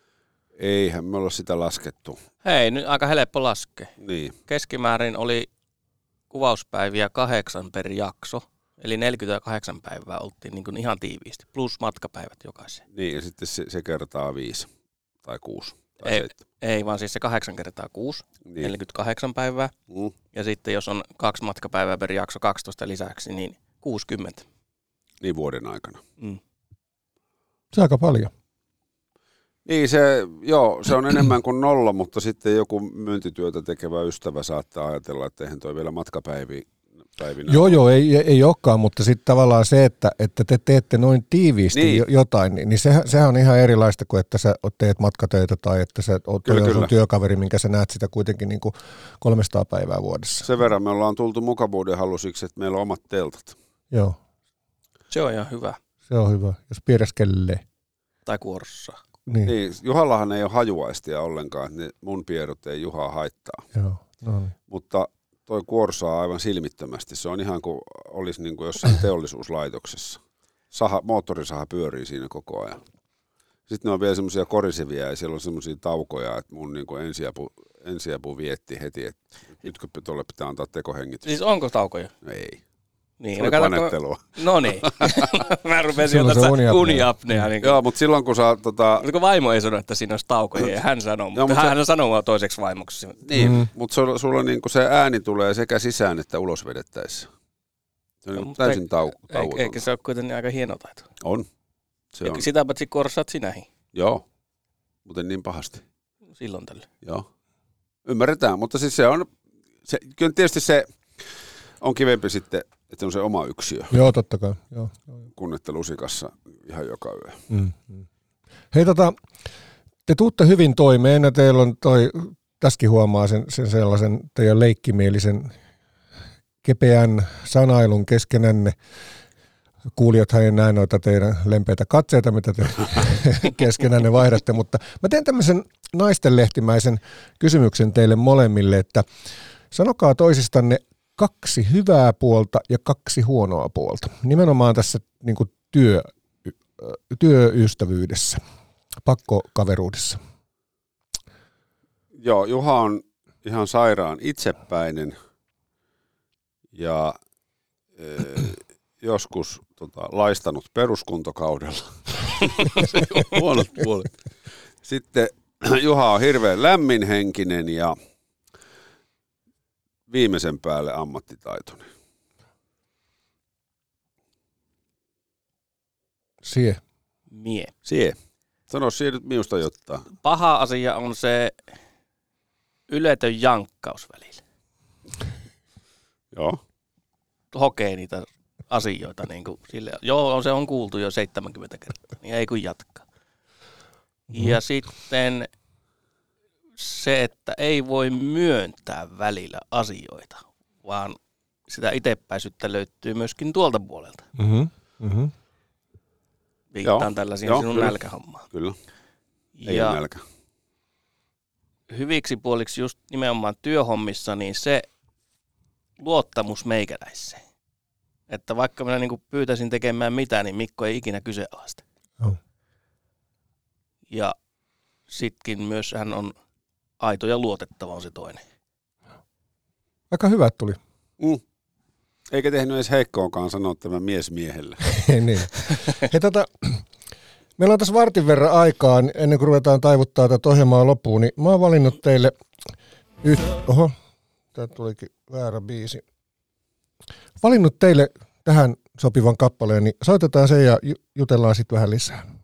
Eihän me olla sitä laskettu. Hei, nyt aika helppo laskea. Niin. Keskimäärin oli kuvauspäiviä kahdeksan per jakso. Eli neljäkymmentäkahdeksan päivää oltiin niin kuin ihan tiiviisti, plus matkapäivät jokaiseen. Niin, ja sitten se, se kertaa viisi tai kuusi tai Ei, seitsemän. ei, vaan siis se kahdeksan kertaa kuusi, Niin. neljäkymmentäkahdeksan päivää. Mm. Ja sitten jos on kaksi matkapäivää per jakso kaksitoista lisäksi, niin kuusikymmentä. Niin vuoden aikana. Mm. Se on aika paljon. Niin, se, joo, se on enemmän kuin nolla, mutta sitten joku myyntityötä tekevä ystävä saattaa ajatella, että eihän toi vielä matkapäivinä. Joo, joo, ei, ei olekaan, mutta sitten tavallaan se, että, että te teette noin tiiviisti Niin. jotain, niin, niin sehän, sehän on ihan erilaista kuin että sä teet matkatöitä tai että sä oot Kyllä, sun kyllä. työkaveri, minkä sä näet sitä kuitenkin niin kuin kolmesataa päivää vuodessa. Sen verran me ollaan tultu mukavuuden halusiksi, että meillä on omat teltat. Joo, Se on ihan hyvä. se on hyvä, jos piereskelee. Tai kuorossa. Niin, niin. Niin, Juhallahan ei ole hajuaistia ollenkaan, että ne mun pierut ei Juhaa haittaa. Joo, no niin. Mutta toi kuorsaa aivan silmittömästi. Se on ihan kuin olisi niin kuin jossain teollisuuslaitoksessa. Saha, moottorisaha pyörii siinä koko ajan. Sitten ne on vielä semmoisia korisevia ja siellä on semmoisia taukoja, että mun niin kuin ensiapu, ensiapu vietti heti, että nytkö tuolle pitää antaa tekohengitys. Siis onko taukoja? Ei. Niin, Se oli kato, panettelua. No niin. Mä rupesin Silloin jo se tässä uniapnea. uniapnea. Niin Joo, mutta silloin kun sä tota, mutta kun vaimo ei sano, että siinä olisi taukoja, ja hän sanoo, mutta mutta hän se- sanoo mua toiseksi vaimoksi. niin, Mm. mm. mutta sulla, sulla niin kuin se ääni tulee sekä sisään että ulos vedettäessä. Se on No, niin mutta täysin tau, Eikö, tauoton. eikö se ole kuitenkin aika hieno taito? On. Se on. Sitä paitsi korsaat sinäkin Joo, mutta en niin pahasti. silloin tällöin. Joo. Ymmärretään, mutta siis se on, se, kyllä tietysti se on kivempi sitten, että on se oma yksiö, Joo, totta kai. Joo, joo. kun että lusikassa ihan joka yö. Mm, mm. Hei tota, te tuutte hyvin toimeen ja teillä on toi, tässäkin huomaa sen, sen sellaisen teidän leikkimielisen kepeän sanailun keskenänne. Kuulijathan ei näe noita teidän lempeitä katseita, mitä te keskenänne vaihdatte, mutta mä teen tämmöisen naistenlehtimäisen kysymyksen teille molemmille, että sanokaa toisistanne kaksi hyvää puolta ja kaksi huonoa puolta. Nimenomaan tässä niin kuin työ, työystävyydessä, pakkokaveruudessa. Joo, Juha on ihan sairaan itsepäinen ja e, joskus tota, laistanut peruskuntokaudella. Se on huonot puolet. Sitten Juha on hirveän lämminhenkinen ja viimeisen päälle ammattitaitoinen. Sie. Mie. Sie. Sano siihen nyt minusta jotain. Paha asia on se yletön jankkaus välillä. Joo. Hokee niitä asioita. Niin kuin sille, joo, se on kuultu jo seitsemänkymmentä kertaa, niin ei kun jatkaa. Mm-hmm. Ja sitten se, että ei voi myöntää välillä asioita, vaan sitä itsepäisyyttä löytyy myöskin tuolta puolelta. Mm-hmm. Mm-hmm. Viittaan Joo, tällaisiin joo, sinun kyllä. nälkähommaan. Kyllä. Ei Ja ole nälkä. hyviksi puoliksi just nimenomaan työhommissa, niin se luottamus meikäläiseen. Että vaikka minä niin pyytäisin tekemään mitään, niin Mikko ei ikinä kyseenalaista. Joo. Ja sitkin myös hän on aito ja luotettava on se toinen. Aika hyvät tuli. Mm. Eikä tehnyt edes heikkoonkaan sanoa tämä mies miehelle. niin. Hei, tota, meillä on tässä vartin verran aikaa, niin ennen kuin ruvetaan taivuttaa tätä ohjelmaa loppuun, niin mä oon valinnut teille yht... Oho, tää tulikin väärä biisi. Valinnut teille tähän sopivan kappaleen, niin soitetaan se ja ju- jutellaan sitten vähän lisää.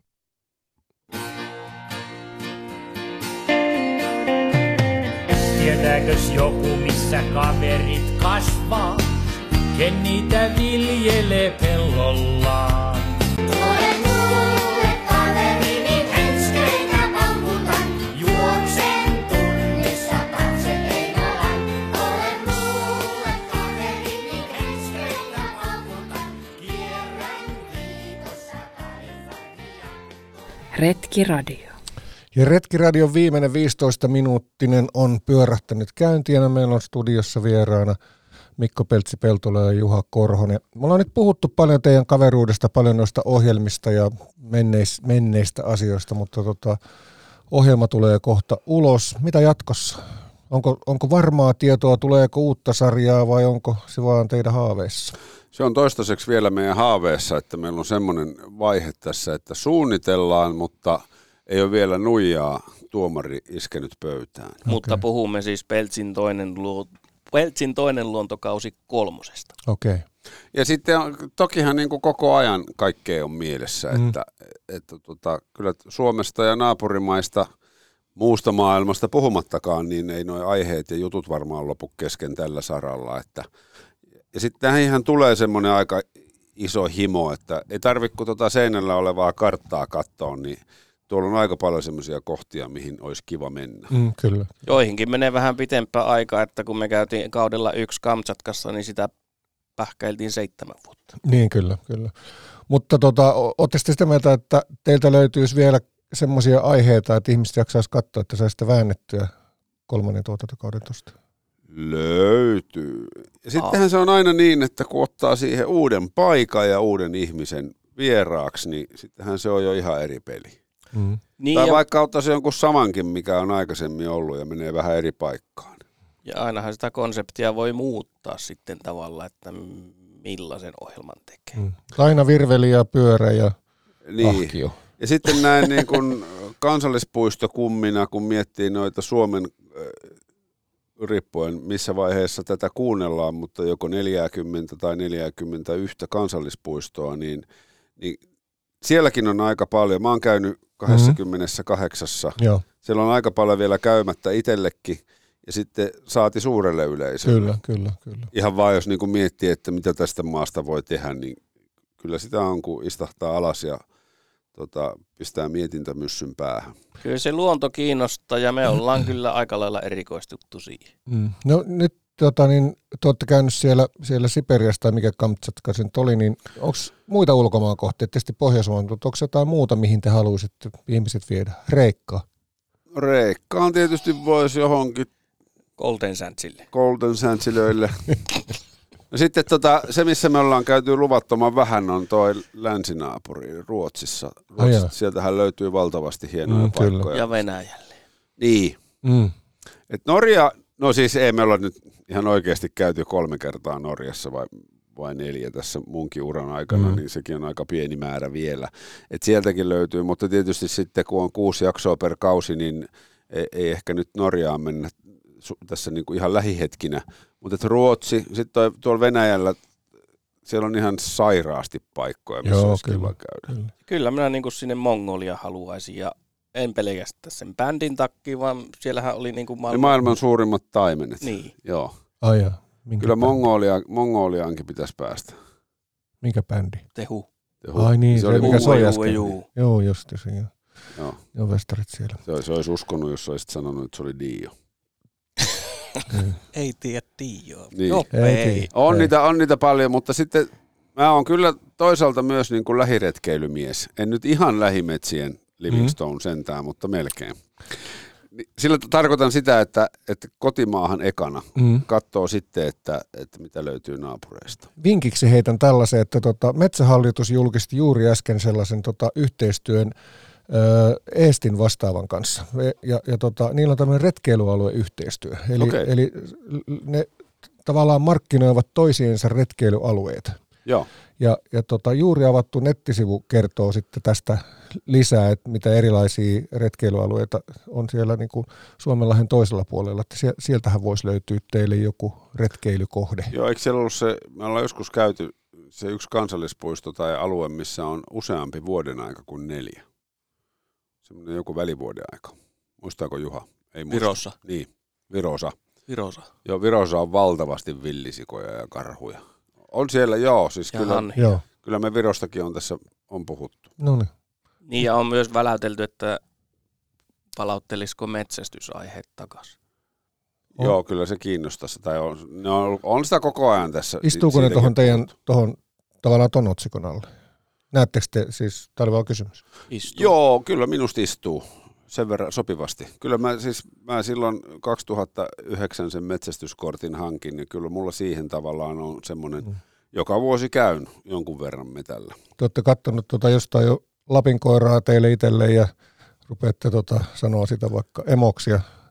Tietääkös joku, missä kaverit kasvaa, ken niitä viljelee pellollaan? Olen mulle kaverini henskeitä paukutan, juoksen tunnissa taakse ei alan. Olen mulle kaverini henskeitä paukutan, kierrän viikossa Kaliforniaan. Retkiradio. Ja Retkiradion viimeinen viisitoista-minuuttinen on pyörähtänyt käyntiin ja meillä on studiossa vieraana Mikko Peltsi-Peltola ja Juha Korhonen. Me ollaan nyt puhuttu paljon teidän kaveruudesta, paljon noista ohjelmista ja menneis, menneistä asioista, mutta tota, ohjelma tulee kohta ulos. Mitä jatkossa? Onko, onko varmaa tietoa, tuleeko uutta sarjaa vai onko se vaan teidän haaveissa? Se on toistaiseksi vielä meidän haaveessa, että meillä on semmoinen vaihe tässä, että suunnitellaan, mutta ei ole vielä nuijaa tuomari iskenyt pöytään. Mutta puhumme siis Peltsin toinen, luo, Peltsin toinen luontokausi kolmosesta. Okei. Okay. Ja sitten on, tokihan niin kuin koko ajan kaikkea on mielessä, mm. että, että tota, kyllä Suomesta ja naapurimaista, muusta maailmasta puhumattakaan, niin ei nuo aiheet ja jutut varmaan lopu kesken tällä saralla. Että, ja sitten näihin tulee semmoinen aika iso himo, että ei tarvitse kun tuota seinällä olevaa karttaa katsoa, niin tuolla on aika paljon semmoisia kohtia, mihin olisi kiva mennä. Mm, kyllä. Joihinkin menee vähän pitempää aikaa, että kun me käytiin kaudella yksi Kamtsatkassa, niin sitä pähkäiltiin seitsemän vuotta. Niin, kyllä, kyllä. Mutta tota, ootte sitä mieltä, että teiltä löytyisi vielä semmoisia aiheita, että ihmiset jaksaisi katsoa, että saisitte väännettyä kolmannen tuotantokauden tuosta? Löytyy. Ja sittenhän se on aina niin, että kun ottaa siihen uuden paikan ja uuden ihmisen vieraaksi, niin sittenhän se on jo ihan eri peli. Mm. Niin tai ja, vaikka ottaisi jonkun samankin, mikä on aikaisemmin ollut ja menee vähän eri paikkaan. ja ainahan sitä konseptia voi muuttaa sitten tavallaan, että millaisen ohjelman tekee. Mm. Aina virveli ja pyörä ja Niin. ahkio. Ja sitten näin niin kuin kansallispuistokummina, kun miettii noita Suomen, äh, riippuen missä vaiheessa tätä kuunnellaan, mutta joko neljäkymmentä tai neljäkymmentäyksi kansallispuistoa, niin, niin sielläkin on aika paljon. Mä oon käynyt kaksikymmentäkahdeksan. Mm-hmm. Joo. Siellä on aika paljon vielä käymättä itsellekin ja sitten saati suurelle yleisölle. Kyllä, kyllä, kyllä. Ihan vaan jos niin kuin miettii, että mitä tästä maasta voi tehdä, niin kyllä sitä on, kun istahtaa alas ja tota, pistää mietintämyssyn päähän. Kyllä se luonto kiinnostaa ja me ollaan kyllä aika lailla erikoistuttu siihen. Mm. No nyt tota, niin, te olette käynyt siellä, siellä Siperiassa tai mikä Kamtsatka se nyt oli, niin onko muita ulkomaan kohteita, tietysti Pohjoismaan, mutta onko jotain muuta, mihin te haluaisitte ihmiset viedä? Reikkaa? Reikkaan tietysti voisi johonkin Golden Sandsille. Golden Sandsilöille. No sitten tota, se, missä me ollaan käyty luvattoman vähän, on toi länsinaapuri Ruotsissa. Ruotsista. Sieltähän löytyy valtavasti hienoja Mm, paikkoja. kyllä. Ja Venäjälle. Niin. Mm. Et Norja, no siis ei me olla nyt ihan oikeasti käyty kolme kertaa Norjassa vai, vai neljä tässä munkin uran aikana, Mm. niin sekin on aika pieni määrä vielä. Et sieltäkin löytyy, mutta tietysti sitten kun on kuusi jaksoa per kausi, niin ei, ei ehkä nyt Norjaan mennä tässä niinku ihan lähihetkinä. Mutta Ruotsi, sitten tuolla Venäjällä, siellä on ihan sairaasti paikkoja, missä Joo, olisi kyllä, kiva käydä. Kyllä. Kyllä minä niin kuin sinne Mongolia haluaisin ja en pelkästään sen bändin takia, vaan siellähän oli niin kuin Ne maailman... maailman suurimmat taimenet. Niin. Joo. Ai jaa. Minkä Kyllä bändi? Mongolia, Mongoliaankin pitäisi päästä. Minkä bändi? Tehu. Ai niin, se, oli mikä mun- soi juu, äsken. juu. Joo, just se. Joo, Joo. joo vestarit siellä. Se, se olisi uskonut, jos olisit sanonut, että se oli Dio. Ei tiedä Tiioa. Niin. Joppe Ei ei. tiedä. On Ei. niitä, on niitä paljon, mutta sitten mä oon kyllä toisaalta myös niin kuin lähiretkeilymies. En nyt ihan lähimetsien Livingstone sentään, mutta melkein. Ni- Sillä tarkoitan sitä, että, että kotimaahan ekana Mm. katsoo sitten, että, että mitä löytyy naapureista. Vinkiksi heitän tällaisen, että tota, Metsähallitus julkisti juuri äsken sellaisen tota, yhteistyön ö, Eestin vastaavan kanssa. Ja, ja tota, niillä on tämmöinen retkeilyalueyhteistyö. Eli, Okei. eli ne tavallaan markkinoivat toisiinsa retkeilyalueita. Joo. Ja, ja tota, juuri avattu nettisivu kertoo sitten tästä lisää, että mitä erilaisia retkeilyalueita on siellä niin kuin Suomenlahden toisella puolella. Että sie- sieltähän voisi löytyä teille joku retkeilykohde. Joo, eikö siellä ollut se, me ollaan joskus käyty se yksi kansallispuisto tai alue, missä on useampi vuoden aika kuin neljä. Semmoinen joku välivuoden aika. Muistaako Juha? Ei muista. Virossa. Niin, Virosa. Virosa. Joo, Virossa on valtavasti villisikoja ja karhuja. On siellä, joo, siis Ja kyllä, hanhia. Joo, kyllä me Virostakin on tässä on puhuttu. no niin. Niin ja on myös väläytelty, että palauttelisiko metsästysaiheet takaisin. On. Joo, kyllä se kiinnostaisi. Tai on, ne on, on sitä koko ajan tässä. Istuuko ne siitäkin tuohon teidän, puhuttu. tuohon tavallaan ton otsikon alle? Näettekö te, siis tämä oli vaan kysymys. Istuu. Joo, kyllä minusta istuu sen verran sopivasti. Kyllä mä siis, mä silloin kaksituhattayhdeksän sen metsästyskortin hankin, niin kyllä mulla siihen tavallaan on semmoinen, Mm. joka vuosi käyn jonkun verran metällä. Te olette katsonut tuota jostain jo Lapin koiraa teille itselle ja rupeatte tota, sanoa sitä vaikka emoksi ja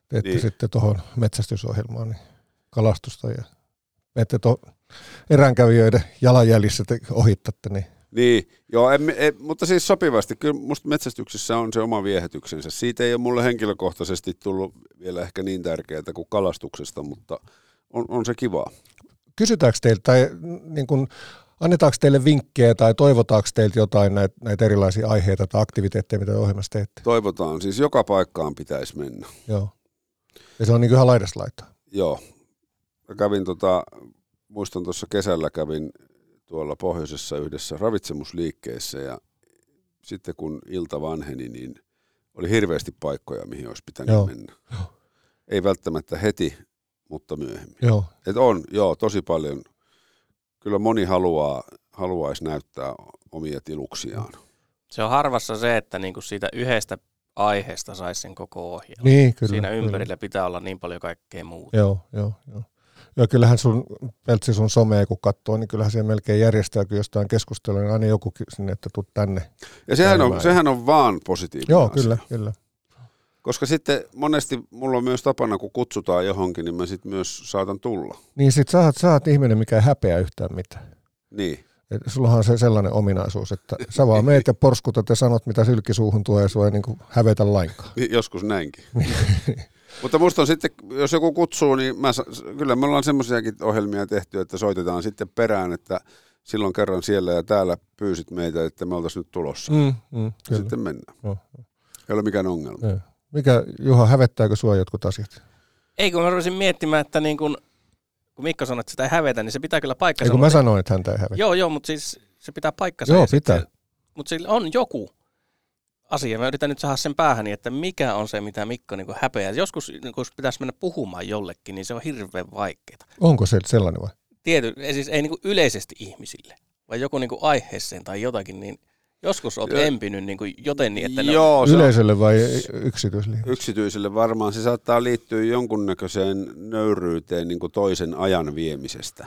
teette Niin. sitten tuohon metsästysohjelmaan niin kalastusta ja ette to eränkävijöiden jalanjäljissä te ohittatte. Niin. Niin, joo, en, en, mutta siis sopivasti. Kyllä musta metsästyksessä on se oma viehätyksensä. Siitä ei ole mulle henkilökohtaisesti tullut vielä ehkä niin tärkeää kuin kalastuksesta, mutta on, on se kivaa. Kysytäänkö teiltä tai niin kun, annetaanko teille vinkkejä tai toivotaanko teiltä jotain näitä, näitä erilaisia aiheita tai aktiviteetteja, mitä ohjelmassa teette? Toivotaan. Siis joka paikkaan pitäisi mennä. Joo. Ja se on niin kuin ihan laidasta laitaa. Joo. Mä kävin tota, muistan tuossa kesällä kävin tuolla pohjoisessa yhdessä ravitsemusliikkeessä ja sitten kun ilta vanheni, niin oli hirveästi paikkoja, mihin olisi pitänyt Joo. mennä. Joo. Ei välttämättä heti, mutta myöhemmin. Joo. Et on, joo, tosi paljon. Kyllä moni haluaa, haluaisi näyttää omia tiluksiaan. Se on harvassa se, että niinku siitä yhdestä aiheesta saisi sen koko ohjelman. Niin, kyllä. Siinä kyllä. ympärillä pitää olla niin paljon kaikkea muuta. Joo, joo, joo. Joo, kyllähän sun, Peltsi sun somea kun katsoo, niin kyllähän se melkein järjestää, kun jostain keskustelua, niin aina joku sinne, että tuu tänne. Ja sehän on, sehän on vaan positiivinen Joo, asia. kyllä, kyllä. Koska sitten monesti mulla on myös tapana, kun kutsutaan johonkin, niin mä sitten myös saatan tulla. Niin sit sä oot, sä oot ihminen, mikä ei häpeä yhtään mitään. Niin. Et sullahan on se sellainen ominaisuus, että sä vaan meet ja porskutat ja sanot, mitä sylki suuhun tuo ja sua ei niinku hävetä lainkaan. Joskus näinkin. Mutta musta on sitten, jos joku kutsuu, niin mä, kyllä me ollaan semmoisiakin ohjelmia tehty, että soitetaan sitten perään, että silloin kerran siellä ja täällä pyysit meitä, että me oltaisiin nyt tulossa. Mm, mm, ja sitten mennään. No. Ei ole mikään ongelma. Ei. Mikä, Juha, hävettääkö sua jotkut asiat? Ei, kun mä rupesin miettimään, että niin kun, kun Mikko sanoi, että sitä ei hävetä, niin se pitää kyllä paikkansa. Ei, kun mä sanoin, että häntä ei hävetä. Joo, joo, mutta siis se pitää paikkansa. Joo, ja pitää. Sitten, mutta sillä on joku asia. Mä yritän nyt saada sen päähäni, että mikä on se, mitä Mikko niin häpeää. Joskus, niin kun pitäisi mennä puhumaan jollekin, niin se on hirveän vaikeaa. Onko se sellainen vai? Tiety, siis ei niin kuin yleisesti ihmisille, vai joku niin kuin aiheeseen tai jotakin, niin joskus olet empinyt niin kuin joten, että ne Joo, on... Yleisölle vai yksityiselle? Yksityiselle varmaan. Se saattaa liittyä jonkunnäköiseen nöyryyteen niin kuin toisen ajan viemisestä.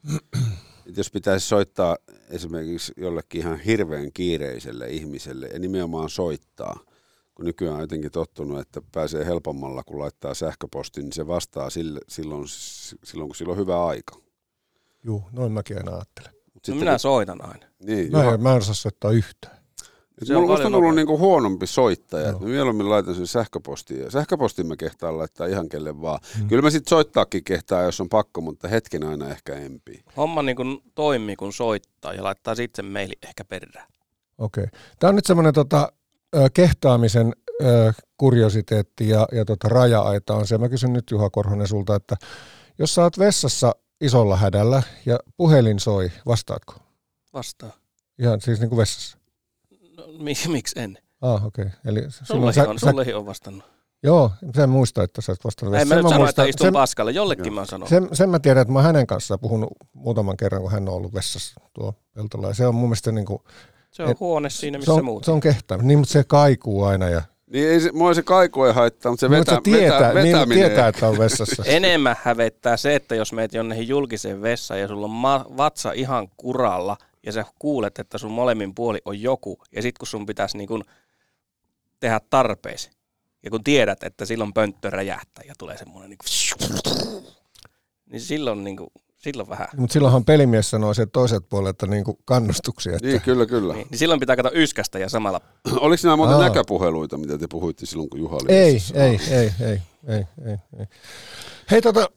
Et jos pitäisi soittaa esimerkiksi jollekin ihan hirveän kiireiselle ihmiselle ja nimenomaan soittaa, kun nykyään on jotenkin tottunut, että pääsee helpommalla, kun laittaa sähköpostin, niin se vastaa sille, silloin, silloin, kun sillä on hyvä aika. Joo, noin mäkin aina ajattelen. No minä kun... soitan aina. Niin, mä, en, mä en osaa soittaa yhtään. Se mulla, musta mulla on niinku huonompi soittaja. Mä mieluummin laitan sen sähköpostiin. Ja sähköpostiin mä kehtaan laittaa ihan kelle vaan. Mm. Kyllä mä sit soittaakin kehtaa, jos on pakko, mutta hetken aina ehkä empii. Homma niin kuin toimii, kun soittaa ja laittaa sitten sen maili ehkä perään. Okei. Okay. Tämä on nyt semmoinen tota, kehtaamisen ö, kuriositeetti ja, ja tota, raja-aita on se. Mä kysyn nyt Juha Korhonen sulta, että jos sä oot vessassa isolla hädällä ja puhelin soi, vastaatko? Vastaa. Ihan siis niin kuin vessassa? No, miksi en? Ah, okei. Okay. Eli sullehin sä, on, sä, sullehin on vastannut. Joo, sen muista, että sä et vastannut vessassa. Ei mä nyt sano, että istun sen, paskalla. Jollekin mä sanon. Sen, sen mä tiedän, että mä oon hänen kanssaan puhunut muutaman kerran, kun hän on ollut vessassa tuo Peltola. Ja se on mun mielestä niin kuin... Se on et, huone siinä, missä se on, muuta. Se on kehtaaminen. Niin, mutta se kaikuu aina ja... Niin ei se, mua se kaiku ei haittaa, mutta se no, vetä, se tietää, vetä, niin, vetäminen. tietää, että on vessassa. Enemmän hävettää se, että jos meet jonnekin julkiseen vessaan ja sulla on ma- vatsa ihan kuralla ja sä kuulet, että sun molemmin puoli on joku ja sit kun sun pitäisi niin kun tehdä tarpeesi ja kun tiedät, että silloin pönttö räjähtää ja tulee semmoinen niin kuin, niin silloin niin kuin, silloin vähän. Mutta silloinhan pelimies sanoo sieltä toiselta puolelta niinku kannustuksia. Että... Niin, kyllä, kyllä. Niin, niin silloin pitää katsoa yskästä ja samalla... Oliko nämä muuten näköpuheluita, mitä te puhuitte silloin, kun Juha oli ei, vessassa? ei, ei, ei, ei, ei, ei. Hei tota,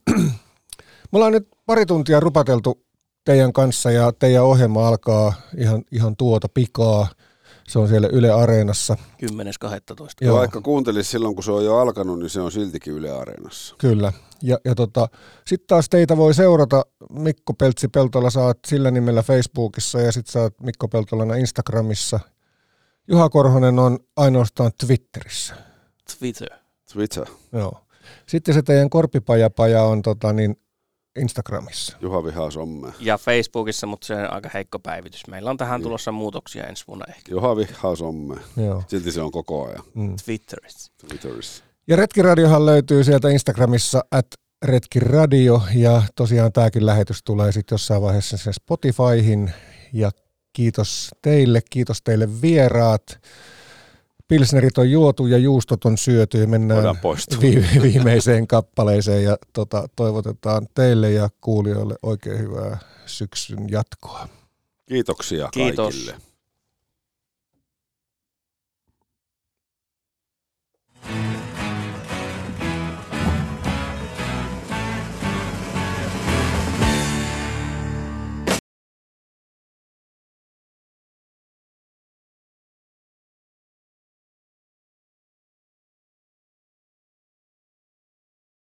me ollaan nyt pari tuntia rupateltu teidän kanssa ja teidän ohjelma alkaa ihan, ihan tuota pikaa. Se on siellä Yle Areenassa. kymmenes kahdestoista Ja vaikka kuuntelisi silloin, kun se on jo alkanut, niin se on siltikin Yle Areenassa. Kyllä. Ja, ja tota, sitten taas teitä voi seurata. Mikko Peltsi Peltola, sä oot sillä nimellä Facebookissa ja sitten sä oot Mikko Peltolana Instagramissa. Juha Korhonen on ainoastaan Twitterissä. Twitter. Twitter. Joo. Sitten se teidän korpipajapaja on tota, niin Instagramissa. Juha vihaa sommea. Ja Facebookissa, mutta se on aika heikko päivitys. Meillä on tähän tulossa muutoksia ensi vuonna ehkä. Juha vihaa sommea. Joo. Silti se on koko ajan. Mm. Twitterissä. Twitterissä. Ja Retkiradiohan löytyy sieltä Instagramissa at Retkiradio ja tosiaan tämäkin lähetys tulee sitten jossain vaiheessa sen Spotifyhin ja kiitos teille, kiitos teille vieraat. pilsnerit on juotu ja juustot on syöty ja mennään Voidaan poistua. vi- viimeiseen kappaleeseen ja tota, toivotetaan teille ja kuulijoille oikein hyvää syksyn jatkoa. Kiitoksia Kiitos. kaikille.